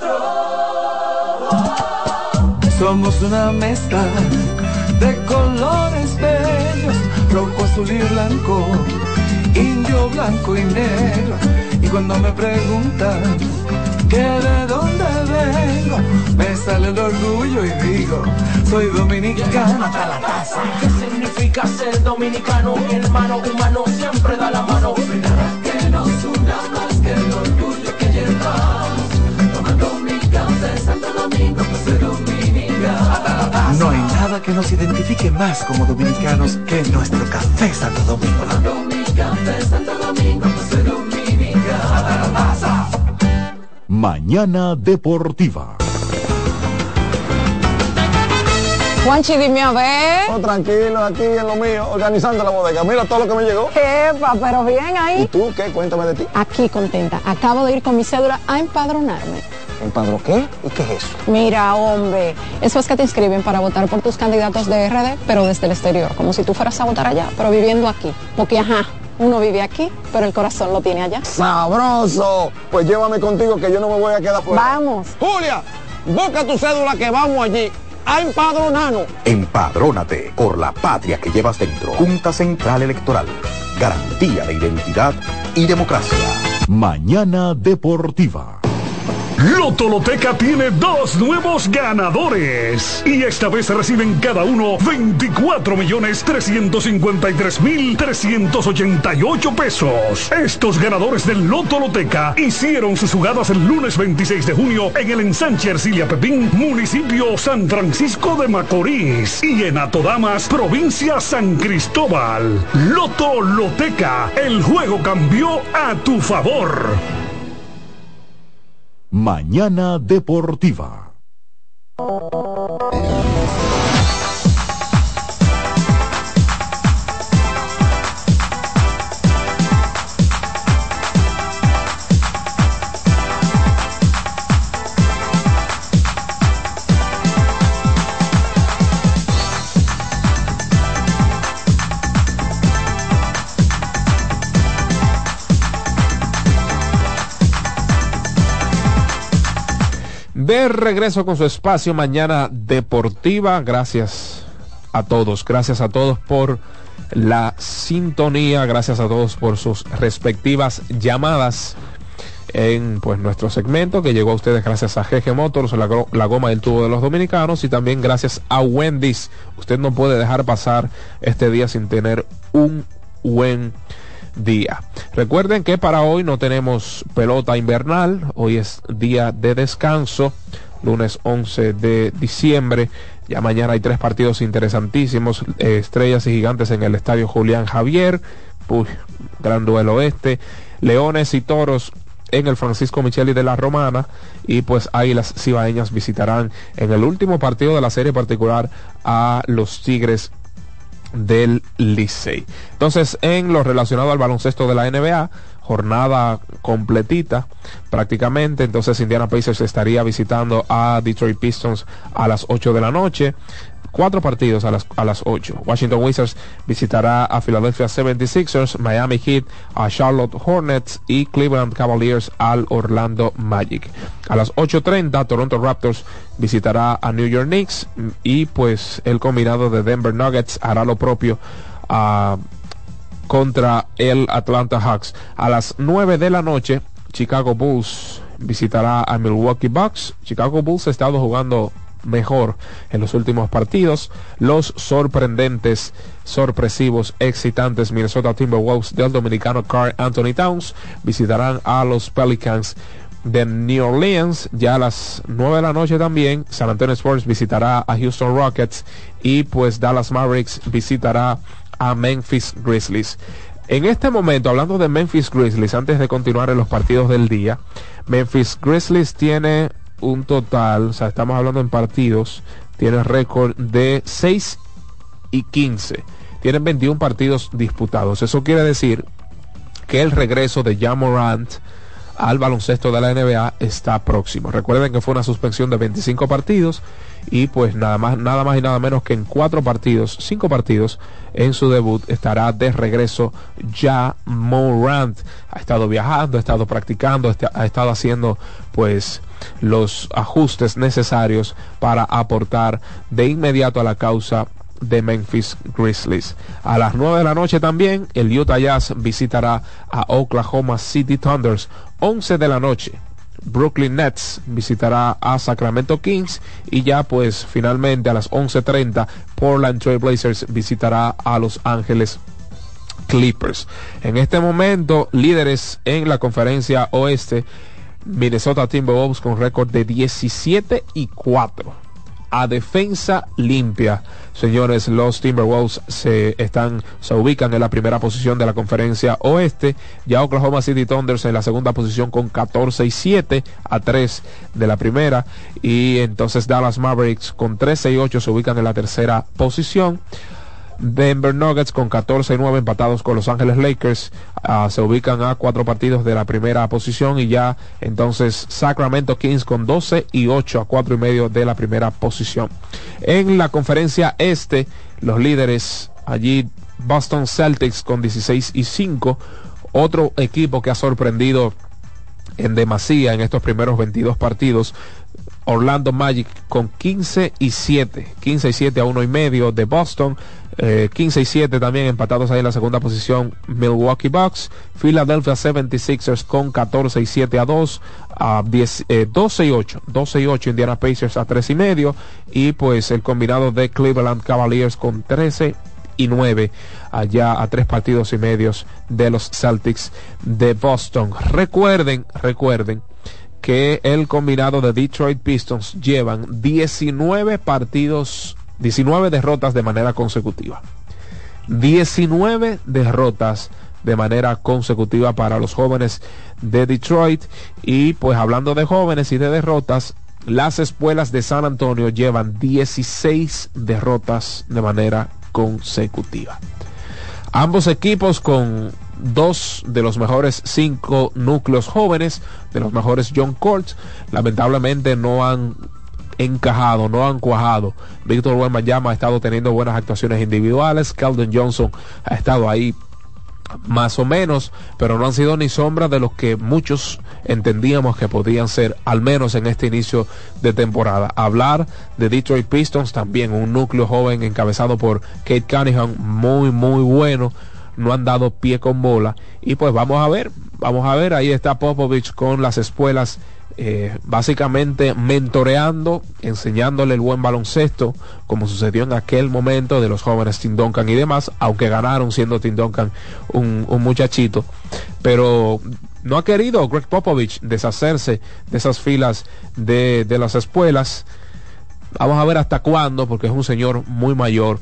nuestro. Somos una mezcla de colores bellos, rojo, azul y blanco, indio, blanco y negro. Y cuando me preguntan que de dónde vengo, me sale el orgullo y digo, soy dominicano hasta la casa. ¿Qué significa ser dominicano? Mi hermano humano siempre da la mano. Nada que nos una más que el orgullo que llevamos, tomando mi café Santo Domingo, pues soy dominicano. No hay nada que nos identifique más como dominicanos que nuestro café Santo Domingo. Tomando mi café Santo Domingo, pues soy dominicano. Mañana Deportiva. Juanchi, dime a ver. Oh, tranquilo, aquí en lo mío, organizando la bodega. Mira todo lo que me llegó. Epa, pero bien ahí. ¿Y tú qué? Cuéntame de ti. Aquí contenta. Acabo de ir con mi cédula a empadronarme. ¿Empadro qué? ¿Y qué es eso? Mira, hombre, eso es que te inscriben para votar por tus candidatos de R D, pero desde el exterior, como si tú fueras a votar allá, pero viviendo aquí. Porque, ajá, uno vive aquí, pero el corazón lo tiene allá. ¡Sabroso! Pues llévame contigo que yo no me voy a quedar fuera. Vamos. Julia, busca tu cédula que vamos allí a empadronarnos. Empadrónate por la patria que llevas dentro. Junta Central Electoral. Garantía de identidad y democracia. Mañana Deportiva. Lotoloteca tiene dos nuevos ganadores y esta vez reciben cada uno veinticuatro millones trescientos cincuenta y tres mil trescientos ochenta y ocho pesos. Estos ganadores del Lotoloteca hicieron sus jugadas el lunes veintiséis de junio en el ensanche Ercilia Pepín, municipio San Francisco de Macorís, y en Atodamas, provincia San Cristóbal. Lotoloteca, el juego cambió a tu favor. Mañana Deportiva. De regreso con su espacio Mañana Deportiva. Gracias a todos, gracias a todos por la sintonía, gracias a todos por sus respectivas llamadas en pues nuestro segmento que llegó a ustedes gracias a G G Motors, la, la goma del tubo de los dominicanos, y también gracias a Wendy's. Usted no puede dejar pasar este día sin tener un buen día. Recuerden que para hoy no tenemos pelota invernal, hoy es día de descanso, lunes once de diciembre. Ya mañana hay tres partidos interesantísimos, eh, Estrellas y Gigantes en el estadio Julián Javier, uy, gran duelo este, Leones y Toros en el Francisco Micheli de la Romana, y pues Águilas Cibaeñas visitarán en el último partido de la serie particular a los Tigres del Licey. Entonces, en lo relacionado al baloncesto de la N B A, jornada completita prácticamente. Entonces Indiana Pacers estaría visitando a Detroit Pistons a las ocho de la noche. Cuatro partidos a las, a las ocho. Washington Wizards visitará a Philadelphia setenta y seis ers, Miami Heat a Charlotte Hornets y Cleveland Cavaliers al Orlando Magic. A las ocho treinta Toronto Raptors visitará a New York Knicks, y pues el combinado de Denver Nuggets hará lo propio uh, contra el Atlanta Hawks. A las nueve de la noche Chicago Bulls visitará a Milwaukee Bucks. Chicago Bulls ha estado jugando mejor en los últimos partidos. Los sorprendentes, sorpresivos, excitantes Minnesota Timberwolves del dominicano Karl Anthony Towns visitarán a los Pelicans de New Orleans. Ya a las nueve de la noche también San Antonio Spurs visitará a Houston Rockets y pues Dallas Mavericks visitará a Memphis Grizzlies. En este momento, hablando de Memphis Grizzlies, antes de continuar en los partidos del día, Memphis Grizzlies tiene un total, o sea, estamos hablando en partidos, tiene récord de seis y quince. Tienen veintiún partidos disputados. Eso quiere decir que el regreso de Ja Morant al baloncesto de la N B A está próximo. Recuerden que fue una suspensión de veinticinco partidos y pues nada más, nada más y nada menos que en cuatro partidos, cinco partidos en su debut estará de regreso Ja Morant. Ha estado viajando, ha estado practicando, ha estado haciendo pues los ajustes necesarios para aportar de inmediato a la causa de Memphis Grizzlies. A las nueve de la noche también el Utah Jazz visitará a Oklahoma City Thunders. once de la noche Brooklyn Nets visitará a Sacramento Kings y ya pues finalmente a las once treinta Portland Trail Blazers visitará a Los Ángeles Clippers. En este momento líderes en la conferencia oeste, Minnesota Timberwolves con récord de diecisiete y cuatro. A defensa limpia, señores, los Timberwolves se están se ubican en la primera posición de la conferencia oeste. Ya Oklahoma City Thunders en la segunda posición con catorce y siete, a tres de la primera, y entonces Dallas Mavericks con trece y ocho se ubican en la tercera posición. Denver Nuggets con catorce y nueve empatados con Los Ángeles Lakers, uh, se ubican a cuatro partidos de la primera posición, y ya entonces Sacramento Kings con doce y ocho a cuatro y medio de la primera posición. En la conferencia este, los líderes allí Boston Celtics con dieciséis y cinco, otro equipo que ha sorprendido en demasía en estos primeros veintidós partidos. Orlando Magic con quince y siete, quince y siete a uno y medio de Boston, eh, quince y siete también empatados ahí en la segunda posición Milwaukee Bucks. Philadelphia setenta y seis ers con catorce y siete a dos, a diez, eh, doce y ocho, doce y ocho Indiana Pacers a tres y medio, y pues el combinado de Cleveland Cavaliers con trece y nueve allá a tres partidos y medios de los Celtics de Boston. Recuerden, recuerden que el combinado de Detroit Pistons llevan diecinueve partidos, diecinueve derrotas de manera consecutiva. diecinueve derrotas de manera consecutiva para los jóvenes de Detroit. Y pues hablando de jóvenes y de derrotas, las espuelas de San Antonio llevan dieciséis derrotas de manera consecutiva. Ambos equipos con dos de los mejores cinco núcleos jóvenes, de los mejores John Colts, lamentablemente no han encajado, no han cuajado. Víctor Wembanyama ha estado teniendo buenas actuaciones individuales, Keldon Johnson ha estado ahí más o menos, pero no han sido ni sombra de los que muchos entendíamos que podían ser, al menos en este inicio de temporada. Hablar de Detroit Pistons también, un núcleo joven encabezado por Kate Cunningham, muy muy bueno, no han dado pie con bola, y pues vamos a ver, vamos a ver, ahí está Popovich con las espuelas, eh, básicamente mentoreando, enseñándole el buen baloncesto, como sucedió en aquel momento de los jóvenes Tim Duncan y demás, aunque ganaron siendo Tim Duncan un, un muchachito, pero no ha querido Greg Popovich deshacerse de esas filas de, de las espuelas. Vamos a ver hasta cuándo, porque es un señor muy mayor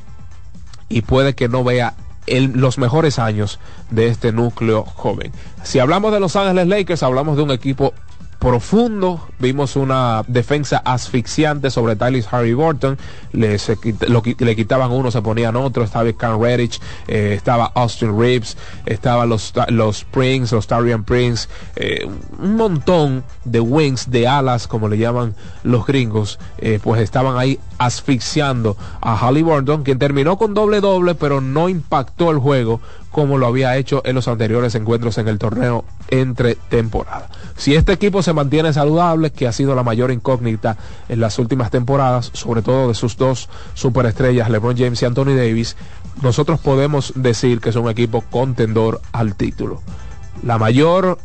y puede que no vea El, los mejores años de este núcleo joven. Si hablamos de Los Ángeles Lakers, hablamos de un equipo profundo. Vimos una defensa asfixiante sobre Tyrese Haliburton, le, se, lo, le quitaban uno, se ponían otro. Estaba Cam Reddish, eh, estaba Austin Reeves, estaban los, los Prince, los Taurean Prince, eh, un montón de wings, de alas como le llaman los gringos, eh, pues estaban ahí asfixiando a Haliburton, quien terminó con doble doble, pero no impactó el juego como lo había hecho en los anteriores encuentros en el torneo entre temporada. Si este equipo se mantiene saludable, que ha sido la mayor incógnita en las últimas temporadas, sobre todo de sus dos superestrellas, LeBron James y Anthony Davis, nosotros podemos decir que es un equipo contendor al título. La mayor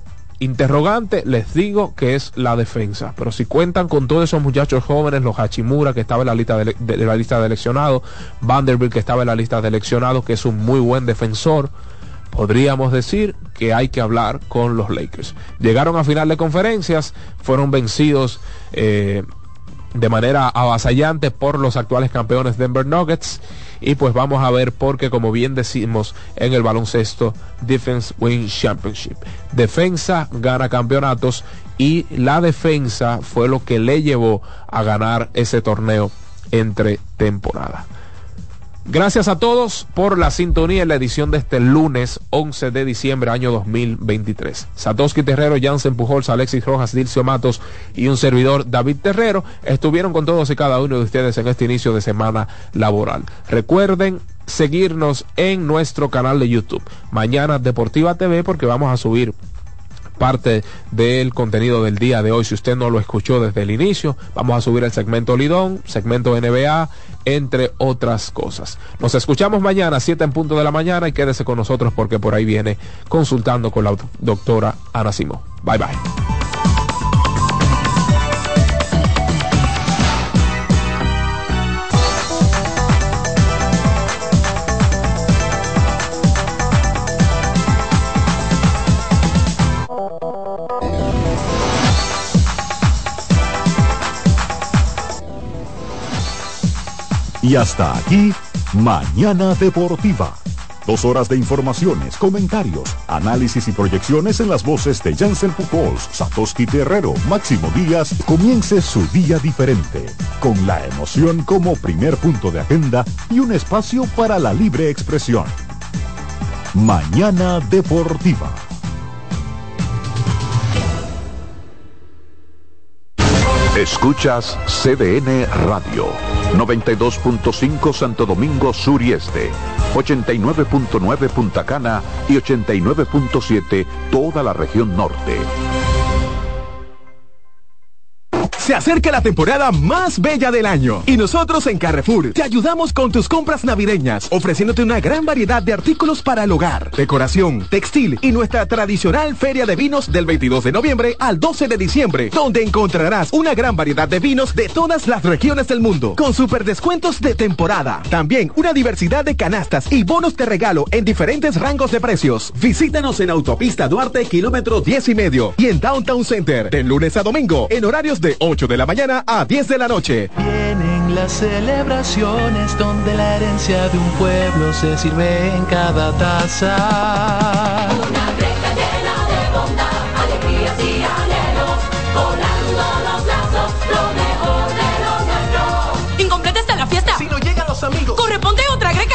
interrogante, les digo que es la defensa. Pero si cuentan con todos esos muchachos jóvenes, los Hachimura, que estaba en la lista de, de, de la lista de seleccionados, Vanderbilt, que estaba en la lista de seleccionados, que es un muy buen defensor, podríamos decir que hay que hablar con los Lakers. Llegaron a final de conferencias, fueron vencidos eh, de manera avasallante por los actuales campeones Denver Nuggets, y pues vamos a ver, porque como bien decimos en el baloncesto, Defense Wins Championship. Defensa gana campeonatos, y la defensa fue lo que le llevó a ganar ese torneo entre temporada. Gracias a todos por la sintonía en la edición de este lunes once de diciembre año dos mil veintitrés. Satoshi Terrero, Jansen Pujols, Alexis Rojas, Dilcio Matos y un servidor, David Terrero, estuvieron con todos y cada uno de ustedes en este inicio de semana laboral. Recuerden seguirnos en nuestro canal de YouTube, Mañana Deportiva T V, porque vamos a subir parte del contenido del día de hoy. Si usted no lo escuchó desde el inicio, vamos a subir el segmento Lidón, segmento N B A, entre otras cosas. Nos escuchamos mañana a siete en punto de la mañana, y quédese con nosotros porque por ahí viene Consultando con la doctora Ana Simón. Bye bye. Y hasta aquí, Mañana Deportiva. Dos horas de informaciones, comentarios, análisis y proyecciones en las voces de Jansen Pujols, Satoshi Terrero, Máximo Díaz. Comience su día diferente, con la emoción como primer punto de agenda y un espacio para la libre expresión. Mañana Deportiva. Escuchas C D N Radio, noventa y dos punto cinco Santo Domingo Sur y Este, ochenta y nueve punto nueve Punta Cana y ochenta y nueve punto siete toda la región norte. Se acerca la temporada más bella del año y nosotros en Carrefour te ayudamos con tus compras navideñas, ofreciéndote una gran variedad de artículos para el hogar, decoración, textil y nuestra tradicional feria de vinos del veintidós de noviembre al doce de diciembre, donde encontrarás una gran variedad de vinos de todas las regiones del mundo, con super descuentos de temporada. También una diversidad de canastas y bonos de regalo en diferentes rangos de precios. Visítanos en Autopista Duarte, kilómetro diez y medio, y en Downtown Center, de lunes a domingo, en horarios de ocho de la mañana a diez de la noche. Vienen las celebraciones donde la herencia de un pueblo se sirve en cada taza. Una greca llena de bondad, alegrías y anhelos, colando los lazos, lo mejor de lo nuestro. Incompleta está la fiesta. Si no llegan los amigos, corresponde otra greca.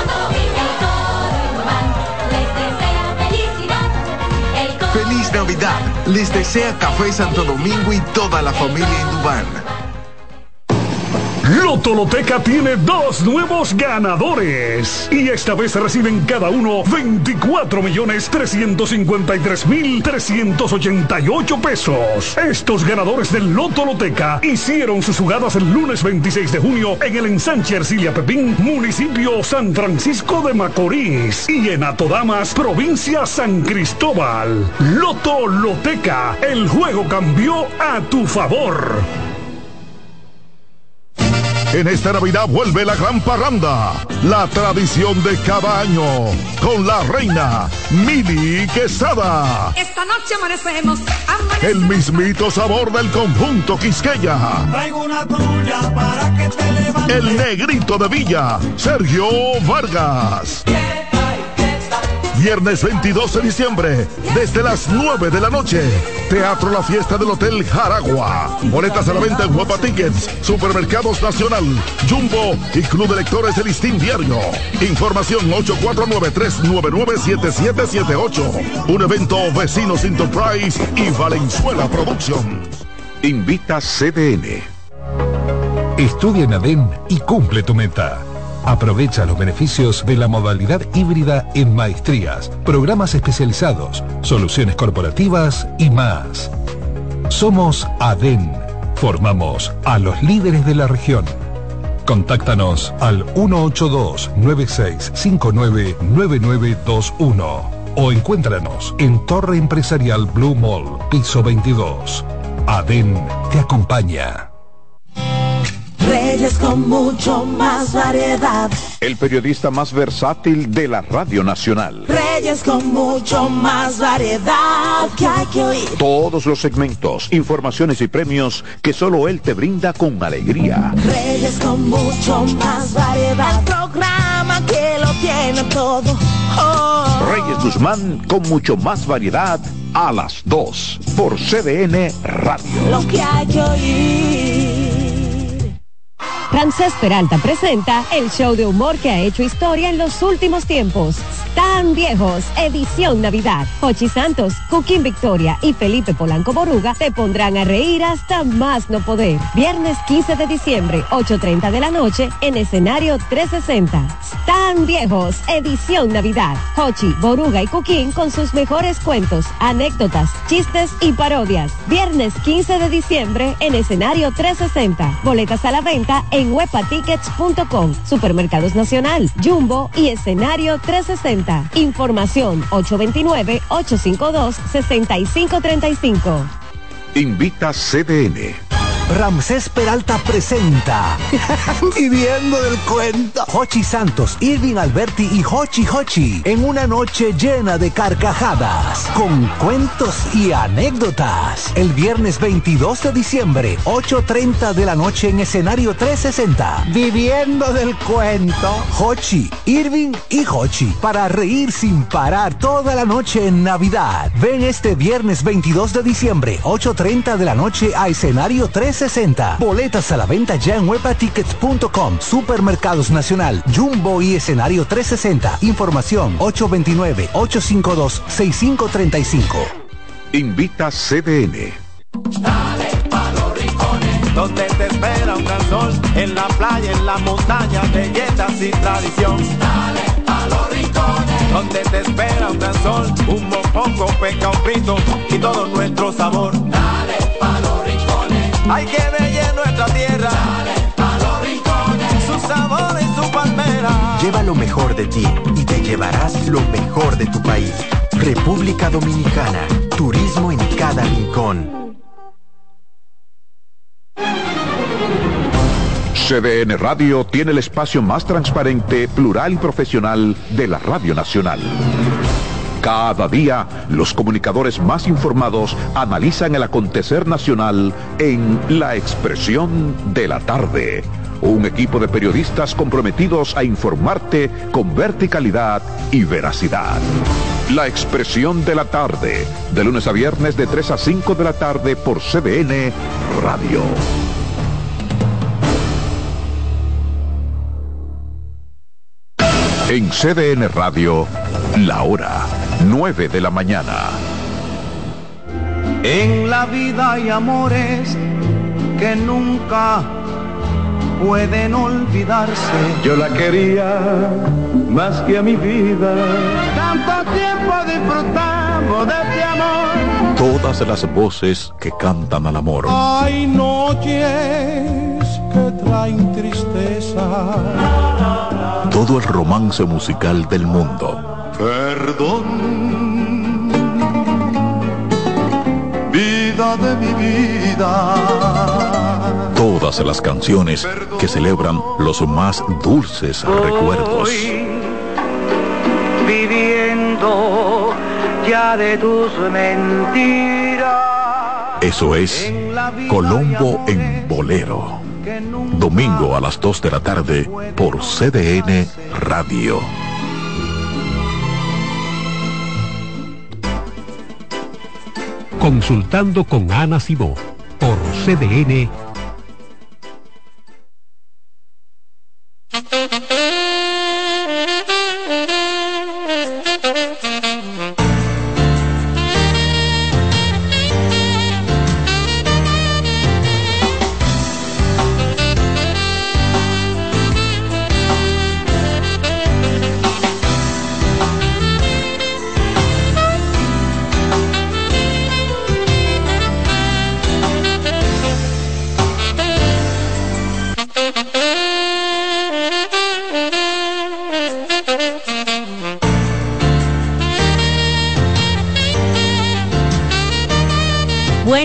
Feliz Navidad, les desea Café Santo Domingo y toda la familia Indubán. Lotoloteca tiene dos nuevos ganadores y esta vez reciben cada uno veinticuatro millones trescientos cincuenta y tres mil trescientos ochenta y ocho pesos. Estos ganadores del Lotoloteca hicieron sus jugadas el lunes veintiséis de junio en el ensanche Ercilia Pepín, municipio San Francisco de Macorís, y en Atodamas, provincia San Cristóbal. Lotoloteca, el juego cambió a tu favor. En esta Navidad vuelve la gran parranda, la tradición de cada año, con la reina Mili Quesada. Esta noche amanecemos, amanecemos. El mismito sabor del conjunto Quisqueya. Traigo una trulla para que te levantes. El negrito de Villa, Sergio Vargas. Viernes veintidós de diciembre, desde las nueve de la noche, Teatro La Fiesta del Hotel Jaragua. Boletas a la venta en Guapa Tickets, Supermercados Nacional, Jumbo y Club de Lectores del Listín Diario. Información ocho cuatro nueve, tres nueve nueve, siete siete siete ocho. Un evento Vecinos Enterprise y Valenzuela Productions. Invita C D N. Estudia en ADEN y cumple tu meta. Aprovecha los beneficios de la modalidad híbrida en maestrías, programas especializados, soluciones corporativas y más. Somos ADEN. Formamos a los líderes de la región. Contáctanos al uno ocho dos, nueve seis cinco nueve, nueve nueve dos uno o encuéntranos en Torre Empresarial Blue Mall, piso veintidós. ADEN te acompaña. Reyes con mucho más variedad. El periodista más versátil de la Radio Nacional. Reyes con mucho más variedad que hay que oír. Todos los segmentos, informaciones y premios que solo él te brinda con alegría. Reyes con mucho más variedad. El programa que lo tiene todo. Oh. Reyes Guzmán con mucho más variedad a las dos por C D N Radio. Lo que hay que oír. Ramsés Peralta presenta el show de humor que ha hecho historia en los últimos tiempos. Tan Viejos, edición Navidad. Jochi Santos, Cuquín Victoria y Felipe Polanco Boruga te pondrán a reír hasta más no poder. Viernes quince de diciembre, ocho y media de la noche, en escenario trescientos sesenta. Tan Viejos, edición Navidad. Jochi, Boruga y Cuquín con sus mejores cuentos, anécdotas, chistes y parodias. Viernes quince de diciembre, en escenario trescientos sesenta. Boletas a la venta en huepa tickets punto com, Supermercados Nacional, Jumbo y escenario trescientos sesenta. Información ocho dos nueve, ocho cinco dos, seis cinco tres cinco. Invita C D N. Ramsés Peralta presenta Viviendo del Cuento. Jochi Santos, Irving Alberti y Jochi Jochi en una noche llena de carcajadas, con cuentos y anécdotas. El viernes veintidós de diciembre, ocho y media de la noche en escenario trescientos sesenta. Viviendo del Cuento. Jochi, Irving y Jochi para reír sin parar toda la noche en Navidad. Ven este viernes veintidós de diciembre, ocho y media de la noche a escenario trescientos sesenta. Boletas a la venta ya en huepa tickets punto com, Supermercados Nacional, Jumbo y escenario trescientos sesenta. Información ocho dos nueve, ocho cinco dos, seis cinco tres cinco. Invita C D N. Dale pa' los rincones, donde te espera un gran sol, en la playa, en la montaña, belletas y tradición. Dale pa' los rincones, donde te espera un gran sol, un mopongo, peca, un frito y todo nuestro sabor. Dale pa' los rincones, hay que ver nuestra tierra. Dale pa' los rincones, su sabor y su palmera. Lleva lo mejor de ti y te llevarás lo mejor de tu país. República Dominicana, turismo en cada rincón. C D N Radio tiene el espacio más transparente, plural y profesional de la Radio Nacional. Cada día, los comunicadores más informados analizan el acontecer nacional en La Expresión de la Tarde. Un equipo de periodistas comprometidos a informarte con verticalidad y veracidad. La Expresión de la Tarde, de lunes a viernes de tres a cinco de la tarde por C D N Radio. En C D N Radio, la hora nueve de la mañana. En la vida hay amores que nunca pueden olvidarse. Yo la quería más que a mi vida. Tanto tiempo disfrutamos de este amor. Todas las voces que cantan al amor. Hay noches que traen tristeza. Todo el romance musical del mundo. Perdón, vida de mi vida. Todas las canciones que celebran los más dulces recuerdos. Viviendo ya de tus mentiras. Eso es Colombo en Bolero. Domingo a las dos de la tarde por C D N Radio. Consultando con Ana Simó por C D N.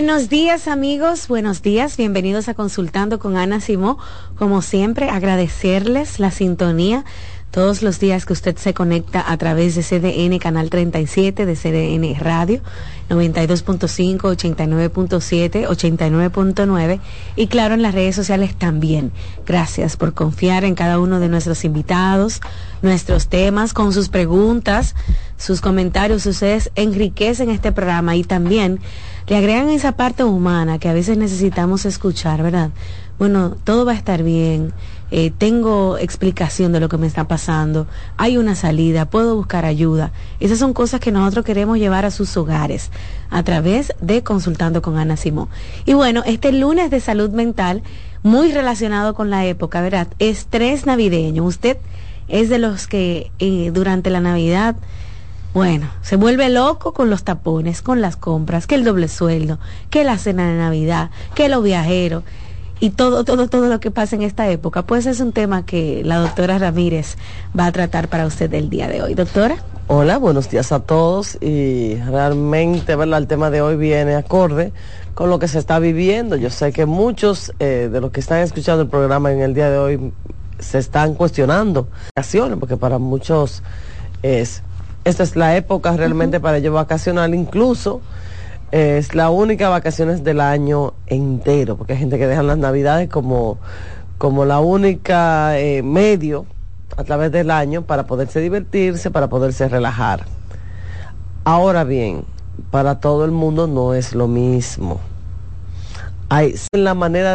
Buenos días amigos, buenos días, bienvenidos a Consultando con Ana Simó. Como siempre, agradecerles la sintonía todos los días que usted se conecta a través de C D N Canal treinta y siete, de C D N Radio, noventa y dos punto cinco, ochenta y nueve punto siete, ochenta y nueve punto nueve y claro en las redes sociales también. Gracias por confiar en cada uno de nuestros invitados, nuestros temas, con sus preguntas, sus comentarios. Ustedes enriquecen este programa y también le agregan esa parte humana que a veces necesitamos escuchar, ¿verdad? Bueno, todo va a estar bien, eh, tengo explicación de lo que me está pasando, hay una salida, puedo buscar ayuda. Esas son cosas que nosotros queremos llevar a sus hogares a través de Consultando con Ana Simó. Y bueno, este lunes de salud mental, muy relacionado con la época, ¿verdad? Estrés navideño. Usted es de los que eh, durante la Navidad, bueno, se vuelve loco con los tapones, con las compras, que el doble sueldo, que la cena de Navidad, que los viajeros y todo, todo, todo lo que pasa en esta época. Pues es un tema que la doctora Ramírez va a tratar para usted el día de hoy. Doctora. Hola, buenos días a todos y realmente, ¿verdad? El tema de hoy viene acorde con lo que se está viviendo. Yo sé que muchos eh, de los que están escuchando el programa en el día de hoy se están cuestionando vacaciones, porque para muchos es... Esta es la época realmente uh-huh. para ellos vacacionar, incluso eh, es la única vacaciones del año entero, porque hay gente que deja las navidades como, como la única eh, medio a través del año para poderse divertirse, para poderse relajar. Ahora bien, para todo el mundo no es lo mismo. Hay la manera